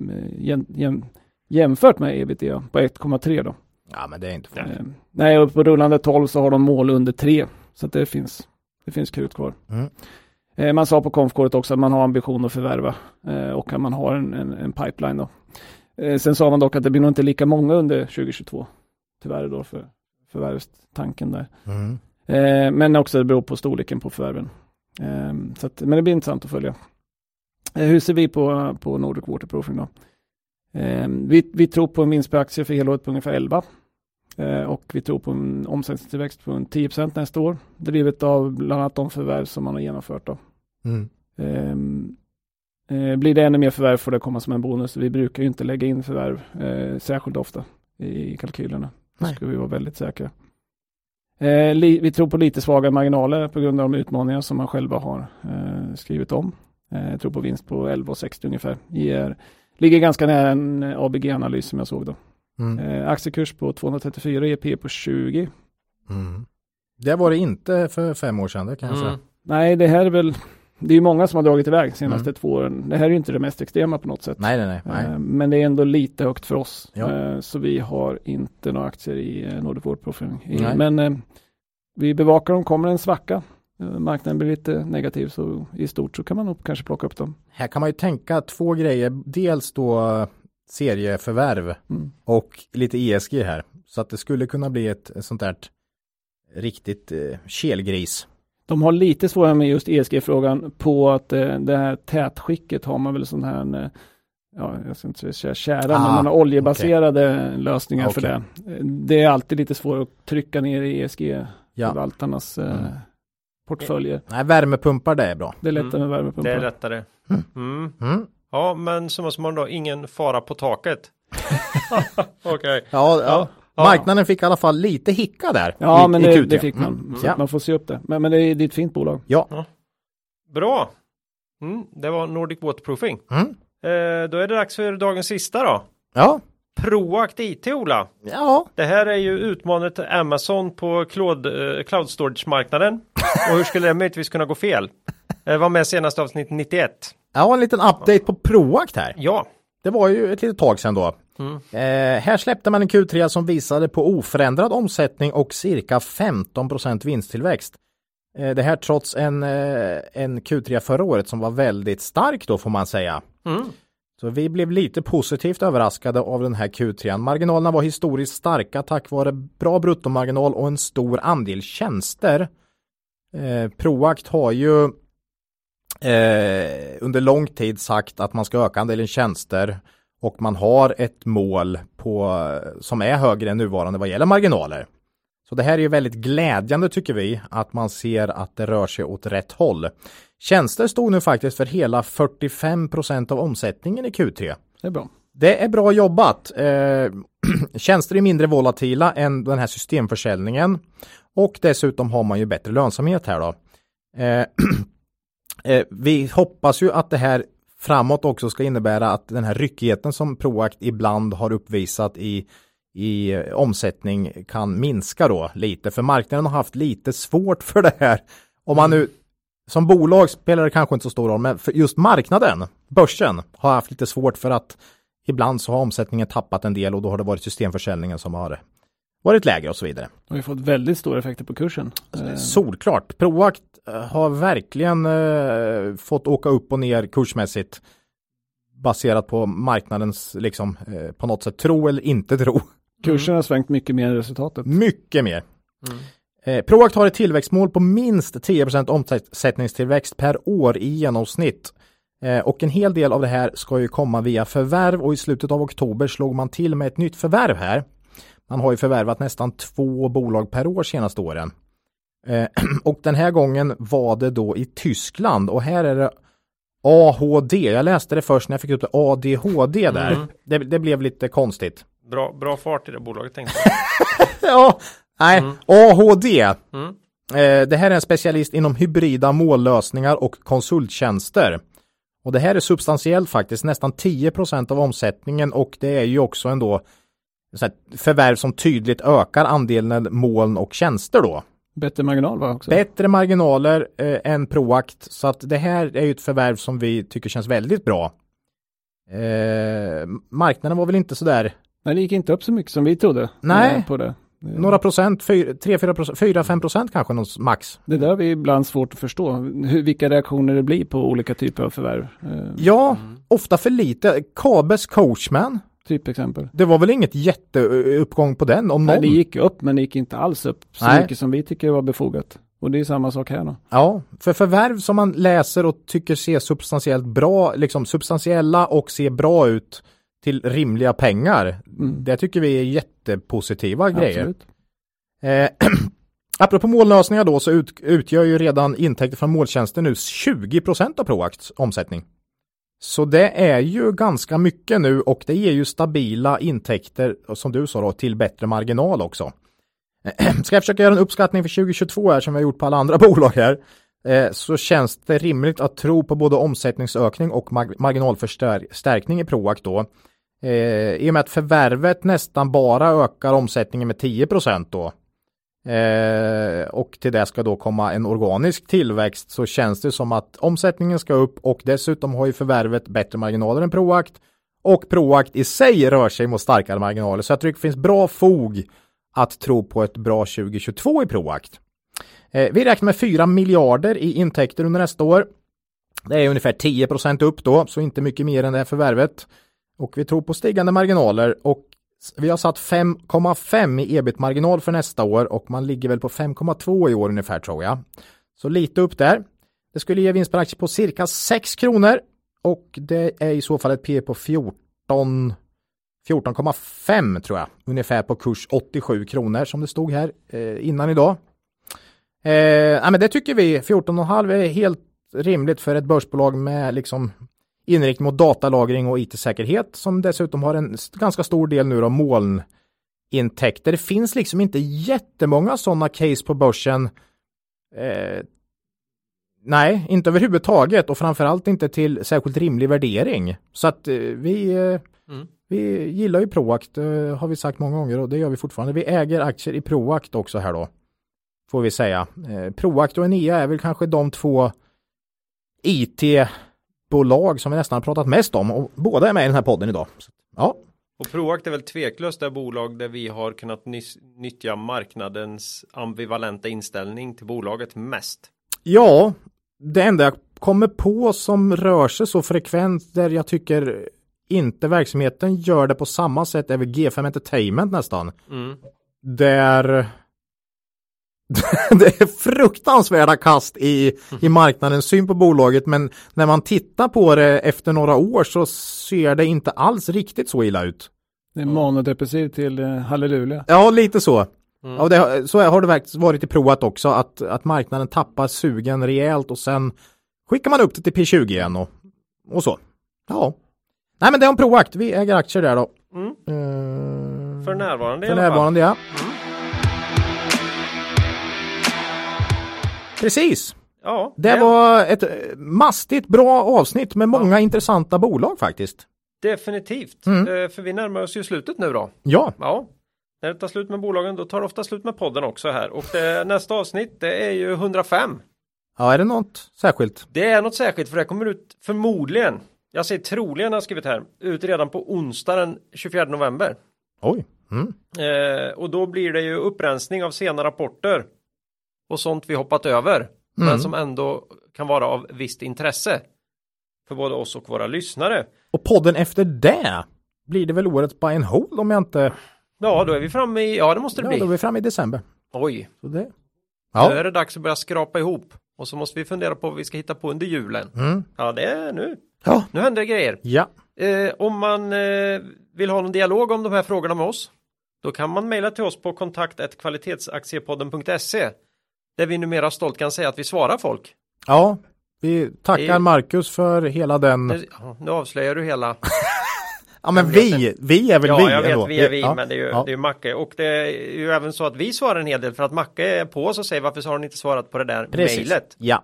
jämfört med ebitda på 1,3 då. Ja, men det är inte farligt. Nej, och på rullande 12 så har de mål under 3. Så att det finns krut kvar. Man sa på konfkåret också att man har ambition att förvärva och att man har en pipeline då. Sen sa man dock att det blir nog inte lika många under 2022. Tyvärr då för förvärvstanken där. Men också det beror på storleken på förvärven. Men det blir intressant att följa. Hur ser vi på Nordic Waterproofing då? Vi tror på en vinst per aktie för helåret på ungefär 11. Och vi tror på en omsättningstillväxt på 10% nästa år. Drivet av bland annat de förvärv som man har genomfört då. Blir det ännu mer förvärv får det komma som en bonus. Vi brukar ju inte lägga in förvärv särskilt ofta i kalkylerna. Då ska vi vara väldigt säkra. Vi tror på lite svaga marginaler på grund av de utmaningar som man själva har skrivit om. Jag tror på vinst på 11,60 ungefär. Ligger ganska nära en ABG-analys som jag såg då. Aktiekurs på 234, EP på 20. Det var det inte för 5 år sedan, det kan jag säga. Nej, det här är väl... Det är ju många som har dragit iväg senaste 2 åren. Det här är ju inte det mest extrema på något sätt. Nej. Men det är ändå lite högt för oss. Ja. Så vi har inte några aktier i Nordic Waterproofing. Men vi bevakar dem. Kommer en svacka. Marknaden blir lite negativ så i stort så kan man nog kanske plocka upp dem. Här kan man ju tänka 2 grejer. Dels då serieförvärv och lite ESG här. Så att det skulle kunna bli ett sånt där riktigt kelgris. De har lite svårare med just ESG-frågan på att det här tätskicket har man väl sån här, jag ska inte säga kära, men man har oljebaserade lösningar för det. Det är alltid lite svårt att trycka ner i ESG-förvaltarnas portföljer. Nej, värmepumpar det är bra. Det är lättare med värmepumpar. Det är lättare. Ja, men som man då, ingen fara på taket. Okej. Ja. Marknaden fick i alla fall lite hicka där. Ja, men det fick man. Man får se upp det. Men det är ett fint bolag. Ja. Bra. Det var Nordic Waterproofing. Då är det dags för dagens sista då. Ja. Proact IT, Ola. Ja. Det här är ju utmanande till Amazon på cloud storage-marknaden. Och hur skulle det möjligtvis kunna gå fel? Var med senast avsnitt 91. Ja, en liten update på Proact här. Ja. Det var ju ett litet tag sedan då. Här släppte man en Q3 som visade på oförändrad omsättning och cirka 15% vinsttillväxt. Det här trots en Q3 förra året som var väldigt stark då får man säga. Så vi blev lite positivt överraskade av den här Q3. Marginalerna var historiskt starka tack vare bra bruttomarginal och en stor andel tjänster. Proact har ju under lång tid sagt att man ska öka andelen tjänster och man har ett mål som är högre än nuvarande vad gäller marginaler. Så det här är ju väldigt glädjande tycker vi att man ser att det rör sig åt rätt håll. Tjänster stod nu faktiskt för hela 45% av omsättningen i Q3. Det är bra. Det är bra jobbat. Tjänster är mindre volatila än den här systemförsäljningen och dessutom har man ju bättre lönsamhet här då. Vi hoppas ju att det här framåt också ska innebära att den här ryckigheten som Proact ibland har uppvisat i omsättning kan minska då lite. För marknaden har haft lite svårt för det här. Om man nu som bolag spelar det kanske inte så stor roll, men för just marknaden, börsen, har haft lite svårt för att ibland så har omsättningen tappat en del och då har det varit systemförsäljningen som har varit lägre och så vidare. Det har ju fått väldigt stora effekter på kursen. Solklart. Proact har verkligen fått åka upp och ner kursmässigt baserat på marknadens liksom på något sätt tro eller inte tro. Kursen har svängt mycket mer än resultatet. Mycket mer. Proact har ett tillväxtmål på minst 10% omsättningstillväxt per år i genomsnitt. Och en hel del av det här ska ju komma via förvärv och i slutet av oktober slog man till med ett nytt förvärv här. Man har ju förvärvat nästan 2 bolag per år senaste åren. Och den här gången var det då i Tyskland och här är det AHD. Jag läste det först när jag fick ut ADHD där. Det blev lite konstigt. Bra fart i det bolaget tänkte jag. Ja, nej. AHD. Det här är en specialist inom hybrida mållösningar och konsulttjänster. Och det här är substantiellt faktiskt nästan 10% av omsättningen och det är ju också ändå förvärv som tydligt ökar andelen moln och tjänster då. Bättre marginal var också. Bättre marginaler än Proact så att det här är ju ett förvärv som vi tycker känns väldigt bra. Marknaden var väl inte sådär. Nej, det gick inte upp så mycket som vi trodde. Nej, på det. Några procent, 4-5% kanske max. Det där är ibland svårt att förstå. Vilka reaktioner det blir på olika typer av förvärv. Ja, ofta för lite. Kabes Coachman. Typ exempel. Det var väl inget jätteuppgång på den? Om Nej, det gick upp men det gick inte alls upp så mycket som vi tycker var befogat. Och det är samma sak här då. Ja, för förvärv som man läser och tycker ser substantiellt bra, liksom substantiella och ser bra ut till rimliga pengar. Det tycker vi är jättepositiva grejer. Absolut. Apropå mållösningar då så utgör ju redan intäkter från måltjänster nu 20% av Proacts omsättning. Så det är ju ganska mycket nu och det ger ju stabila intäkter som du sa då till bättre marginal också. Ska jag försöka göra en uppskattning för 2022 här som vi har gjort på alla andra bolag här så känns det rimligt att tro på både omsättningsökning och marginalförstärkning i Proact då. I och med att förvärvet nästan bara ökar omsättningen med 10% då. Och till det ska då komma en organisk tillväxt så känns det som att omsättningen ska upp och dessutom har ju förvärvet bättre marginaler än Proact och Proact i sig rör sig mot starkare marginaler så jag tror det finns bra fog att tro på ett bra 2022 i Proact. Vi räknar med 4 miljarder i intäkter under nästa år. Det är ungefär 10% upp då så inte mycket mer än det här förvärvet och vi tror på stigande marginaler och vi har satt 5,5 i ebit-marginal för nästa år och man ligger väl på 5,2 i år ungefär tror jag. Så lite upp där. Det skulle ge vinst per aktie på cirka 6 kronor och det är i så fall ett P på 14,5 tror jag. Ungefär på kurs 87 kronor som det stod här innan idag. Men det tycker vi 14,5 är helt rimligt för ett börsbolag med liksom inriktning mot datalagring och IT-säkerhet som dessutom har en ganska stor del nu av molnintäkter. Det finns liksom inte jättemånga sådana case på börsen Nej, inte överhuvudtaget och framförallt inte till särskilt rimlig värdering. Så att vi gillar ju Proact, har vi sagt många gånger och det gör vi fortfarande. Vi äger aktier i Proact också här då, får vi säga. Proact och Enea är väl kanske de 2 IT-bolag som vi nästan har pratat mest om och båda är med i den här podden idag. Så, ja. Och Proact är väl tveklöst det bolag där vi har kunnat nyttja marknadens ambivalenta inställning till bolaget mest. Ja, det enda jag kommer på som rör sig så frekvent där jag tycker inte verksamheten gör det på samma sätt är väl G5 Entertainment nästan. Där det är fruktansvärda kast i marknadens syn på bolaget, men när man tittar på det efter några år så ser det inte alls riktigt så illa ut. Det är manodepressiv till halleluja. Ja, lite så. Ja, så har det faktiskt varit i Proact också, att marknaden tappar sugen rejält och sen skickar man upp det till P20 igen och så. Ja. Nej, men det är om Proact. Vi äger aktier där då. För närvarande i alla fall. Ja. Precis. Ja, det var ett mastigt bra avsnitt med många intressanta bolag faktiskt. Definitivt. För vi närmar oss ju slutet nu då. Ja. När det tar slut med bolagen då tar det ofta slut med podden också här. Och nästa avsnitt det är ju 105. Ja, är det något särskilt? Det är något särskilt för det kommer ut förmodligen, jag säger troligen har jag skrivit här, ut redan på onsdag den 24 november. Oj. Och då blir det ju upprensning av sena rapporter och sånt vi hoppat över. Men som ändå kan vara av visst intresse för både oss och våra lyssnare. Och podden efter det blir det väl årets buy and hold om jag inte... Ja, då är vi framme i... Ja, det måste det bli. Ja, då är vi framme i december. Oj. Så det... Ja. Då är det dags att börja skrapa ihop. Och så måste vi fundera på vad vi ska hitta på under julen. Ja, det är nu. Ja. Nu händer det grejer. Ja. Om man vill ha någon dialog om de här frågorna med oss, då kan man mejla till oss på kontakt@kvalitetsaktiepodden.se där vi numera stolt kan säga att vi svarar folk. Ja, vi tackar Marcus för hela den... Nu avslöjar du hela... Ja, men vi är väl vi. Ja, jag vet, vi är vi, men det är ju Macke. Och det är ju även så att vi svarar en hel del för att Macke är på oss och säger varför har ni inte svarat på det där mejlet? Ja.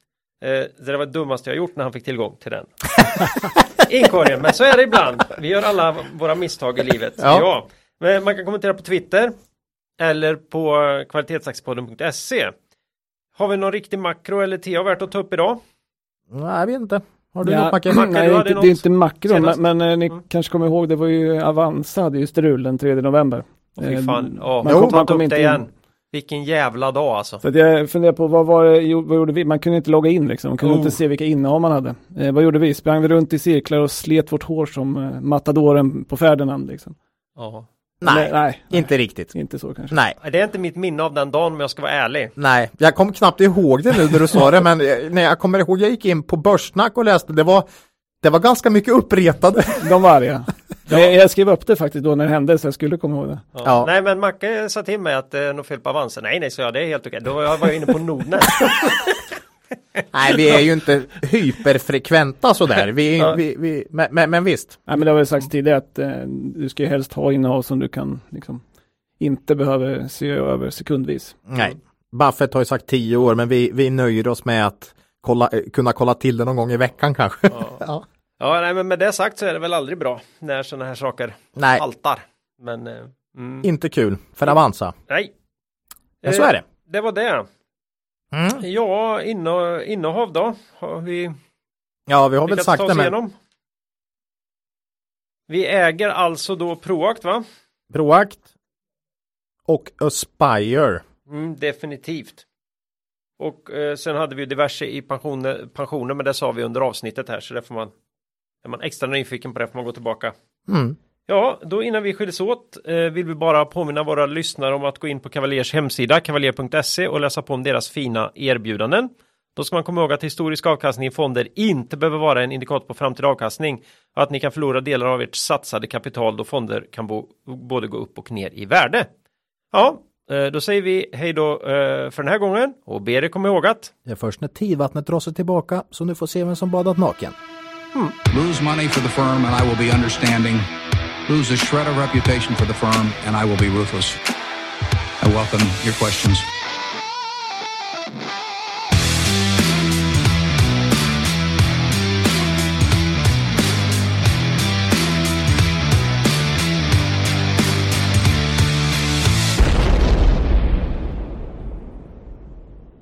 Det var det dummaste jag gjort när han fick tillgång till den. Inkorgen, men så är det ibland. Vi gör alla våra misstag i livet. Ja. Men man kan kommentera på Twitter eller på kvalitetsaktiepodden.se. Har vi någon riktig makro eller TA värt att ta upp idag? Nej, jag vet inte. Har du något Macke? Nej, det är inte makro, men ni kanske kommer ihåg, det var ju Avanza, hade ju strul den 3 november. Fy fan, man kom inte igen. Vilken jävla dag alltså. Så att jag funderar på, vad gjorde vi? Man kunde inte logga in liksom, man kunde inte se vilka innehav man hade. Vad gjorde vi? Sprang vi runt i cirklar och slet vårt hår som matadoren på Ferdinand liksom? Ja. Nej, inte riktigt. Inte så kanske. Nej. Det är inte mitt minne av den dagen om jag ska vara ärlig. Nej, jag kom knappt ihåg det nu när du sa det, men när jag kommer ihåg, jag gick in på Börssnack och läste, det var ganska mycket uppretade. De var det, ja. Jag skrev upp det faktiskt då när det hände, så jag skulle komma ihåg det. Ja. Nej, men Macke sa till mig att det är något fel på Avanza. Nej, så det är helt okej. Då var jag inne på Nordnet. Nej, vi är ju inte hyperfrekventa sådär. Men visst. Nej, men det har väl sagts tidigare att du ska ju helst ha innehav som du kan liksom inte behöver se över sekundvis. Nej, Buffett har ju sagt 10 år, men vi nöjer oss med att kunna kolla till det någon gång i veckan kanske. Ja. Ja, nej, men med det sagt så är det väl aldrig bra när sådana här saker haltar. Men inte kul för Avanza. Nej. Men så är det. Det var det. Ja, innehav då har vi. Ja, vi har väl sagt det med. Vi äger alltså då Proact, va? Proact och Aspire. Definitivt. Och sen hade vi diverse i pensioner, men det sa vi under avsnittet här, så det får man, är man extra nyfiken på det får man gå tillbaka. Ja, då innan vi skiljs åt vill vi bara påminna våra lyssnare om att gå in på Cavaliers hemsida, cavalier.se, och läsa på om deras fina erbjudanden. Då ska man komma ihåg att historisk avkastning i fonder inte behöver vara en indikator på framtida avkastning, och att ni kan förlora delar av ert satsade kapital då fonder kan både gå upp och ner i värde. Ja, då säger vi hej då för den här gången, och ber er komma ihåg att det är först när tidvattnet drar sig tillbaka så nu får se vem som badat naken. Lose money for the firm and I will be understanding. Lose a shred of reputation for the firm and I will be ruthless. I welcome your questions.